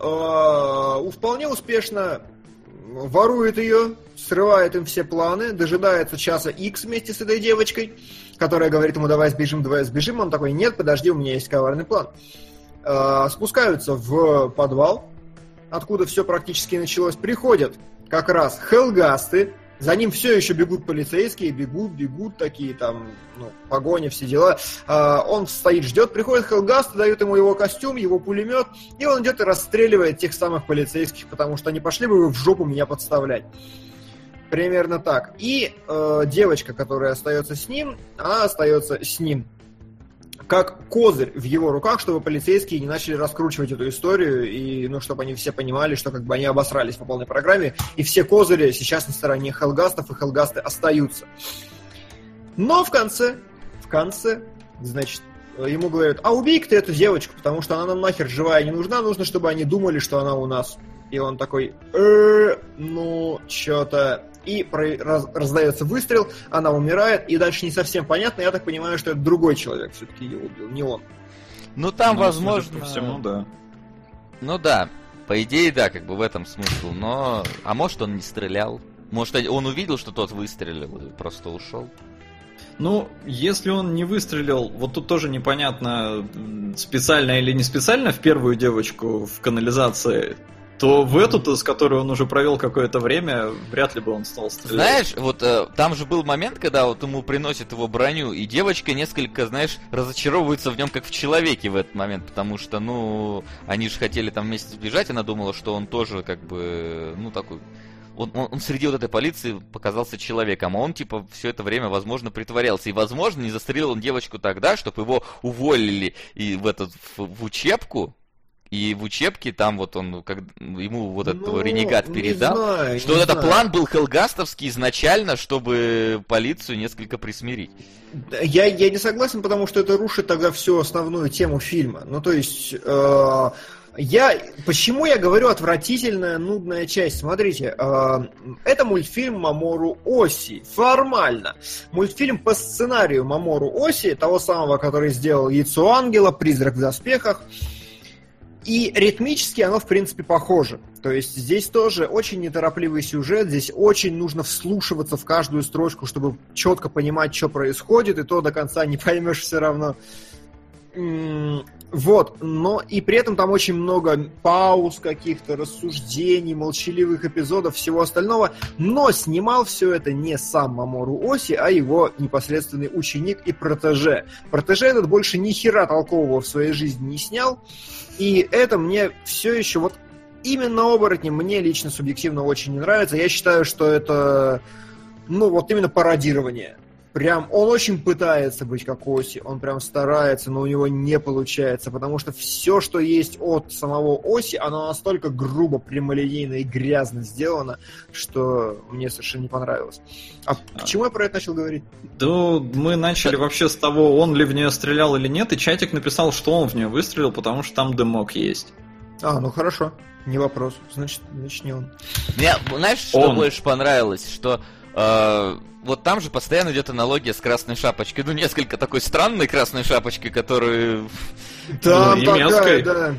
Speaker 3: э, вполне успешно ворует ее, срывает им все планы, дожидается часа X вместе с этой девочкой, которая говорит ему: давай сбежим, давай сбежим. Он такой: нет, подожди, у меня есть коварный план. Э, спускаются в подвал, откуда все практически началось. Приходят как раз Хелгасты, за ним все еще бегут полицейские, бегут, бегут такие там, ну, погони, все дела. А, он стоит, ждет, приходит Хелгаст, дают ему его костюм, его пулемет, и он идет и расстреливает тех самых полицейских, потому что они пошли бы вы в жопу меня подставлять. Примерно так. И э, девочка, которая остается с ним, она остается с ним как козырь в его руках, чтобы полицейские не начали раскручивать эту историю, и, ну, чтобы они все понимали, что как бы они обосрались по полной программе, и все козыри сейчас на стороне Хелгастов, и Хелгасты остаются. Но в конце, в конце, значит, ему говорят: а убей-ка ты эту девочку, потому что она нам нахер живая не нужна, нужно, чтобы они думали, что она у нас. И он такой: э, ну, чё-то... И про- раз- раздается выстрел, она умирает, и дальше не совсем понятно, я так понимаю, что это другой человек все-таки ее убил, не он.
Speaker 2: Ну там,
Speaker 4: Ну,
Speaker 2: возможно...
Speaker 4: судя по всему, да.
Speaker 2: Ну да, по идее, да, как бы в этом смысл, но... А может, он не стрелял? Может, он увидел, что тот выстрелил и просто ушел?
Speaker 4: Ну, если он не выстрелил, вот тут тоже непонятно, специально или не специально в первую девочку в канализации, то в эту-то, с которой он уже провел какое-то время, вряд ли бы он стал стрелять.
Speaker 2: Знаешь, вот э, там же был момент, когда вот ему приносят его броню, и девочка несколько, знаешь, разочаровывается в нем как в человеке в этот момент, потому что, ну, они же хотели там вместе сбежать, она думала, что он тоже как бы, ну, такой... Он, он, он среди вот этой полиции показался человеком, а он, типа, все это время, возможно, притворялся. И, возможно, не застрелил он девочку тогда, чтобы его уволили и в, этот, в, в учебку, и в учебке там вот он, как, ему вот этого
Speaker 3: Ну,
Speaker 2: ренегат
Speaker 3: не
Speaker 2: передал,
Speaker 3: знаю,
Speaker 2: что
Speaker 3: не
Speaker 2: вот этот
Speaker 3: знаю.
Speaker 2: план был хелгастовский изначально, чтобы полицию несколько присмирить.
Speaker 3: Я, я не согласен, потому что это рушит тогда всю основную тему фильма. Ну, то есть, э, Я, почему я говорю отвратительная, нудная часть? Смотрите, э, это мультфильм Мамору Оси. Формально. Мультфильм по сценарию Мамору Оси, того самого, который сделал «Яйцо ангела», «Призрак в доспехах». И ритмически оно, в принципе, похоже. То есть здесь тоже очень неторопливый сюжет, здесь очень нужно вслушиваться в каждую строчку, чтобы четко понимать, что происходит, и то до конца не поймешь все равно. Вот, но и при этом там очень много пауз каких-то, рассуждений, молчаливых эпизодов, всего остального, но снимал все это не сам Мамору Оси, а его непосредственный ученик и протеже. Протеже этот больше ни хера толкового в своей жизни не снял, и это мне все еще, вот именно «Оборотни» мне лично субъективно очень не нравится. Я считаю, что это, ну вот именно пародирование. Прям он очень пытается быть как Оси, он прям старается, но у него не получается, потому что все, что есть от самого Оси, оно настолько грубо, прямолинейно и грязно сделано, что мне совершенно не понравилось. А к чему я про это начал говорить?
Speaker 4: Да, мы начали вообще с того, он ли в нее стрелял или нет, и чатик написал, что он в нее выстрелил, потому что там дымок есть.
Speaker 3: А, ну хорошо, не вопрос, значит, значит не он.
Speaker 2: Мне, знаешь, что он. больше понравилось, что... Э- Вот там же постоянно идет аналогия с Красной Шапочкой. Ну, несколько такой странной Красной Шапочки, которую...
Speaker 3: Там
Speaker 4: ну,
Speaker 3: такая, да.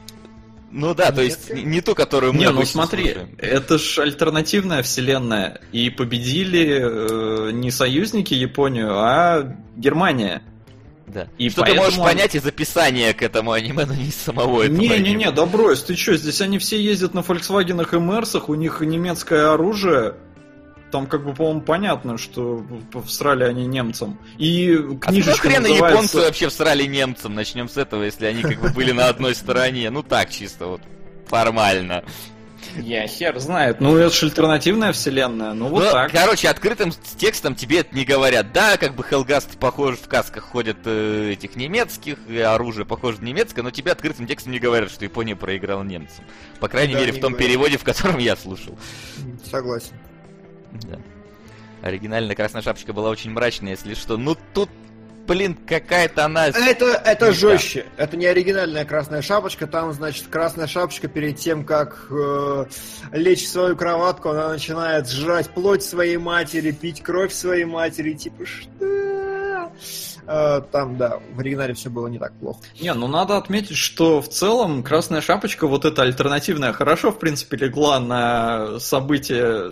Speaker 2: Ну да, то есть не ту, которую мы
Speaker 4: Не,
Speaker 2: обычно
Speaker 4: ну смотри,
Speaker 2: слушаем.
Speaker 4: Это ж альтернативная вселенная. И победили э, не союзники Японию, а Германия.
Speaker 2: Да.
Speaker 4: И
Speaker 2: что
Speaker 4: поэтому...
Speaker 2: ты можешь понять из описания к этому аниме, но не из самого этого аниме.
Speaker 4: Не-не-не, да брось, ты что, здесь они все ездят на Volkswagen'ах и Мерсах, у них немецкое оружие... Там как бы, по-моему, понятно, что всрали они немцам. И книжечка
Speaker 2: а хрена
Speaker 4: называется...
Speaker 2: японцы вообще всрали немцам? Начнем с этого, если они как бы были на одной стороне. Ну так, чисто вот формально.
Speaker 4: Я хер знает. Ну, это же альтернативная вселенная. Ну, вот
Speaker 2: ну,
Speaker 4: так.
Speaker 2: Короче, открытым текстом тебе это не говорят. Да, как бы Хелгасты, похоже, в касках ходят э, этих немецких, и оружие похоже на немецкое, но тебе открытым текстом не говорят, что Япония проиграла немцам. По крайней да, мере, в том говорят. переводе, в котором я слушал.
Speaker 3: Согласен.
Speaker 2: Да. Оригинальная Красная Шапочка была очень мрачная, если что. Ну тут, блин, какая-то она...
Speaker 3: Это, это жестче. Это не оригинальная Красная Шапочка. Там, значит, Красная Шапочка перед тем, как э, лечь в свою кроватку, она начинает жрать плоть своей матери, пить кровь своей матери. Типа, что... Э, там, да, в оригинале все было не так плохо.
Speaker 4: Не, ну надо отметить, что в целом Красная Шапочка, вот эта альтернативная, хорошо, в принципе, легла на события...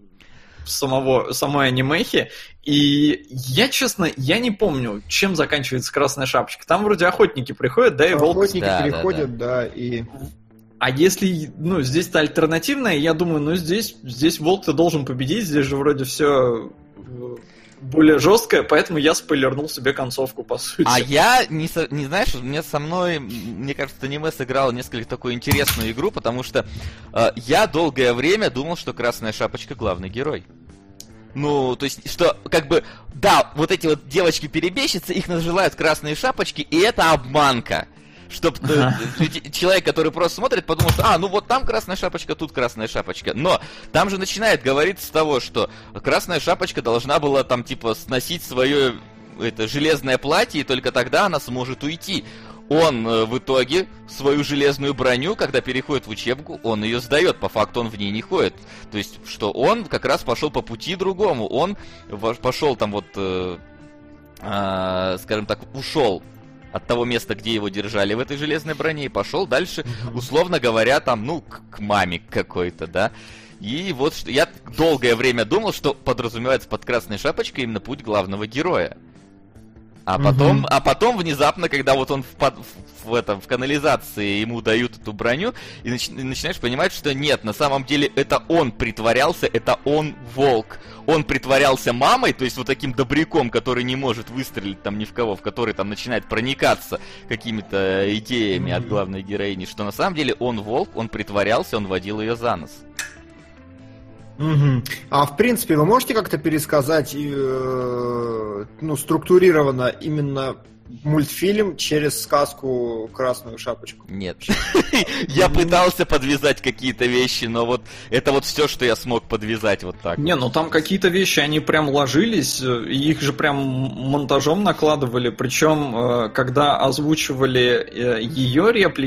Speaker 4: самого, самой анимехи, и я, честно, я не помню, чем заканчивается Красная Шапочка. Там вроде охотники приходят, да, и волк...
Speaker 3: Охотники
Speaker 2: да,
Speaker 3: переходят,
Speaker 2: да, да.
Speaker 3: да, и...
Speaker 4: А если, ну, здесь-то альтернативная, я думаю, ну, здесь, здесь волк-то должен победить, здесь же вроде все более жесткое, поэтому я спойлернул себе концовку, по сути.
Speaker 2: А я, не, со, не знаешь, мне со мной, мне кажется, аниме сыграло несколько такую интересную игру, потому что э, я долгое время думал, что Красная Шапочка главный герой. Ну, то есть, что, как бы, да, вот эти вот девочки-перебежчицы, их называют Красные Шапочки, и это обманка. Чтоб ага. человек, который просто смотрит, подумал, что, а, ну вот там Красная Шапочка, тут Красная Шапочка. Но там же начинает говориться с того, что Красная Шапочка должна была там, типа, сносить свое это, железное платье, и только тогда она сможет уйти. Он э, в итоге свою железную броню, когда переходит в учебку, он ее сдает. По факту он в ней не ходит. То есть, что он как раз пошел по пути другому. Он пошел там вот, э, э, скажем так, ушел от того места, где его держали в этой железной броне, и пошел дальше, условно говоря, там, ну, к, к маме какой-то, да. И вот что я долгое время думал, что подразумевается под Красной Шапочкой именно путь главного героя. А потом, uh-huh. а потом внезапно, когда вот он в, в, в, этом, в канализации, ему дают эту броню, и, нач, и начинаешь понимать, что нет, на самом деле это он притворялся, это он волк. Он притворялся мамой, то есть вот таким добряком, который не может выстрелить там ни в кого, в который там начинает проникаться какими-то идеями uh-huh. от главной героини, что на самом деле он волк, он притворялся, он водил ее за нос.
Speaker 3: Угу. А в принципе, вы можете как-то пересказать, э, ну, структурированно именно мультфильм через сказку «Красную Шапочку»?
Speaker 2: Нет. Я пытался подвязать какие-то вещи, но вот это вот все, что я смог подвязать вот так.
Speaker 4: Не, ну там какие-то вещи, они прям ложились, и их же прям монтажом накладывали, причем когда озвучивали ее реплики,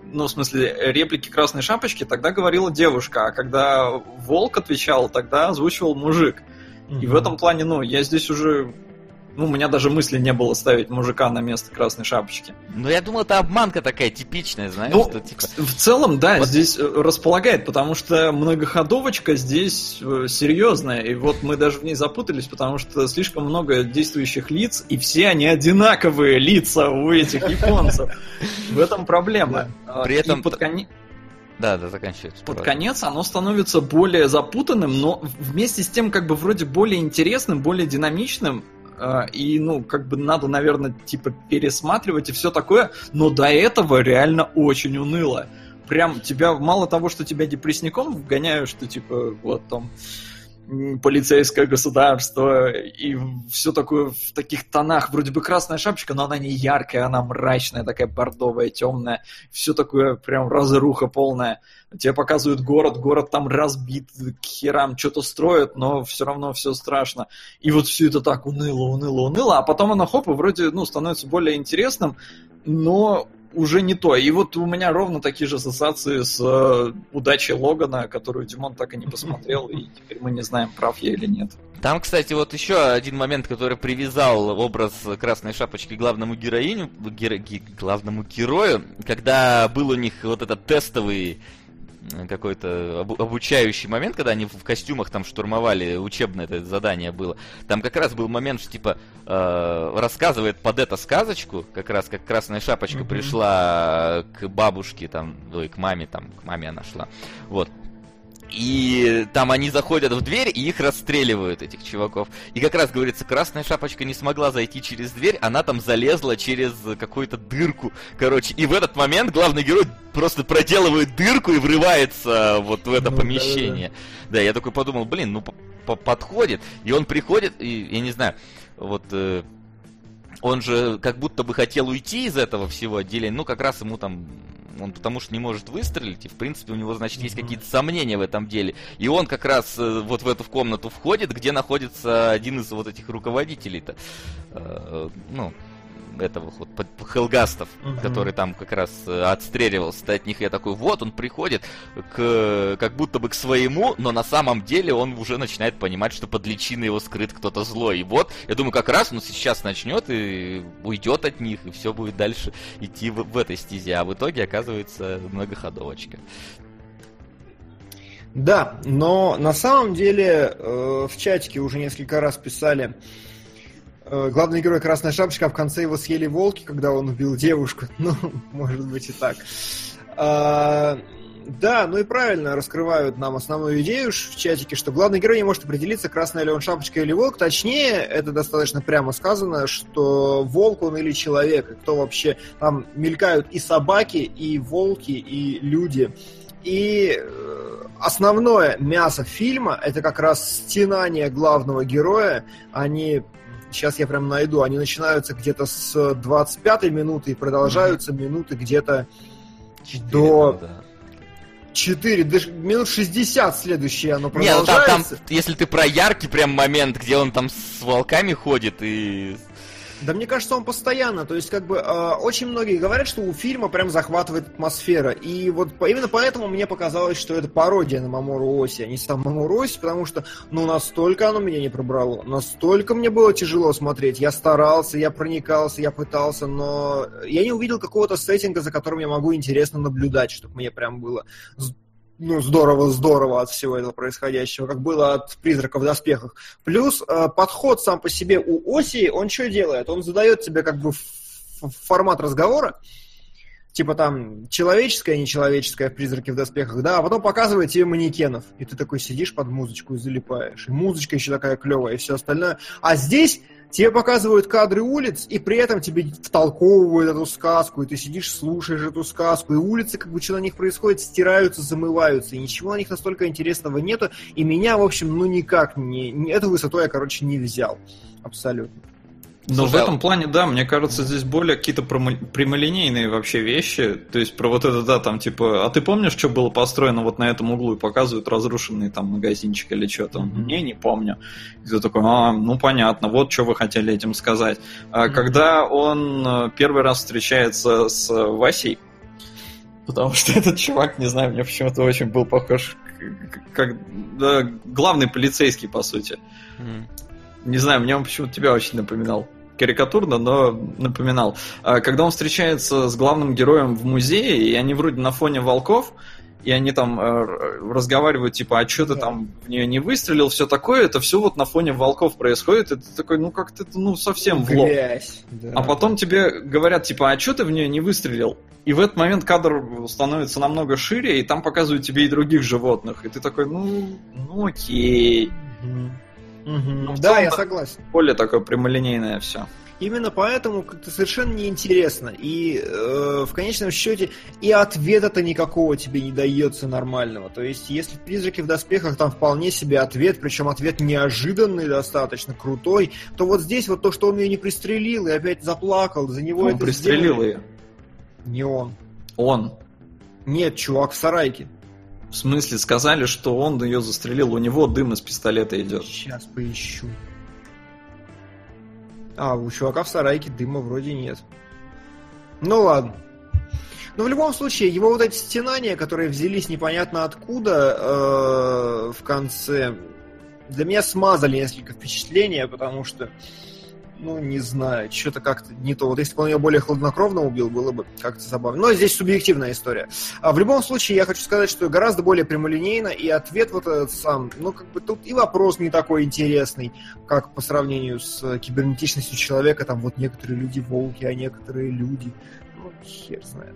Speaker 4: ну, в смысле, реплики Красной Шапочки тогда говорила девушка, а когда Волк отвечал, тогда озвучивал мужик. Mm-hmm. И в этом плане, ну, я здесь уже... Ну, у меня даже мысли не было ставить мужика на место Красной Шапочки.
Speaker 2: Ну, я думал, это обманка такая типичная, знаешь,
Speaker 4: ну,
Speaker 2: что типа...
Speaker 4: В целом, да,
Speaker 2: вот...
Speaker 4: здесь располагает, потому что многоходовочка здесь серьезная, и вот мы даже в ней запутались, потому что слишком много действующих лиц, и все они одинаковые лица у этих японцев. В этом проблема.
Speaker 2: При этом...
Speaker 4: Да,
Speaker 2: да, заканчивается.
Speaker 4: Под конец оно становится более запутанным, но вместе с тем как бы вроде более интересным, более динамичным. И, ну, как бы надо, наверное, типа пересматривать и все такое, но до этого реально очень уныло. Прям тебя, мало того, что тебя депрессником вгоняют, что типа вот там полицейское государство и все такое в таких тонах. Вроде бы Красная Шапочка, но она не яркая, она мрачная, такая бордовая, темная. Все такое прям разруха полная. Тебе показывают город, город там разбит, к херам что-то строят, но все равно все страшно. И вот все это так уныло, уныло, уныло, а потом оно хоп, и вроде, ну, становится более интересным, но уже не то. И вот у меня ровно такие же ассоциации с э, удачей Логана, которую Димон так и не посмотрел, и теперь мы не знаем, прав я или нет.
Speaker 2: Там, кстати, вот еще один момент, который привязал образ Красной Шапочки к главному героиню, геро, ге, главному герою, когда был у них вот этот тестовый какой-то обучающий момент, когда они в костюмах там штурмовали, учебное это задание было. Там как раз был момент, что типа э, рассказывает под это сказочку, как раз как Красная Шапочка mm-hmm. пришла к бабушке, там, ой, к маме, там, к маме она шла. Вот. И там они заходят в дверь, и их расстреливают, этих чуваков. И как раз, говорится, Красная Шапочка не смогла зайти через дверь, она там залезла через какую-то дырку. Короче, и в этот момент главный герой просто проделывает дырку и врывается вот в это ну, помещение. Да, да. да, я такой подумал, блин, ну подходит. И он приходит, и я не знаю, вот... Э, он же как будто бы хотел уйти из этого всего отделения, ну как раз ему там... Он потому что не может выстрелить, и в принципе у него, значит, есть какие-то сомнения в этом деле. И он как раз э, вот в эту в комнату входит, где находится один из вот этих руководителей-то, э, ну, этого вот хелгастов, uh-huh. который там как раз отстреливался от них. Я такой, вот он приходит к, как будто бы к своему, но на самом деле он уже начинает понимать, что под личиной его скрыт кто-то злой. И вот, я думаю, как раз он сейчас начнет и уйдет от них, и все будет дальше идти в, в этой стезе. А в итоге оказывается многоходовочка.
Speaker 3: Да, но на самом деле э, в чатике уже несколько раз писали, главный герой Красная Шапочка, а в конце его съели волки, когда он убил девушку. Ну, может быть и так. А, да, ну и правильно раскрывают нам основную идею в чатике, что главный герой не может определиться, красная ли он шапочка или волк. Точнее, это достаточно прямо сказано, что волк он или человек. И кто вообще... Там мелькают и собаки, и волки, и люди. И основное мясо фильма — это как раз стенание главного героя. Они... Сейчас я прям найду. Они начинаются где-то с двадцать пятой минуты и продолжаются mm-hmm. минуты где-то четыре, до... Да. четыре, даже минут шестьдесят следующее оно продолжается.
Speaker 2: Нет, там, там, если ты про яркий прям момент, где он там с волками ходит и...
Speaker 3: Да мне кажется, он постоянно, то есть как бы э, очень многие говорят, что у фильма прям захватывает атмосфера, и вот по, именно поэтому мне показалось, что это пародия на Мамору Оси, а не сам Мамору Оси, потому что, ну, настолько оно меня не пробрало, настолько мне было тяжело смотреть, я старался, я проникался, я пытался, но я не увидел какого-то сеттинга, за которым я могу интересно наблюдать, чтобы мне прям было... Ну, здорово-здорово от всего этого происходящего, как было от «Призрака в доспехах». Плюс э, подход сам по себе у Оси, он что делает? Он задает тебе как бы в формат разговора, типа там человеческое, нечеловеческое в «Призраке в доспехах», да, а потом показывает тебе манекенов, и ты такой сидишь под музычку и залипаешь, и музычка еще такая клевая, и все остальное. А здесь... Тебе показывают кадры улиц, и при этом тебе втолковывают эту сказку, и ты сидишь, слушаешь эту сказку, и улицы, как бы, что на них происходит, стираются, замываются, и ничего на них настолько интересного нету, и меня, в общем, ну никак не... не эту высоту я, короче, не взял. Абсолютно.
Speaker 4: Но Слушай, в этом плане, да, мне кажется, здесь более какие-то прямолинейные вообще вещи. То есть про вот это, да, там типа, а ты помнишь, что было построено вот на этом углу, и показывают разрушенный там магазинчик или что там? Mm-hmm. Не, не помню. И ты такой, а, ну понятно, вот что вы хотели этим сказать. А mm-hmm. когда он первый раз встречается с Васей, Потому что этот чувак, не знаю, мне почему-то очень был похож как да, главный полицейский, по сути. Mm. Не знаю, мне он почему-то тебя очень напоминал. Карикатурно, но напоминал. Когда он встречается с главным героем в музее, и они вроде на фоне волков, и они там э, разговаривают, типа, а что ты там в нее не выстрелил, все такое, это все вот на фоне волков происходит, и ты такой, ну как-то это, ну, совсем в лоб. Да. А потом тебе говорят, типа, а что ты в нее не выстрелил? И в этот момент кадр становится намного шире, и там показывают тебе и других животных, и ты такой, ну, ну окей.
Speaker 3: Угу. Угу. Да, я согласен.
Speaker 4: Более такое прямолинейное все.
Speaker 3: Именно поэтому как-то совершенно неинтересно. И э, в конечном счете и ответа-то никакого тебе не дается нормального. То есть, если в «Призраке в доспехах» там вполне себе ответ, причем ответ неожиданный, достаточно крутой, то вот здесь вот то, что он ее не пристрелил и опять заплакал, за него
Speaker 4: он
Speaker 3: это
Speaker 4: пристрелил
Speaker 3: сделали.
Speaker 4: ее.
Speaker 3: Не он.
Speaker 4: Он.
Speaker 3: Нет, чувак в сарайке.
Speaker 4: В смысле, сказали, что он ее застрелил, у него дым из пистолета идет.
Speaker 3: Сейчас поищу. А, у чувака в сарайке дыма вроде нет. Ну ладно. Но в любом случае, его вот эти стенания, которые взялись непонятно откуда э, в конце, для меня смазали несколько впечатления, потому что, ну, не знаю, что-то как-то не то. Вот если бы он ее более хладнокровно убил, было бы как-то забавно. Но здесь субъективная история. А в любом случае, я хочу сказать, что гораздо более прямолинейно, и ответ вот этот сам, ну, как бы тут и вопрос не такой интересный, как по сравнению с кибернетичностью человека, там вот некоторые люди волки, а некоторые люди, ну, хер знает.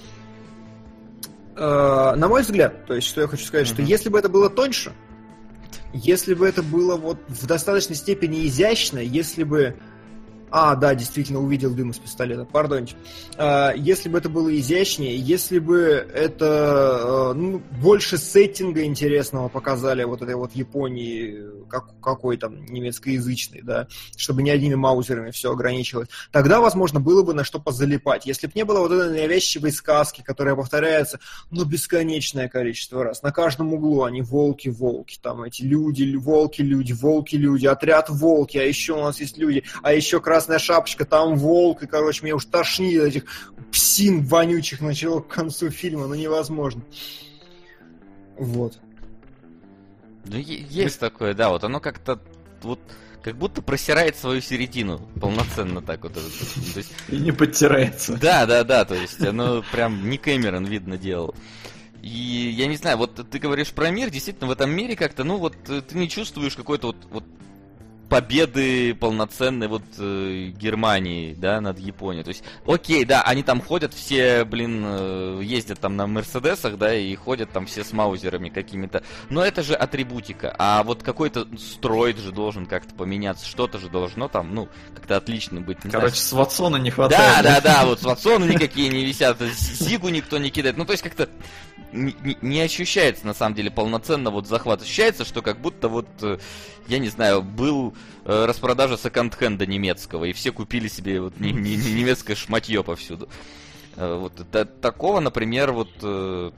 Speaker 3: А, на мой взгляд, то есть, что я хочу сказать, mm-hmm. что если бы это было тоньше, если бы это было вот в достаточной степени изящно, если бы... А, да, действительно, увидел дым из пистолета, пардоньте. А, если бы это было изящнее, если бы это ну, больше сеттинга интересного показали вот этой вот Японии, как, какой там немецкоязычной, да, чтобы не одними маузерами все ограничилось, тогда, возможно, было бы на что позалипать. Если бы не было вот этой навязчивой сказки, которая повторяется, ну, бесконечное количество раз. На каждом углу они волки-волки, там эти люди, волки-люди, волки-люди, отряд волки, а еще у нас есть люди, а еще красные Красная шапочка, там волк, и, короче, меня уж тошнит этих псин вонючих начало к концу фильма, ну невозможно. Вот.
Speaker 2: Ну, есть такое, да, вот оно как-то, вот, как будто просирает свою середину, полноценно так вот. То есть...
Speaker 4: И не подтирается.
Speaker 2: Да, да, да, то есть оно прям не Кэмерон, видно, делал. И я не знаю, вот ты говоришь про мир, действительно, в этом мире как-то, ну вот, ты не чувствуешь какой-то вот, вот победы полноценной вот э, Германии, да, над Японией. То есть, окей, да, они там ходят все, блин, э, ездят там на Мерседесах, да, и ходят там все с маузерами какими-то. Но это же атрибутика. А вот какой-то строй же должен как-то поменяться, что-то же должно там, ну, как-то отлично быть. Не
Speaker 4: Короче,
Speaker 2: знаю,
Speaker 4: с Ватсона не хватает.
Speaker 2: Да, да, да, вот с Ватсона никакие не висят, Зигу никто не кидает. Ну, то есть как-то не, не, не ощущается, на самом деле, полноценно вот захват. Ощущается, что как будто вот, я не знаю, был э, распродажа секонд-хенда немецкого, и все купили себе вот не, не, не немецкое шматье повсюду. Э, вот это, такого, например, вот э,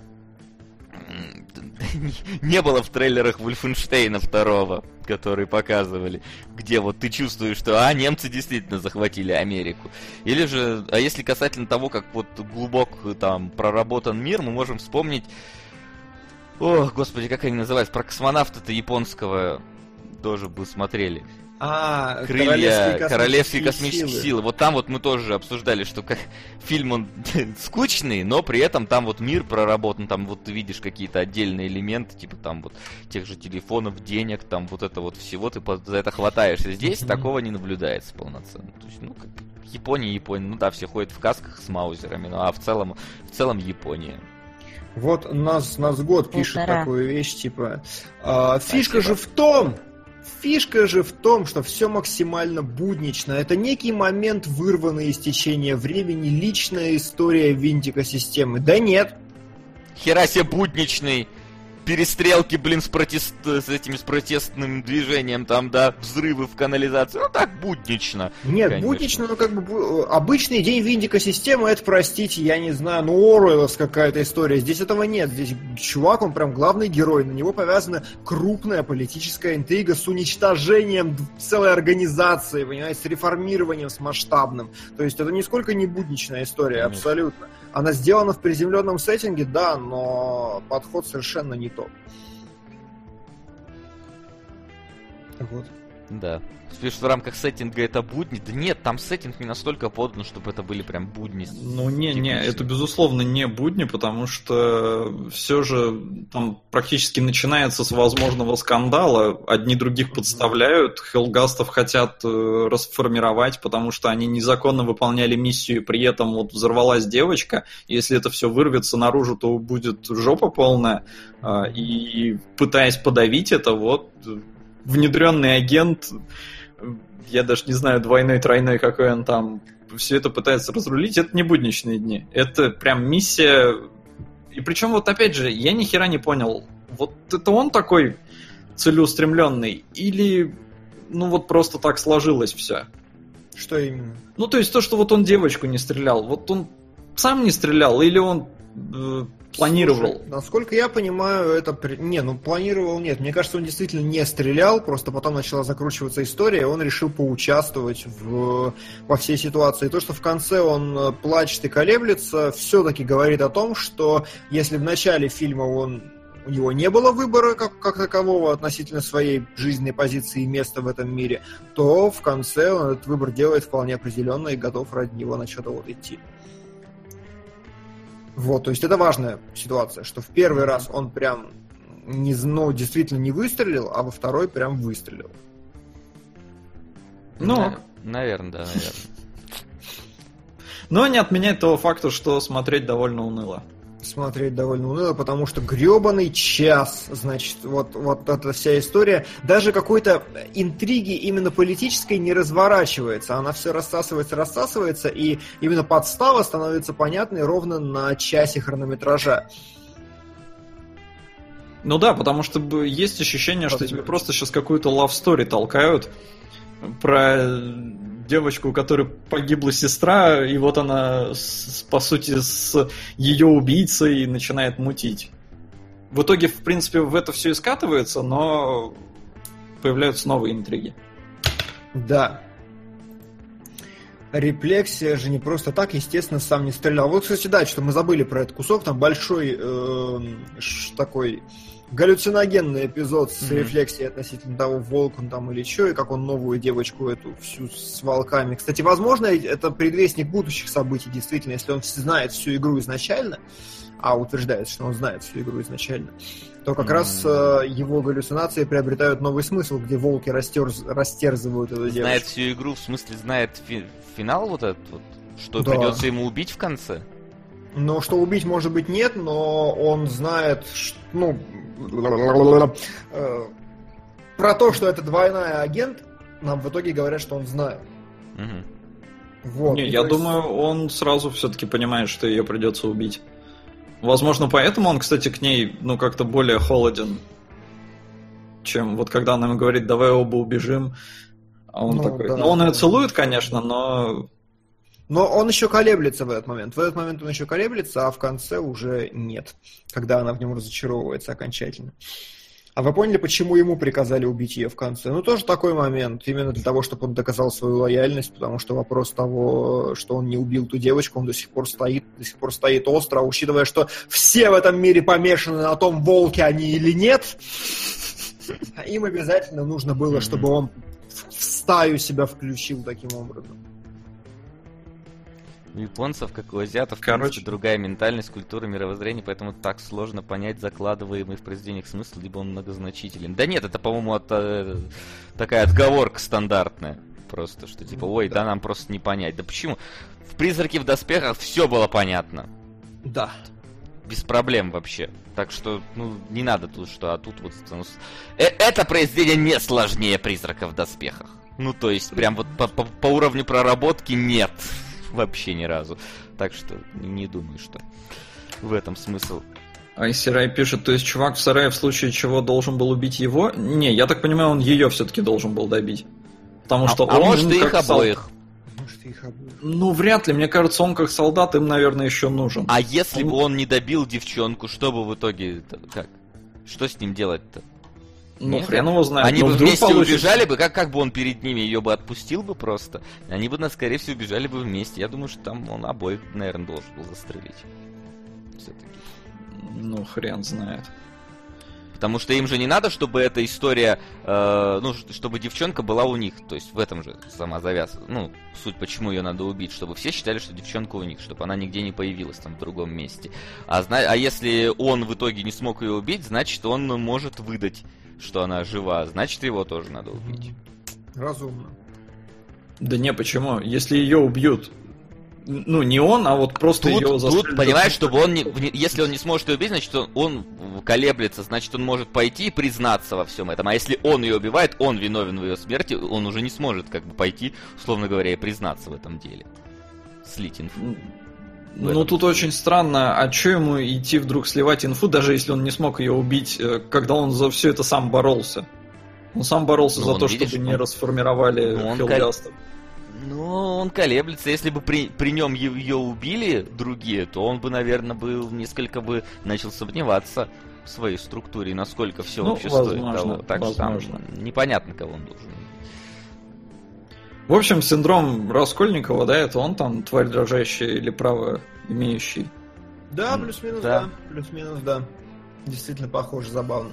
Speaker 2: не было в трейлерах Вольфенштейна второго, который показывали, где вот ты чувствуешь, что а, немцы действительно захватили Америку. Или же, а если касательно того, как вот глубоко там проработан мир, мы можем вспомнить, ох, господи, как они называются, про космонавта-то японского тоже бы смотрели.
Speaker 3: А,
Speaker 2: Крылья королевские космические силы. силы. Вот там вот мы тоже обсуждали, что как фильм он скучный, но при этом там вот мир проработан, там вот ты видишь какие-то отдельные элементы, типа там вот тех же телефонов, денег, там вот это вот всего, ты за это хватаешься. Здесь mm-hmm. такого не наблюдается полноценно. То есть, ну, как Япония, Япония, ну да, все ходят в касках с маузерами, ну а в целом, в целом Япония.
Speaker 3: Вот нас, нас год пишет Полтора. такую вещь, типа, а, фишка Спасибо. же в том, Фишка же в том, что все максимально буднично. Это некий момент, вырванный из течения времени, личная история винтика системы. Да нет.
Speaker 2: Хера себе будничный. Перестрелки, блин, с, протест... с этими с протестным движением, там, да, взрывы в канализации. Ну так, буднично.
Speaker 3: Нет, конечно. буднично, ну как бы обычный день винтика системы, это, простите, я не знаю, ну Оруэлловская какая-то история. Здесь этого нет. Здесь чувак, он прям главный герой. На него повязана крупная политическая интрига с уничтожением целой организации, понимаете, с реформированием, с масштабным. То есть это нисколько не будничная история, конечно. Абсолютно. Она сделана в приземленном сеттинге, да, но подход совершенно не тот. Вот.
Speaker 2: Да. Пишут, в рамках сеттинга это будни. Да нет, там сеттинг не настолько подан, чтобы это были прям будни.
Speaker 4: Ну не, не, это безусловно не будни, потому что все же там практически начинается с возможного скандала. Одни других подставляют, хелгастов хотят э, расформировать, потому что они незаконно выполняли миссию, и при этом вот взорвалась девочка. Если это все вырвется наружу, то будет жопа полная. Э, и пытаясь подавить это, вот внедренный агент, я даже не знаю, двойной, тройной, какой он там, все это пытается разрулить, это не будничные дни. Это прям миссия. И причем вот опять же, я ни хера не понял, вот это он такой целеустремленный, или ну вот просто так сложилось все?
Speaker 3: Что именно?
Speaker 4: Ну то есть то, что вот он девочку не стрелял, вот он сам не стрелял, или он э, планировал?
Speaker 3: Слушай, насколько я понимаю, это... Не, ну планировал нет. Мне кажется, он действительно не стрелял, просто потом начала закручиваться история, и он решил поучаствовать в... во всей ситуации. И то, что в конце он плачет и колеблется, все-таки говорит о том, что если в начале фильма он... у него не было выбора как, как такового относительно своей жизненной позиции и места в этом мире, то в конце он этот выбор делает вполне определенно и готов ради него на что-то вот идти. Вот, то есть это важная ситуация, что в первый раз он прям не, ну, действительно не выстрелил, а во второй прям выстрелил.
Speaker 4: Ну,
Speaker 2: На- наверное, да, наверное.
Speaker 4: Но не отменяет того факта, что смотреть довольно уныло.
Speaker 3: Смотреть довольно уныло, потому что гребаный час, значит, вот, вот эта вся история, даже какой-то интриги именно политической не разворачивается, она все рассасывается, рассасывается, и именно подстава становится понятной ровно на часе хронометража.
Speaker 4: Ну да, потому что есть ощущение, что тебе просто сейчас какую-то love story толкают про девочку, у которой погибла сестра, и вот она, с, по сути, с ее убийцей начинает мутить. В итоге, в принципе, в это все и скатывается, но появляются новые интриги.
Speaker 3: Да. Реплексия же не просто так, естественно, сам не стрелял. Вот, кстати, да, что мы забыли про этот кусок, там большой э, ш, такой галлюциногенный эпизод с mm-hmm. рефлексией относительно того, волк он там или что, и как он новую девочку эту всю с волками. Кстати, возможно, это предвестник будущих событий, действительно, если он знает всю игру изначально, а утверждается, что он знает всю игру изначально, то как mm-hmm. раз э, его галлюцинации приобретают новый смысл, где волки растерз... растерзывают эту девочку.
Speaker 2: Знает всю игру, в смысле знает фи- финал вот этот вот, что
Speaker 3: да.
Speaker 2: придется ему убить в конце?
Speaker 3: Ну, что убить, может быть, нет, но он знает, ну, э, про то, что это двойная агент, нам в итоге говорят, что он знает.
Speaker 2: Угу.
Speaker 3: Вот.
Speaker 4: Не, я
Speaker 3: есть...
Speaker 4: думаю, он сразу все-таки понимает, что ее придется убить. Возможно, поэтому он, кстати, к ней, ну, как-то более холоден, чем вот когда она ему говорит, давай оба убежим, а он ну, такой... Да, ну, он ее целует, конечно, но...
Speaker 3: Но он еще колеблется в этот момент. В этот момент он еще колеблется, а в конце уже нет, когда она в нем разочаровывается окончательно. А вы поняли, почему ему приказали убить ее в конце? Ну, тоже такой момент, именно для того, чтобы он доказал свою лояльность, потому что вопрос того, что он не убил ту девочку, он до сих пор стоит, до сих пор стоит остро, учитывая, что все в этом мире помешаны на том, волки они или нет. Им обязательно нужно было, чтобы он в стаю себя включил таким образом.
Speaker 2: У японцев, как у азиатов, в
Speaker 4: Короче.
Speaker 2: принципе, другая ментальность, культура, мировоззрение, поэтому так сложно понять закладываемый в произведениях смысл, либо он многозначителен. Да нет, это, по-моему, от, э, такая отговорка стандартная. Просто, что типа, ой, да. да, нам просто не понять. Да почему? В «Призраке в доспехах» все было понятно.
Speaker 3: Да.
Speaker 2: Без проблем вообще. Так что, ну, не надо тут что, а тут вот... Ну, э- это произведение не сложнее «Призрака в доспехах». Ну, то есть, прям вот по, по, по уровню проработки нет. Вообще ни разу. Так что не, не думаю, что в этом смысл.
Speaker 4: Айсирай пишет, то есть чувак в сарае в случае чего должен был убить его? Не, я так понимаю, он ее все-таки должен был добить. Потому что
Speaker 2: а,
Speaker 4: он...
Speaker 2: А может,
Speaker 4: ну,
Speaker 2: и их обоих.
Speaker 3: Может, их обоих.
Speaker 4: Ну, вряд ли. Мне кажется, он как солдат им, наверное, еще нужен.
Speaker 2: А если
Speaker 4: он...
Speaker 2: бы он не добил девчонку, что бы в итоге... Как? Что с ним делать-то?
Speaker 4: Ну,
Speaker 2: Нет?
Speaker 4: хрен его знает.
Speaker 2: Они
Speaker 4: но
Speaker 2: бы
Speaker 4: вдруг
Speaker 2: вместе
Speaker 4: получится.
Speaker 2: убежали бы, как, как бы он перед ними ее бы отпустил бы просто. Они бы, скорее всего, убежали бы вместе. Я думаю, что там он обоих, наверное, должен был застрелить. Все-таки.
Speaker 4: Ну, хрен знает.
Speaker 2: Потому что им же не надо, чтобы эта история, э, ну, чтобы девчонка была у них. То есть в этом же сама завязка. Ну, суть, почему ее надо убить. Чтобы все считали, что девчонка у них. Чтобы она нигде не появилась там в другом месте. А, зна- а если он в итоге не смог ее убить, значит, он может выдать, что она жива. Значит, его тоже надо убить.
Speaker 3: Разумно.
Speaker 4: Да не, почему? Если ее убьют, ну, не он, а вот просто
Speaker 2: Тут,
Speaker 4: ее застрелят.
Speaker 2: тут понимаешь, чтобы он не, если он не сможет ее убить, значит он, он колеблется, значит он может пойти и признаться во всем этом. А если он ее убивает, он виновен в ее смерти, он уже не сможет как бы пойти, условно говоря, и признаться в этом деле. Слить инфу.
Speaker 4: Ну, тут очень странно, а что ему идти вдруг сливать инфу, даже если он не смог ее убить, когда он за все это сам боролся? Он сам боролся
Speaker 2: Ну,
Speaker 4: за
Speaker 2: он,
Speaker 4: то,
Speaker 2: видишь,
Speaker 4: чтобы не
Speaker 2: он-
Speaker 4: расформировали
Speaker 2: Ну, он
Speaker 4: Хеллгастов.
Speaker 2: Ну, он колеблется. Если бы при, при нем ее убили другие, то он бы, наверное, был несколько бы начал сомневаться в своей структуре, и насколько все
Speaker 4: Ну,
Speaker 2: вообще стоит
Speaker 4: возможно,
Speaker 2: того. Так что там
Speaker 4: возможно.
Speaker 2: непонятно, кого он должен.
Speaker 4: В общем, синдром Раскольникова, да, это он там тварь дрожащая или право имеющий.
Speaker 3: Да,
Speaker 2: М,
Speaker 3: плюс-минус,
Speaker 2: да.
Speaker 3: да. Плюс-минус, да. Действительно похоже, забавно.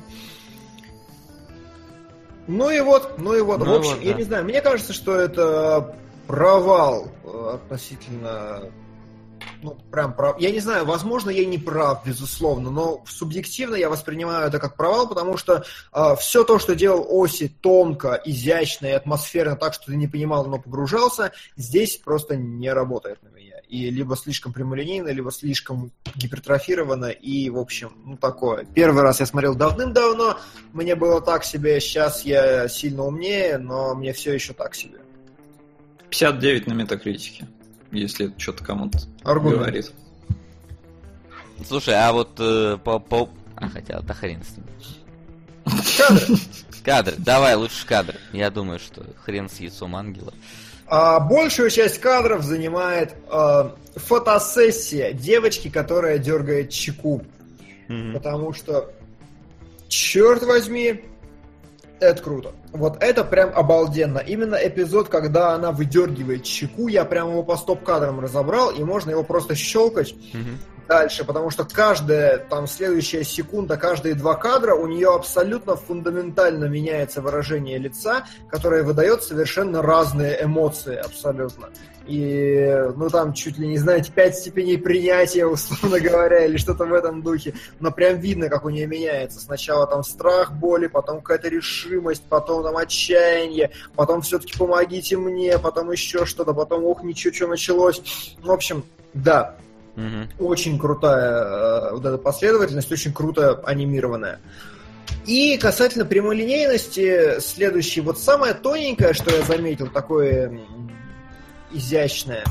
Speaker 3: Ну и вот, ну и вот.
Speaker 2: Ну
Speaker 3: в
Speaker 2: и
Speaker 3: общем,
Speaker 2: вот,
Speaker 3: я
Speaker 2: да.
Speaker 3: не знаю, мне кажется, что это провал э, относительно... Ну, прям прав. Я не знаю, возможно, я не прав, безусловно, но субъективно я воспринимаю это как провал, потому что э, все то, что делал Оси тонко, изящно и атмосферно, так что ты не понимал, но погружался, здесь просто не работает на меня. И либо слишком прямолинейно, либо слишком гипертрофировано, и, в общем, ну, такое. Первый раз я смотрел давным-давно, мне было так себе, сейчас я сильно умнее, но мне все еще так себе.
Speaker 4: пятьдесят девять на метакритике, если это что-то кому-то
Speaker 3: Аргумент.
Speaker 4: говорит.
Speaker 2: Слушай, а вот э, по, по... А, хотя, да хрен с ним.
Speaker 3: Кадры.
Speaker 2: Кадры, давай лучше кадры. Я думаю, что хрен с яйцом ангела.
Speaker 3: А большую часть кадров занимает э, фотосессия девочки, которая дергает чеку.
Speaker 2: Мгм.
Speaker 3: Потому что, черт возьми, это круто. Вот это прям обалденно. Именно эпизод, когда она выдергивает чеку, я прям его по стоп-кадрам разобрал, и можно его просто щелкать
Speaker 2: Мгм.
Speaker 3: дальше, потому что каждая там следующая секунда, каждые два кадра, у нее абсолютно фундаментально меняется выражение лица, которое выдает совершенно разные эмоции абсолютно. И, ну, там, чуть ли не, знаете, пять степеней принятия, условно говоря, или что-то в этом духе. Но прям видно, как у нее меняется. Сначала там страх, боли, потом какая-то решимость, потом там отчаяние, потом все-таки помогите мне, потом еще что-то, потом, ох, ничего, что началось. В общем, да,
Speaker 2: Мгм.
Speaker 3: очень крутая э, вот эта последовательность, очень круто анимированная. И касательно прямолинейности, следующий, вот самое тоненькое, что я заметил, такое м, изящное,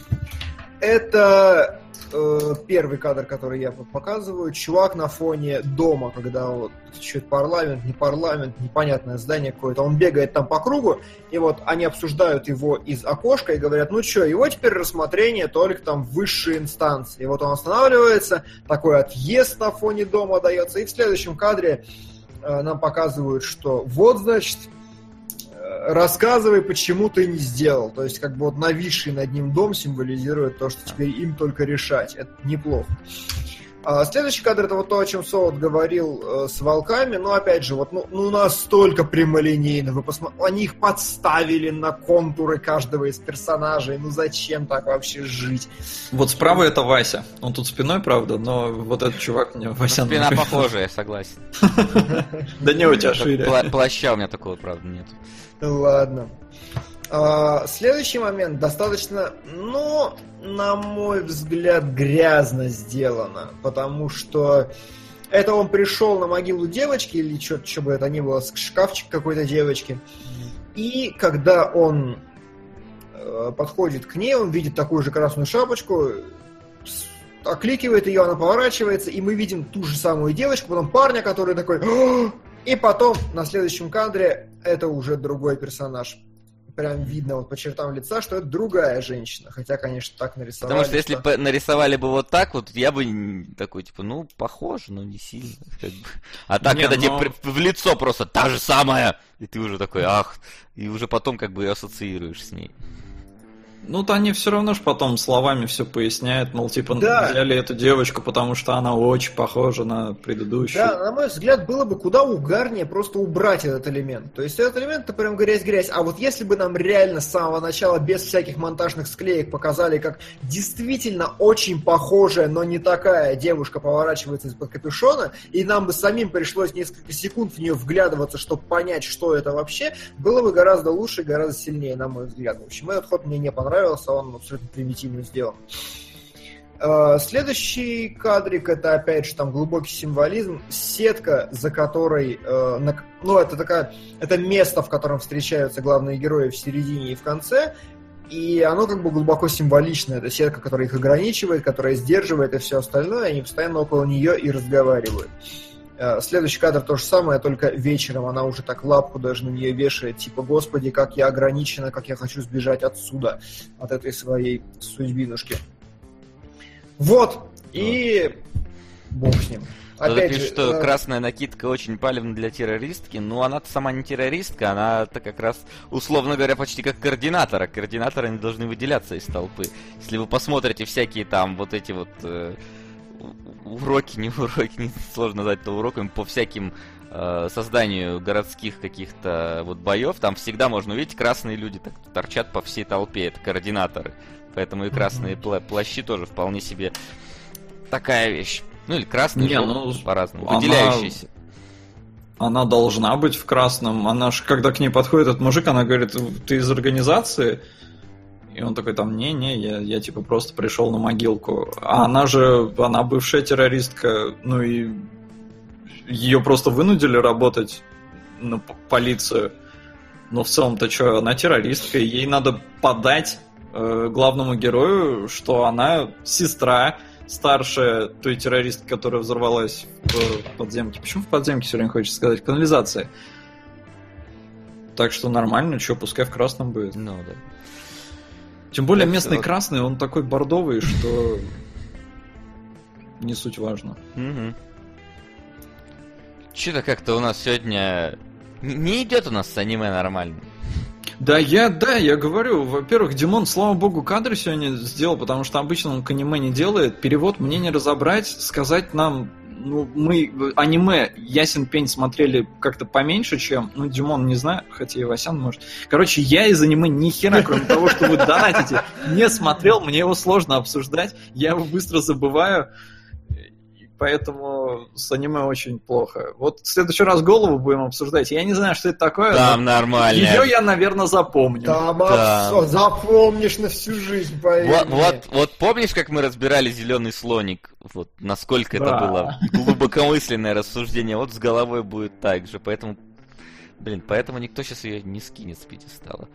Speaker 3: это э, первый кадр, который я показываю, чувак на фоне дома, когда вот что это парламент, не парламент, непонятное здание какое-то, он бегает там по кругу, и вот они обсуждают его из окошка и говорят, ну что, его теперь рассмотрение только там в высшей инстанции. И вот он останавливается, такой отъезд на фоне дома дается, и в следующем кадре э, нам показывают, что вот, значит, э, рассказывай, почему ты не сделал. То есть, как бы вот нависший над ним дом символизирует то, что теперь им только решать. Это неплохо. А следующий кадр — это вот то, о чем Солод говорил э, с волками. Но опять же, вот ну, ну настолько прямолинейно. Вы посмотрите, они их подставили на контуры каждого из персонажей. Ну зачем так вообще жить?
Speaker 4: Вот справа это Вася. Он тут спиной, правда, но вот этот чувак мне Вася
Speaker 2: Спина
Speaker 4: нравится.
Speaker 2: похожая, согласен.
Speaker 4: Да не, у тебя шире.
Speaker 2: Пла- Плаща у меня такого, правда, нет.
Speaker 3: Ладно. А, следующий момент достаточно, ну, на мой взгляд, грязно сделано, потому что это он пришел на могилу девочки, или что, что бы это ни было, шкафчик какой-то девочки, и когда он э, подходит к ней, он видит такую же красную шапочку, с- окликивает ее, она поворачивается, и мы видим ту же самую девочку, потом парня, который такой... «О!» И потом на следующем кадре это уже другой персонаж. прям видно вот по чертам лица, что это другая женщина. Хотя, конечно, так нарисовали.
Speaker 2: Потому что если
Speaker 3: что...
Speaker 2: бы нарисовали бы вот так вот, я бы такой, типа, ну, похоже, но не сильно. Как бы. А так,
Speaker 4: Не,
Speaker 2: когда
Speaker 4: но...
Speaker 2: тебе в лицо просто та же самая, и ты уже такой, ах, и уже потом как бы ассоциируешь с ней.
Speaker 4: Ну-то они все равно ж потом словами все поясняют, мол, типа,
Speaker 3: да.
Speaker 4: взяли эту девочку, потому что она очень похожа на предыдущую.
Speaker 3: Да, на мой взгляд, было бы куда угарнее просто убрать этот элемент. То есть этот элемент — это прям грязь-грязь. А вот если бы нам реально с самого начала, без всяких монтажных склеек, показали, как действительно очень похожая, но не такая девушка поворачивается из-под капюшона, и нам бы самим пришлось несколько секунд в нее вглядываться, чтобы понять, что это вообще, было бы гораздо лучше и гораздо сильнее, на мой взгляд. В общем, этот ход мне не понравился. Он абсолютно примитивно сделан. Следующий кадрик — это опять же там глубокий символизм. Сетка, за которой, ну это такая, это место, в котором встречаются главные герои в середине и в конце, и оно как бы глубоко символично. Это сетка, которая их ограничивает, которая сдерживает и все остальное, они постоянно около нее и разговаривают. Следующий кадр то же самое, только вечером она уже так лапку даже на нее вешает, типа, господи, как я ограничена, как я хочу сбежать отсюда, от этой своей судьбинушки. Вот, и бог с ним.
Speaker 2: Опять же, что э... красная накидка очень палевна для террористки, но она-то сама не террористка, она-то как раз, условно говоря, почти как координатор, а координаторы не должны выделяться из толпы. Если вы посмотрите всякие там вот эти вот... Э... уроки, не уроки, не сложно назвать это уроками, по всяким э, созданию городских каких-то вот боев, там всегда можно увидеть, красные люди так торчат по всей толпе, это координаторы. Поэтому и красные пла- плащи тоже вполне себе такая вещь. Ну или красный,
Speaker 4: не,
Speaker 2: желтый,
Speaker 4: ну,
Speaker 2: по-разному,
Speaker 4: она...
Speaker 2: выделяющийся.
Speaker 4: Она должна быть в красном. Она ж, когда к ней подходит этот мужик, она говорит, ты из организации? И он такой там, не-не, я, я типа просто пришел на могилку. А она же, она бывшая террористка, ну и ее просто вынудили работать на полицию. Но в целом-то что, она террористка, и ей надо подать э, главному герою, что она сестра старшая той террористки, которая взорвалась в подземке. Почему в подземке все время хочется сказать? В канализации. Так что нормально, что, пускай в красном будет.
Speaker 2: Ну да.
Speaker 4: Тем более
Speaker 2: Так,
Speaker 4: местный
Speaker 2: вот.
Speaker 4: красный, он такой бордовый, что не суть важно.
Speaker 2: Угу. Че-то как-то у нас сегодня не идет у нас с аниме нормально.
Speaker 4: Да, я, да, я говорю, во-первых, Димон, слава богу, кадры сегодня сделал, потому что обычно он к аниме не делает. Перевод мне не разобрать, сказать нам, ну, мы аниме ясен пень смотрели как-то поменьше, чем, ну, Димон, не знаю, хотя и Васян может. Короче, я из аниме ни хера, кроме того, что вы донатите, не смотрел, мне его сложно обсуждать, я его быстро забываю. Поэтому с аниме очень плохо. Вот в следующий раз голову будем обсуждать. Я не знаю, что это такое.
Speaker 2: Там нормально.
Speaker 4: Ее я, наверное, запомню.
Speaker 3: Там
Speaker 2: Да.
Speaker 3: абсо- запомнишь на всю жизнь, поверь
Speaker 2: Вот,
Speaker 3: мне.
Speaker 2: вот, вот помнишь, как мы разбирали зеленый слоник? Вот насколько
Speaker 4: Да.
Speaker 2: это было глубокомысленное рассуждение. Вот с головой будет так же. Поэтому, блин, поэтому никто сейчас ее не скинет с пьедестала.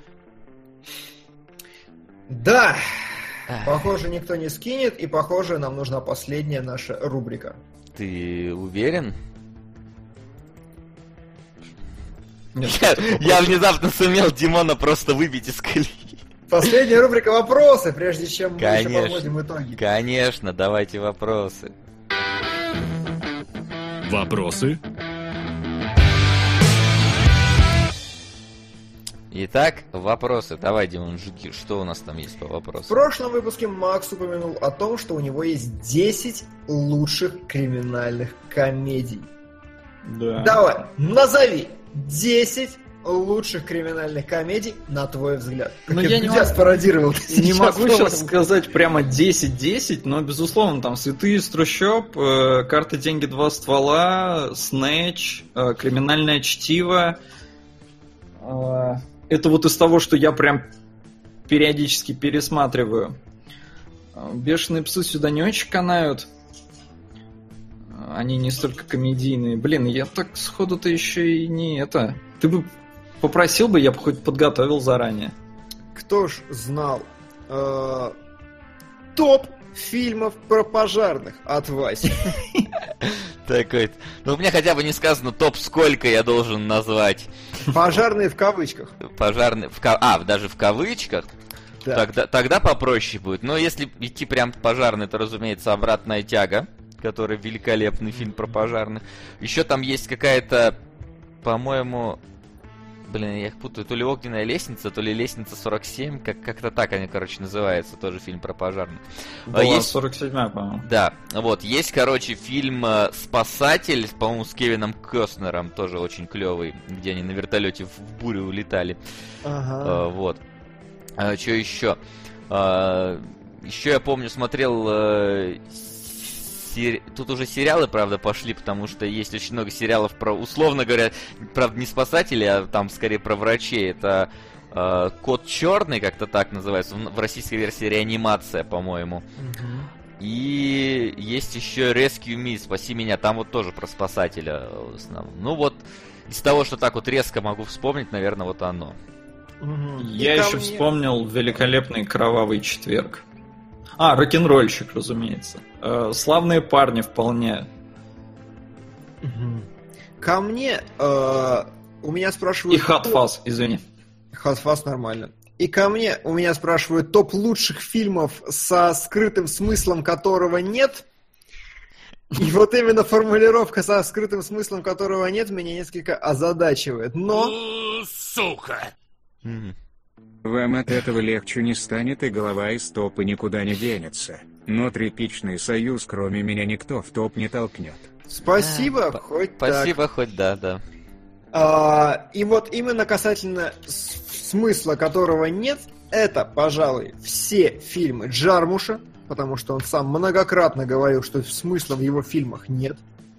Speaker 3: Да,
Speaker 2: Ах,
Speaker 3: похоже, никто не скинет, и похоже, нам нужна последняя наша рубрика.
Speaker 2: Ты уверен?
Speaker 4: Нет,
Speaker 2: Я,
Speaker 4: такого
Speaker 2: я
Speaker 4: просто.
Speaker 2: внезапно сумел Димона просто выбить из колеи.
Speaker 3: Последняя рубрика «Вопросы», прежде чем мы еще
Speaker 2: Конечно.
Speaker 3: подводим итоги.
Speaker 2: Конечно, давайте вопросы.
Speaker 1: Вопросы?
Speaker 2: Итак, вопросы. Давай, Димон, жги, что у нас там есть по
Speaker 3: В
Speaker 2: вопросам?
Speaker 3: прошлом выпуске Макс упомянул о том, что у него есть десять лучших криминальных комедий.
Speaker 4: Да.
Speaker 3: Давай, назови десять лучших криминальных комедий, на твой взгляд. Как
Speaker 4: Ну,
Speaker 3: я,
Speaker 4: я не
Speaker 3: тебя
Speaker 4: могу-
Speaker 3: спародировал.
Speaker 4: Не
Speaker 3: сейчас,
Speaker 4: могу
Speaker 3: по-моему.
Speaker 4: сейчас сказать прямо десять-десять, но, безусловно, там «Святые из трущоб», э, «Карты, деньги, два ствола», «Снэч», э, «Криминальное чтиво». Э, это вот из того, что я прям периодически пересматриваю. Э, «Бешеные псы» сюда не очень канают. Э, Они не столько комедийные. Блин, я так сходу-то еще и не это... Ты бы попросил бы, я бы хоть подготовил заранее.
Speaker 3: Кто ж знал? Э, Топ фильмов про пожарных от Васи.
Speaker 2: Такой. Ну, у меня хотя бы не сказано топ, сколько я должен назвать.
Speaker 3: Пожарные в кавычках.
Speaker 2: Пожарные в ка... А, даже в кавычках.
Speaker 3: Да.
Speaker 2: Тогда, тогда попроще будет. Но если идти прям пожарный, то, разумеется, «Обратная тяга», который великолепный фильм про пожарных. Еще там есть какая-то, по-моему... Блин, я их путаю. То ли «Огненная лестница», то ли «Лестница сорок семь». Как- как-то так они, короче, называются. Тоже фильм про пожарных.
Speaker 4: Была
Speaker 2: есть...
Speaker 4: сорок седьмая, по-моему.
Speaker 2: Да, вот. Есть, короче, фильм э, «Спасатель», по-моему, с Кевином Костнером. Тоже очень клевый. Где они на вертолете в, в бурю улетали.
Speaker 3: Ага.
Speaker 2: Э, вот. А, что еще? А, еще я помню, смотрел... Э, сери... Тут уже сериалы, правда, пошли, потому что есть очень много сериалов про, условно говоря, правда, не спасатели, а там скорее про врачей. Это э, «Кот черный», как-то так называется, в, в российской версии «Реанимация», по-моему.
Speaker 3: Мгм.
Speaker 2: И есть еще «Rescue Me», «Спаси меня», там вот тоже про спасателя в основном. Ну вот, из того, что так вот резко могу вспомнить, наверное, вот оно.
Speaker 3: Мгм.
Speaker 4: Я
Speaker 3: И ко
Speaker 4: еще
Speaker 3: мне-
Speaker 4: вспомнил великолепный «Кровавый четверг». А, «Рок-н-ролльщик», разумеется. Э, «Славные парни» вполне.
Speaker 3: Мгм. Ко мне э, у меня
Speaker 4: И
Speaker 3: спрашивают...
Speaker 4: «Hot Fuzz», извини.
Speaker 3: Хатфас нормально. И ко мне у меня спрашивают топ лучших фильмов со скрытым смыслом, которого нет. И вот именно формулировка со скрытым смыслом, которого нет, меня несколько озадачивает. Но
Speaker 1: У, Сука!
Speaker 2: Мгм.
Speaker 5: Вам от этого легче не станет, и голова из топа никуда не денется. Но тряпичный союз, кроме меня, никто в топ не толкнет.
Speaker 3: спасибо,
Speaker 2: А,
Speaker 3: хоть так.
Speaker 2: Спасибо, хоть да, да.
Speaker 3: А, и вот именно касательно с- смысла, которого нет, это, пожалуй, все фильмы Джармуша, потому что он сам многократно говорил, что смысла в его фильмах нет.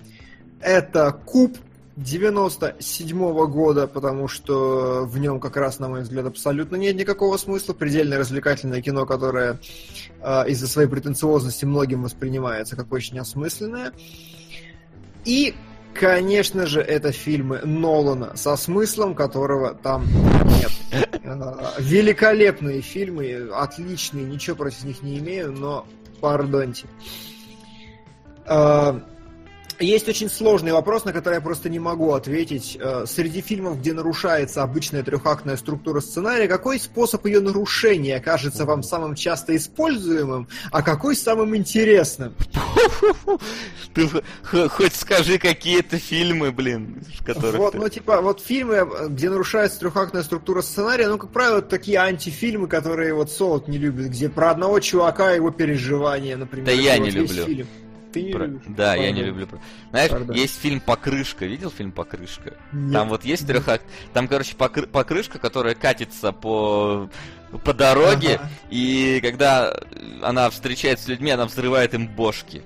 Speaker 3: Это «Куб» девяносто седьмого года, потому что в нем как раз, на мой взгляд, абсолютно нет никакого смысла. Предельно развлекательное кино, которое э, из-за своей претенциозности многим воспринимается как очень осмысленное. И, конечно же, это фильмы Нолана со смыслом, которого там нет. Э, Великолепные фильмы, отличные, ничего против них не имею, но пардоньте. Э, Есть очень сложный вопрос, на который я просто не могу ответить. Э, Среди фильмов, где нарушается обычная трехактная структура сценария, какой способ ее нарушения кажется вам самым часто используемым, а какой самым интересным?
Speaker 2: Ты х- хоть скажи какие-то фильмы, блин, в которых
Speaker 3: Вот,
Speaker 2: ты-
Speaker 3: ну, типа, вот фильмы, где нарушается трехактная структура сценария, ну, как правило, это такие антифильмы, которые вот Солод не любит, где про одного чувака и его переживания, например.
Speaker 2: Да я
Speaker 3: Вот
Speaker 2: не
Speaker 3: весь
Speaker 2: люблю.
Speaker 3: фильм. Ты не
Speaker 2: Про-
Speaker 3: любишь?
Speaker 2: Да, я не
Speaker 3: Пардон.
Speaker 2: люблю. Знаешь,
Speaker 3: Пардон.
Speaker 2: есть фильм «Покрышка». Видел фильм «Покрышка»?
Speaker 3: Нет.
Speaker 2: Там вот есть трехакт. Там, короче, покры- покрышка, которая катится по по дороге,
Speaker 3: Ага.
Speaker 2: и когда она встречается с людьми, она взрывает им бошки.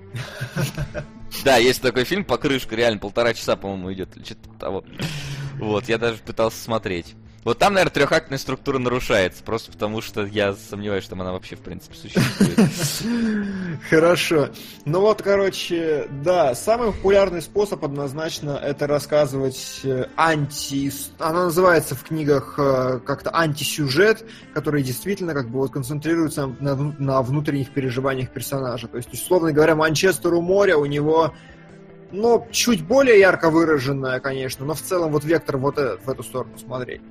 Speaker 2: Да, есть такой фильм «Покрышка», реально полтора часа, по-моему, идет, или что-то того. Вот, я даже пытался смотреть. Вот там, наверное, трехактная структура нарушается, просто потому что я сомневаюсь, что там она вообще, в принципе, существует.
Speaker 3: Хорошо. Ну вот, короче, да, самый популярный способ однозначно это рассказывать э, анти... Она называется в книгах э, как-то антисюжет, который действительно как бы вот концентрируется на, на внутренних переживаниях персонажа. То есть, условно говоря, «Манчестер у моря» у него, ну, чуть более ярко выраженная, конечно, но в целом вот вектор вот этот, в эту сторону смотреть.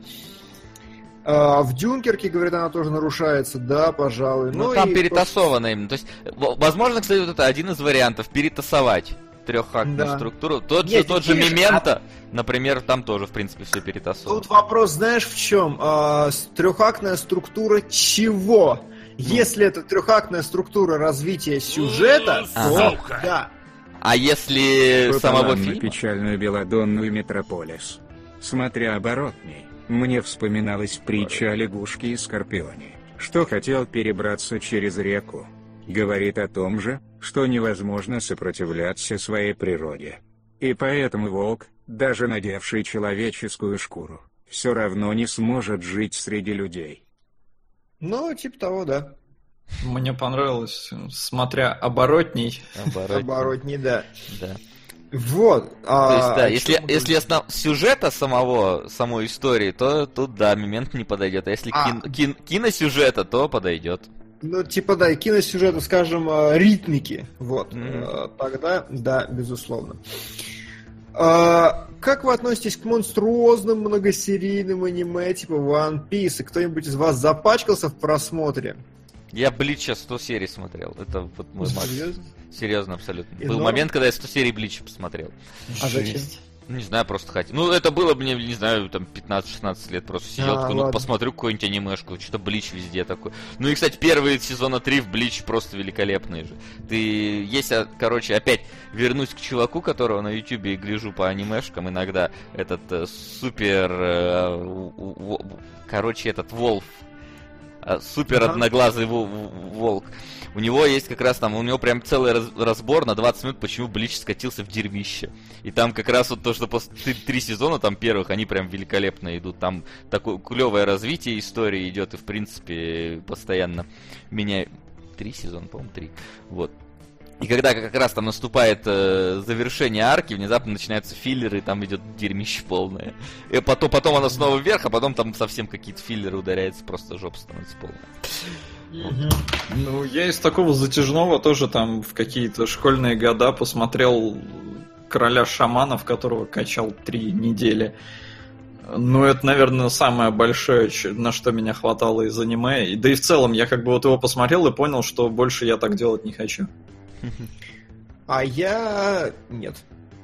Speaker 3: А, в «Дюнкерке», говорит, она тоже нарушается, да, пожалуй.
Speaker 2: Ну, там
Speaker 3: и
Speaker 2: перетасовано именно. То есть, в- возможно, кстати, вот это один из вариантов перетасовать трехактную
Speaker 3: Да.
Speaker 2: структуру. Тот же,
Speaker 3: Нет,
Speaker 2: тот же
Speaker 3: видишь,
Speaker 2: Мементо, например, там тоже, в принципе, все перетасовано.
Speaker 3: Тут вопрос, знаешь, в чем? А, с- трехактная структура чего? Если это трехактная структура развития сюжета, то
Speaker 1: Сука.
Speaker 3: да.
Speaker 2: А если самого
Speaker 5: Пополам на
Speaker 2: фильма?
Speaker 5: печальную Беладонну и Метрополис. Смотря оборотней, мне вспоминалась притча о лягушке и скорпионе, что хотел перебраться через реку. Говорит о том же, что невозможно сопротивляться своей природе. И поэтому волк, даже надевший человеческую шкуру, все равно не сможет жить среди людей.
Speaker 3: Ну, типа того, да.
Speaker 4: Мне понравилось, смотря оборотней.
Speaker 2: Оборотней.
Speaker 3: Оборотней, да.
Speaker 2: Да.
Speaker 3: Вот. а,
Speaker 2: То есть, да,
Speaker 3: о
Speaker 2: если,
Speaker 3: чем мы
Speaker 2: если
Speaker 3: говорим?
Speaker 2: основ... сюжета самого, самой истории, то тут, да, момент не подойдет. А если
Speaker 3: А.
Speaker 2: кин- кин- киносюжета, то подойдет.
Speaker 3: Ну, типа, да, и киносюжеты, скажем, ритмики. Вот.
Speaker 2: Mm-hmm.
Speaker 3: Тогда, да, безусловно. А, как вы относитесь к монструозным многосерийным аниме типа One Piece? И кто-нибудь из вас запачкался в просмотре?
Speaker 2: Я Блич сейчас сто серий смотрел. Это вот мой максимум. Серьезно, абсолютно.
Speaker 3: И
Speaker 2: Был
Speaker 3: норм?
Speaker 2: момент, когда я сто серий Блича посмотрел.
Speaker 3: А зачем?
Speaker 2: Не знаю, просто хотел. Ну, это было мне, не знаю, там пятнадцать-шестнадцать лет. Просто сидел
Speaker 3: А,
Speaker 2: такой, ну,
Speaker 3: ладно.
Speaker 2: посмотрю какую-нибудь анимешку. Что-то Блич везде такой. Ну и, кстати, первые сезона три в Блич просто великолепные же. Ты... Есть, а, короче, опять вернусь к чуваку, которого на Ютубе гляжу по анимешкам иногда. Этот э, супер... Э, у- у- у- короче, этот Волф. э, Супер
Speaker 3: Ага.
Speaker 2: одноглазый вол- волк. У него есть как раз там, у него прям целый раз- разбор на двадцать минут, почему Блич скатился в дерьмище. И там как раз вот то, что после три, три сезона там первых, они прям великолепно идут. Там такое клевое развитие истории идет, и в принципе постоянно меняют. Три сезона, по-моему, три. Вот. И когда как раз там наступает э, завершение арки, внезапно начинаются филлеры, и там идет дерьмище полное. И потом, потом оно снова вверх, а потом там совсем какие-то филлеры ударяются, просто жопа становится полная.
Speaker 4: Ну, я из такого затяжного тоже там в какие-то школьные года посмотрел «Короля шаманов», которого качал три недели. Ну, это, наверное, самое большое, ч- на что меня хватало из аниме. И, да и в целом, я как бы вот его посмотрел и понял, что больше я так делать не хочу.
Speaker 3: А я... нет.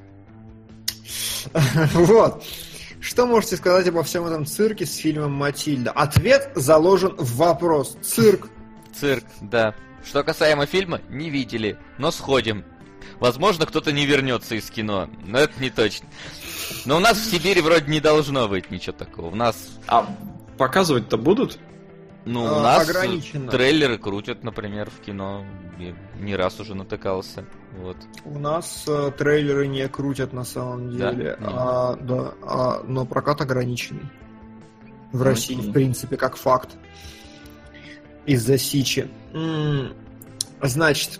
Speaker 3: Вот. Что можете сказать обо всем этом цирке с фильмом «Матильда»? Ответ заложен в вопрос. Цирк.
Speaker 2: Цирк, да. Что касаемо фильма, не видели, но сходим. Возможно, кто-то не вернется из кино, но это не точно. Но у нас в Сибири вроде не должно быть ничего такого. У нас,
Speaker 4: А показывать-то будут?
Speaker 2: ну,
Speaker 3: А,
Speaker 2: у нас
Speaker 3: ограниченно.
Speaker 2: трейлеры крутят, например, в кино. Я не раз уже натыкался. Вот.
Speaker 3: У нас э, трейлеры не крутят на самом
Speaker 2: Да?
Speaker 3: деле.
Speaker 2: Не.
Speaker 3: А, да, а, но прокат ограниченный. В
Speaker 4: Окей.
Speaker 3: России, в принципе, как факт. Из-за Сичи. М, Значит,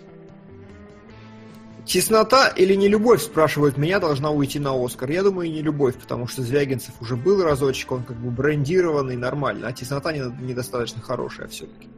Speaker 3: теснота или не любовь, спрашивают меня, должна уйти на Оскар. Я думаю, не любовь, потому что Звягинцев уже был разочек, он как бы брендированный, нормально, а теснота не- недостаточно хорошая все-таки.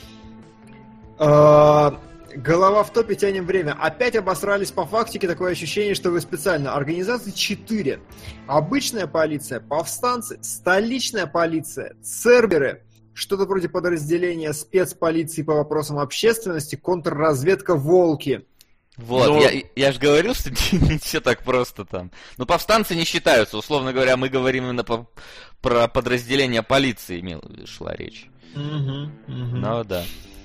Speaker 3: А, Голова в топе, тянем время. Опять обосрались по фактике, такое ощущение, что вы специально. Организации четыре. Обычная полиция, повстанцы, столичная полиция, церберы, что-то вроде подразделения спецполиции по вопросам общественности, контрразведка «Волки».
Speaker 2: Вот,
Speaker 4: Но-
Speaker 2: я, я же говорил, что не все так просто там. Но повстанцы не считаются, условно говоря, мы говорим именно по- про подразделение полиции, имел, шла речь. Ну да.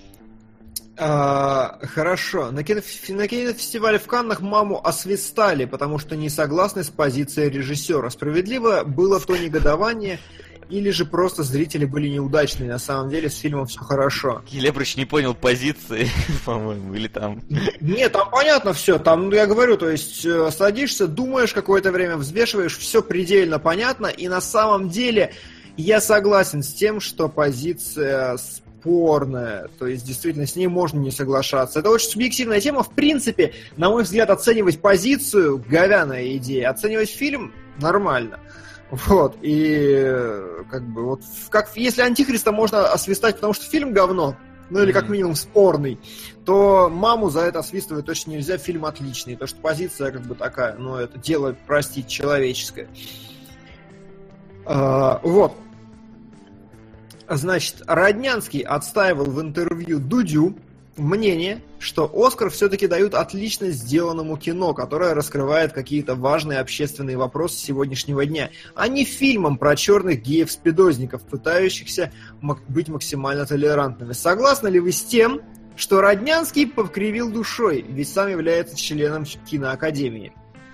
Speaker 3: А, хорошо. На, киноф- на кинофестивале в Каннах маму освистали, потому что не согласны с позицией режиссера. Справедливо было то негодование, или же просто зрители были неудачные, на самом деле с фильмом все хорошо.
Speaker 2: Келебрыч не понял позиции, по-моему, или там...
Speaker 3: Нет, там понятно все, там, ну, я говорю, то есть э, садишься, думаешь какое-то время, взвешиваешь, все предельно понятно, и на самом деле я согласен с тем, что позиция спорная, то есть действительно с ней можно не соглашаться. Это очень субъективная тема, в принципе, на мой взгляд, оценивать позицию — говяная идея, оценивать фильм — нормально. Вот, и э, как бы вот, как если Антихриста можно освистать, потому что фильм говно, ну или как
Speaker 2: Мгм.
Speaker 3: минимум спорный, то маму за это освистывать точно нельзя, фильм отличный, потому что позиция как бы такая, ну это дело, простите, человеческое. А, вот. Значит, Роднянский отстаивал в интервью Дудю мнение, что Оскар все-таки дают отлично сделанному кино, которое раскрывает какие-то важные общественные вопросы сегодняшнего дня, а не фильмом про черных геев-спидозников, пытающихся мак- быть максимально толерантными. Согласны ли вы с тем, что Роднянский покривил душой, ведь сам является членом киноакадемии?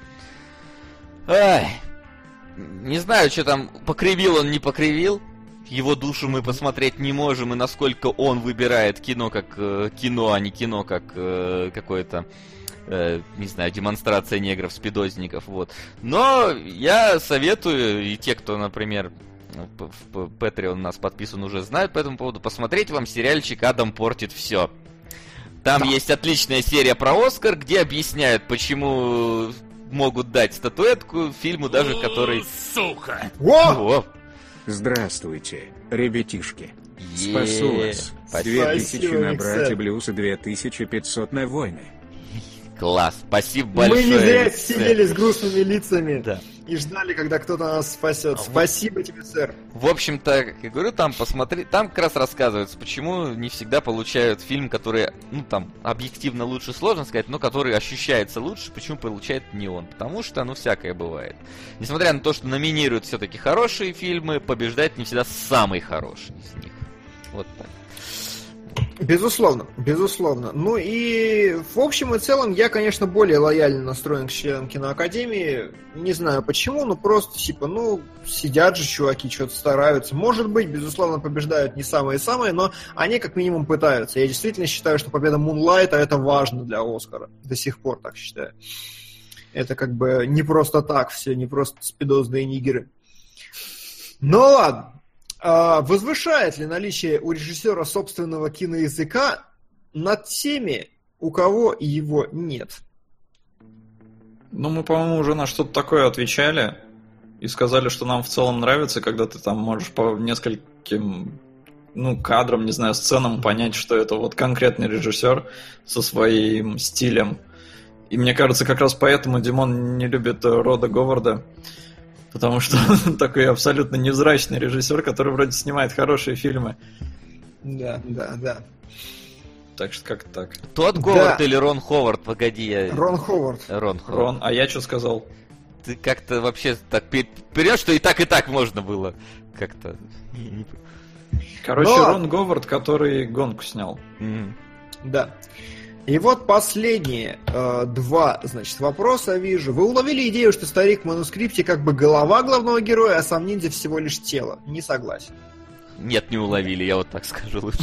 Speaker 2: Ай, не знаю, что там, покривил он, не покривил. Его душу мы посмотреть не можем, и насколько он выбирает кино как э, кино, а не кино как э, какое-то, э, не знаю, демонстрация негров-спидозников, вот. Но я советую, и те, кто, например, в Patreon у нас подписан, уже знают по этому поводу, посмотреть вам сериальчик «Адам портит все». Там есть отличная серия про Оскар, где объясняют, почему могут дать статуэтку фильму, даже который...
Speaker 1: Сука!
Speaker 3: О!
Speaker 2: О,
Speaker 5: Здравствуйте, ребятишки. Спасу вас.
Speaker 2: Спасибо.
Speaker 5: Две тысячи
Speaker 3: Спасибо,
Speaker 5: на
Speaker 3: Миксер.
Speaker 5: братья Блюз и две тысячи пятьсот на войны.
Speaker 2: Класс, спасибо большое.
Speaker 3: Мы не зря
Speaker 2: Миксер.
Speaker 3: сидели с грустными лицами
Speaker 2: Да.
Speaker 3: и ждали, когда кто-то нас спасет.
Speaker 2: А,
Speaker 3: Спасибо тебе, сэр.
Speaker 2: В общем-то, как я говорю, там посмотри, там как раз рассказывается, почему не всегда получают фильм, который, ну там, объективно лучше сложно сказать, но который ощущается лучше, почему получает не он. Потому что, ну, всякое бывает. Несмотря на то, что номинируют все-таки хорошие фильмы, побеждает не всегда самый хороший из них. Вот так.
Speaker 3: Безусловно, безусловно. Ну и в общем и целом я, конечно, более лояльно настроен к членам киноакадемии. Не знаю почему, но просто типа, ну, сидят же чуваки, что-то стараются. Может быть, безусловно, побеждают не самые-самые, но они как минимум пытаются. Я действительно считаю, что победа Мунлайта это важно для Оскара. До сих пор так считаю. Это как бы не просто так все, не просто спидозные нигеры. Ну ладно. А возвышает ли наличие у режиссера собственного киноязыка над теми, у кого его нет?
Speaker 4: Ну, мы, по-моему, уже на что-то такое отвечали и сказали, что нам в целом нравится, когда ты там можешь по нескольким, ну, кадрам, не знаю, сценам понять, что это вот конкретный режиссер со своим стилем. И мне кажется, как раз поэтому Димон не любит Рода Говарда. Потому что он такой абсолютно невзрачный режиссер, который вроде снимает хорошие фильмы.
Speaker 3: Да, да, да.
Speaker 4: Так что как так.
Speaker 2: Тот Говард
Speaker 3: Да.
Speaker 2: или Рон Ховард? Погоди, я...
Speaker 3: Рон Ховард.
Speaker 2: Рон Ховард.
Speaker 4: Рон, а я что сказал?
Speaker 2: Ты как-то вообще так вперед, что и так, и так можно было. Как-то...
Speaker 4: Короче,
Speaker 3: Но-
Speaker 4: Рон Говард, который гонку снял.
Speaker 2: Мгм.
Speaker 3: Да. И вот последние э, два, значит, вопроса вижу. Вы уловили идею, что старик в манускрипте как бы голова главного героя, а сам ниндзя всего лишь тело? Не согласен.
Speaker 2: Нет, не уловили, я вот так скажу лучше.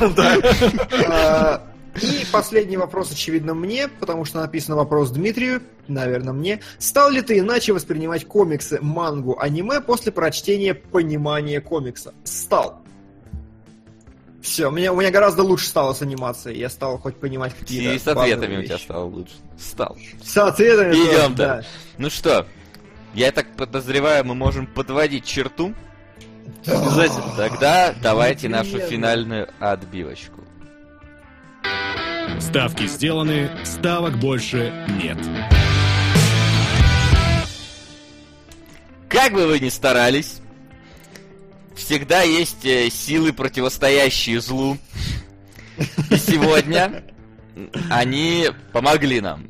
Speaker 3: Э, И последний вопрос, очевидно, мне, потому что написан вопрос Дмитрию, наверное, мне. Стал ли ты иначе воспринимать комиксы, мангу, аниме после прочтения понимания комикса? Стал. Все, у меня, у меня гораздо лучше стало с анимацией. Я стал хоть понимать какие-то
Speaker 2: И с ответами
Speaker 3: базовые
Speaker 2: у тебя
Speaker 3: вещи.
Speaker 2: стало лучше. Стал.
Speaker 3: С ответами тоже,
Speaker 2: Идем,
Speaker 3: да.
Speaker 2: да. Ну что, я так подозреваю, мы можем подводить черту.
Speaker 4: Обязательно.
Speaker 2: Тогда давайте нашу
Speaker 3: Непременно.
Speaker 2: финальную отбивочку.
Speaker 1: Ставки сделаны, ставок больше нет.
Speaker 2: Как бы вы ни старались, всегда есть э, силы, противостоящие злу. И сегодня они помогли нам.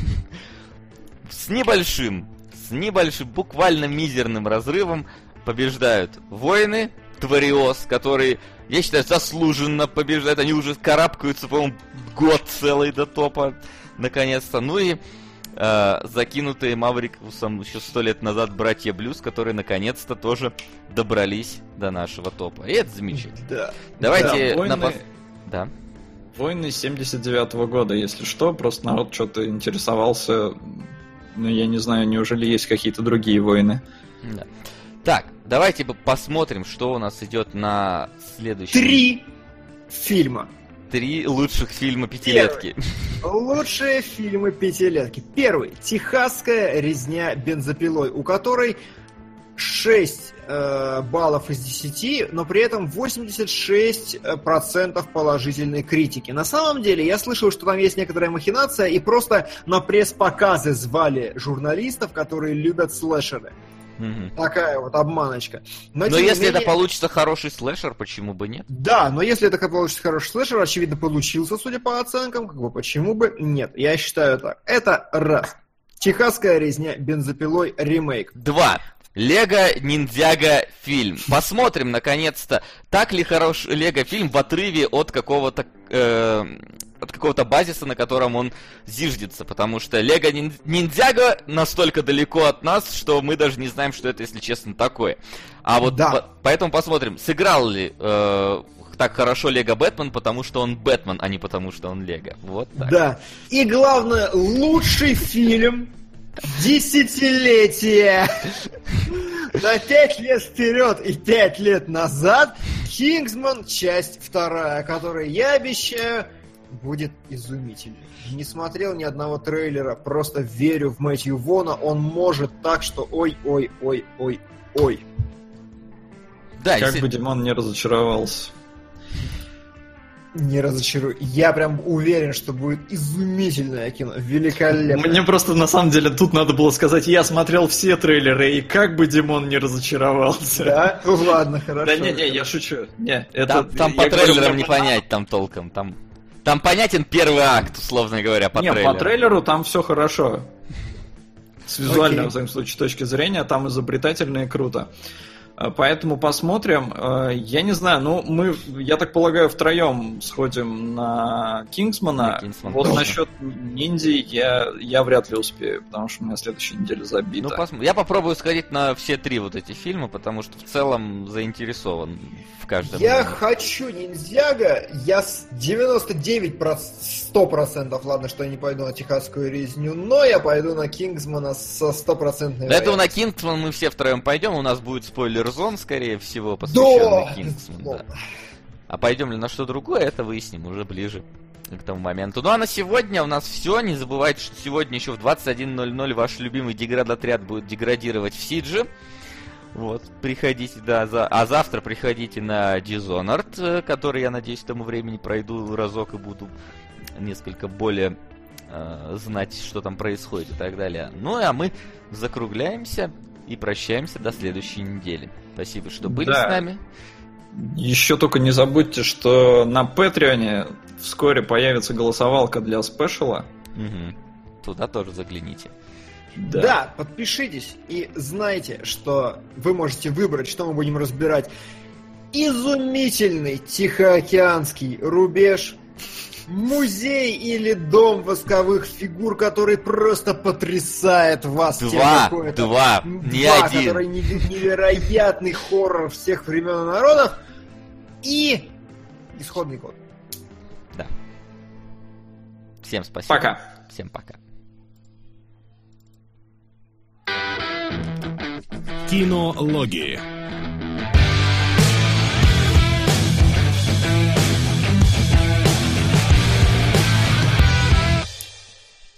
Speaker 2: С небольшим, с небольшим, буквально мизерным разрывом побеждают воины Твариос, которые, я считаю, заслуженно побеждают. Они уже карабкаются, по-моему, год целый до топа, наконец-то. Ну и э, закинутые Маврикусом еще сто лет назад братья Блюз, которые наконец-то тоже добрались до нашего топа. И это замечательно.
Speaker 3: Да.
Speaker 2: Давайте
Speaker 4: Да,
Speaker 2: на
Speaker 4: войны-
Speaker 2: пос- Да.
Speaker 4: Войны семьдесят девятого года, если что, просто народ что-то интересовался. Ну, я не знаю, неужели есть какие-то другие войны?
Speaker 2: Да. Так, давайте бы посмотрим, что у нас идет на следующий.
Speaker 3: Три фильма.
Speaker 2: Три лучших фильма пятилетки.
Speaker 3: Лучшие фильмы пятилетки. Первый. «Техасская резня бензопилой», у которой шесть э, баллов из десяти, но при этом восемьдесят шесть процентов положительной критики. На самом деле, я слышал, что там есть некоторая махинация, и просто на пресс-показы звали журналистов, которые любят слэшеры.
Speaker 2: Мгм.
Speaker 3: Такая вот обманочка. Но,
Speaker 2: Но
Speaker 3: тем не
Speaker 2: если это
Speaker 3: менее-
Speaker 2: получится хороший слэшер, почему бы нет?
Speaker 3: Да, но если это получится хороший слэшер, очевидно, получился, судя по оценкам, как бы почему бы нет. Я считаю так. Это раз. «Техасская резня бензопилой» ремейк.
Speaker 2: Два. Лего Ниндзяго фильм. Посмотрим, наконец-то, так ли хорош Лего фильм в отрыве от какого-то э, от какого-то базиса, на котором он зиждется, потому что Лего Нин- Ниндзяго настолько далеко от нас, что мы даже не знаем, что это, если честно, такое. А вот
Speaker 3: Да.
Speaker 2: по- поэтому посмотрим, сыграл ли э, так хорошо Лего Бэтмен, потому что он Бэтмен, а не потому что он Лего. Вот так.
Speaker 3: Да. И главное, лучший фильм десятилетия. На пять лет вперед и пять лет назад «Кингсман. Часть вторая», которая, я обещаю, будет изумительной. Не смотрел ни одного трейлера, просто верю в Мэтью Вона. Он может так, что ой-ой-ой-ой-ой.
Speaker 2: Да,
Speaker 4: Как
Speaker 2: если-
Speaker 4: бы Димон не разочаровался.
Speaker 3: не разочарую. Я прям уверен, что будет изумительное кино, великолепно.
Speaker 4: Мне просто на самом деле тут надо было сказать, я смотрел все трейлеры, и как бы Димон не разочаровался.
Speaker 3: Да? Ну ладно, хорошо.
Speaker 4: Да не-не, я шучу. Не, это,
Speaker 2: Там, там по трейлерам не понять там толком. Там, там понятен первый акт, условно говоря, по
Speaker 4: не,
Speaker 2: трейлеру.
Speaker 4: по трейлеру там все хорошо. С визуальной,
Speaker 3: Окей.
Speaker 4: в своем случае, точки зрения, там изобретательно и круто. Поэтому посмотрим. Я не знаю, ну мы, я так полагаю, втроем сходим на Кингсмана.
Speaker 2: На Кингсман,
Speaker 4: вот
Speaker 2: точно.
Speaker 4: насчет Ниндзя я, я вряд ли успею, потому что у меня следующая неделя забита.
Speaker 2: Ну, посмотрим. Я попробую сходить на все три вот эти фильма, потому что в целом заинтересован в каждом.
Speaker 3: Я
Speaker 2: из них.
Speaker 3: хочу ниндзяго, я с девяносто девять процентов, сто процентов, ладно, что я не пойду на техасскую резню, но я пойду на Кингсмана со стопроцентной
Speaker 2: Для этого на
Speaker 3: вероятностью.
Speaker 2: Кингсман мы все втроем пойдем, у нас будет спойлер-зон, скорее всего, посвященный
Speaker 3: Да!
Speaker 2: Кингсману. Да. А пойдем ли на что другое, это выясним уже ближе к тому моменту. Ну а на сегодня у нас все. Не забывайте, что сегодня еще в двадцать один ноль ноль ваш любимый деградотряд будет деградировать в Сидже. Вот, приходите, да, за... а завтра приходите на Dishonored, который, я надеюсь, к тому времени пройду разок и буду несколько более э, знать, что там происходит и так далее. Ну а мы закругляемся и прощаемся до следующей недели. Спасибо, что были
Speaker 4: Да.
Speaker 2: с нами.
Speaker 4: Еще только не забудьте, что на Патреоне вскоре появится голосовалка для спешала.
Speaker 2: Угу. Туда тоже загляните.
Speaker 3: Да. подпишитесь и знайте, что вы можете выбрать, что мы будем разбирать. Изумительный Тихоокеанский рубеж, музей или дом восковых фигур, который просто потрясает вас. тем,
Speaker 2: Два,
Speaker 3: какой это-
Speaker 2: два, не
Speaker 3: Два,
Speaker 2: один.
Speaker 3: который неве- невероятный хоррор всех времен и народов. И исходный код.
Speaker 2: Да. Всем спасибо.
Speaker 4: Пока.
Speaker 2: Всем пока.
Speaker 1: Кинологии.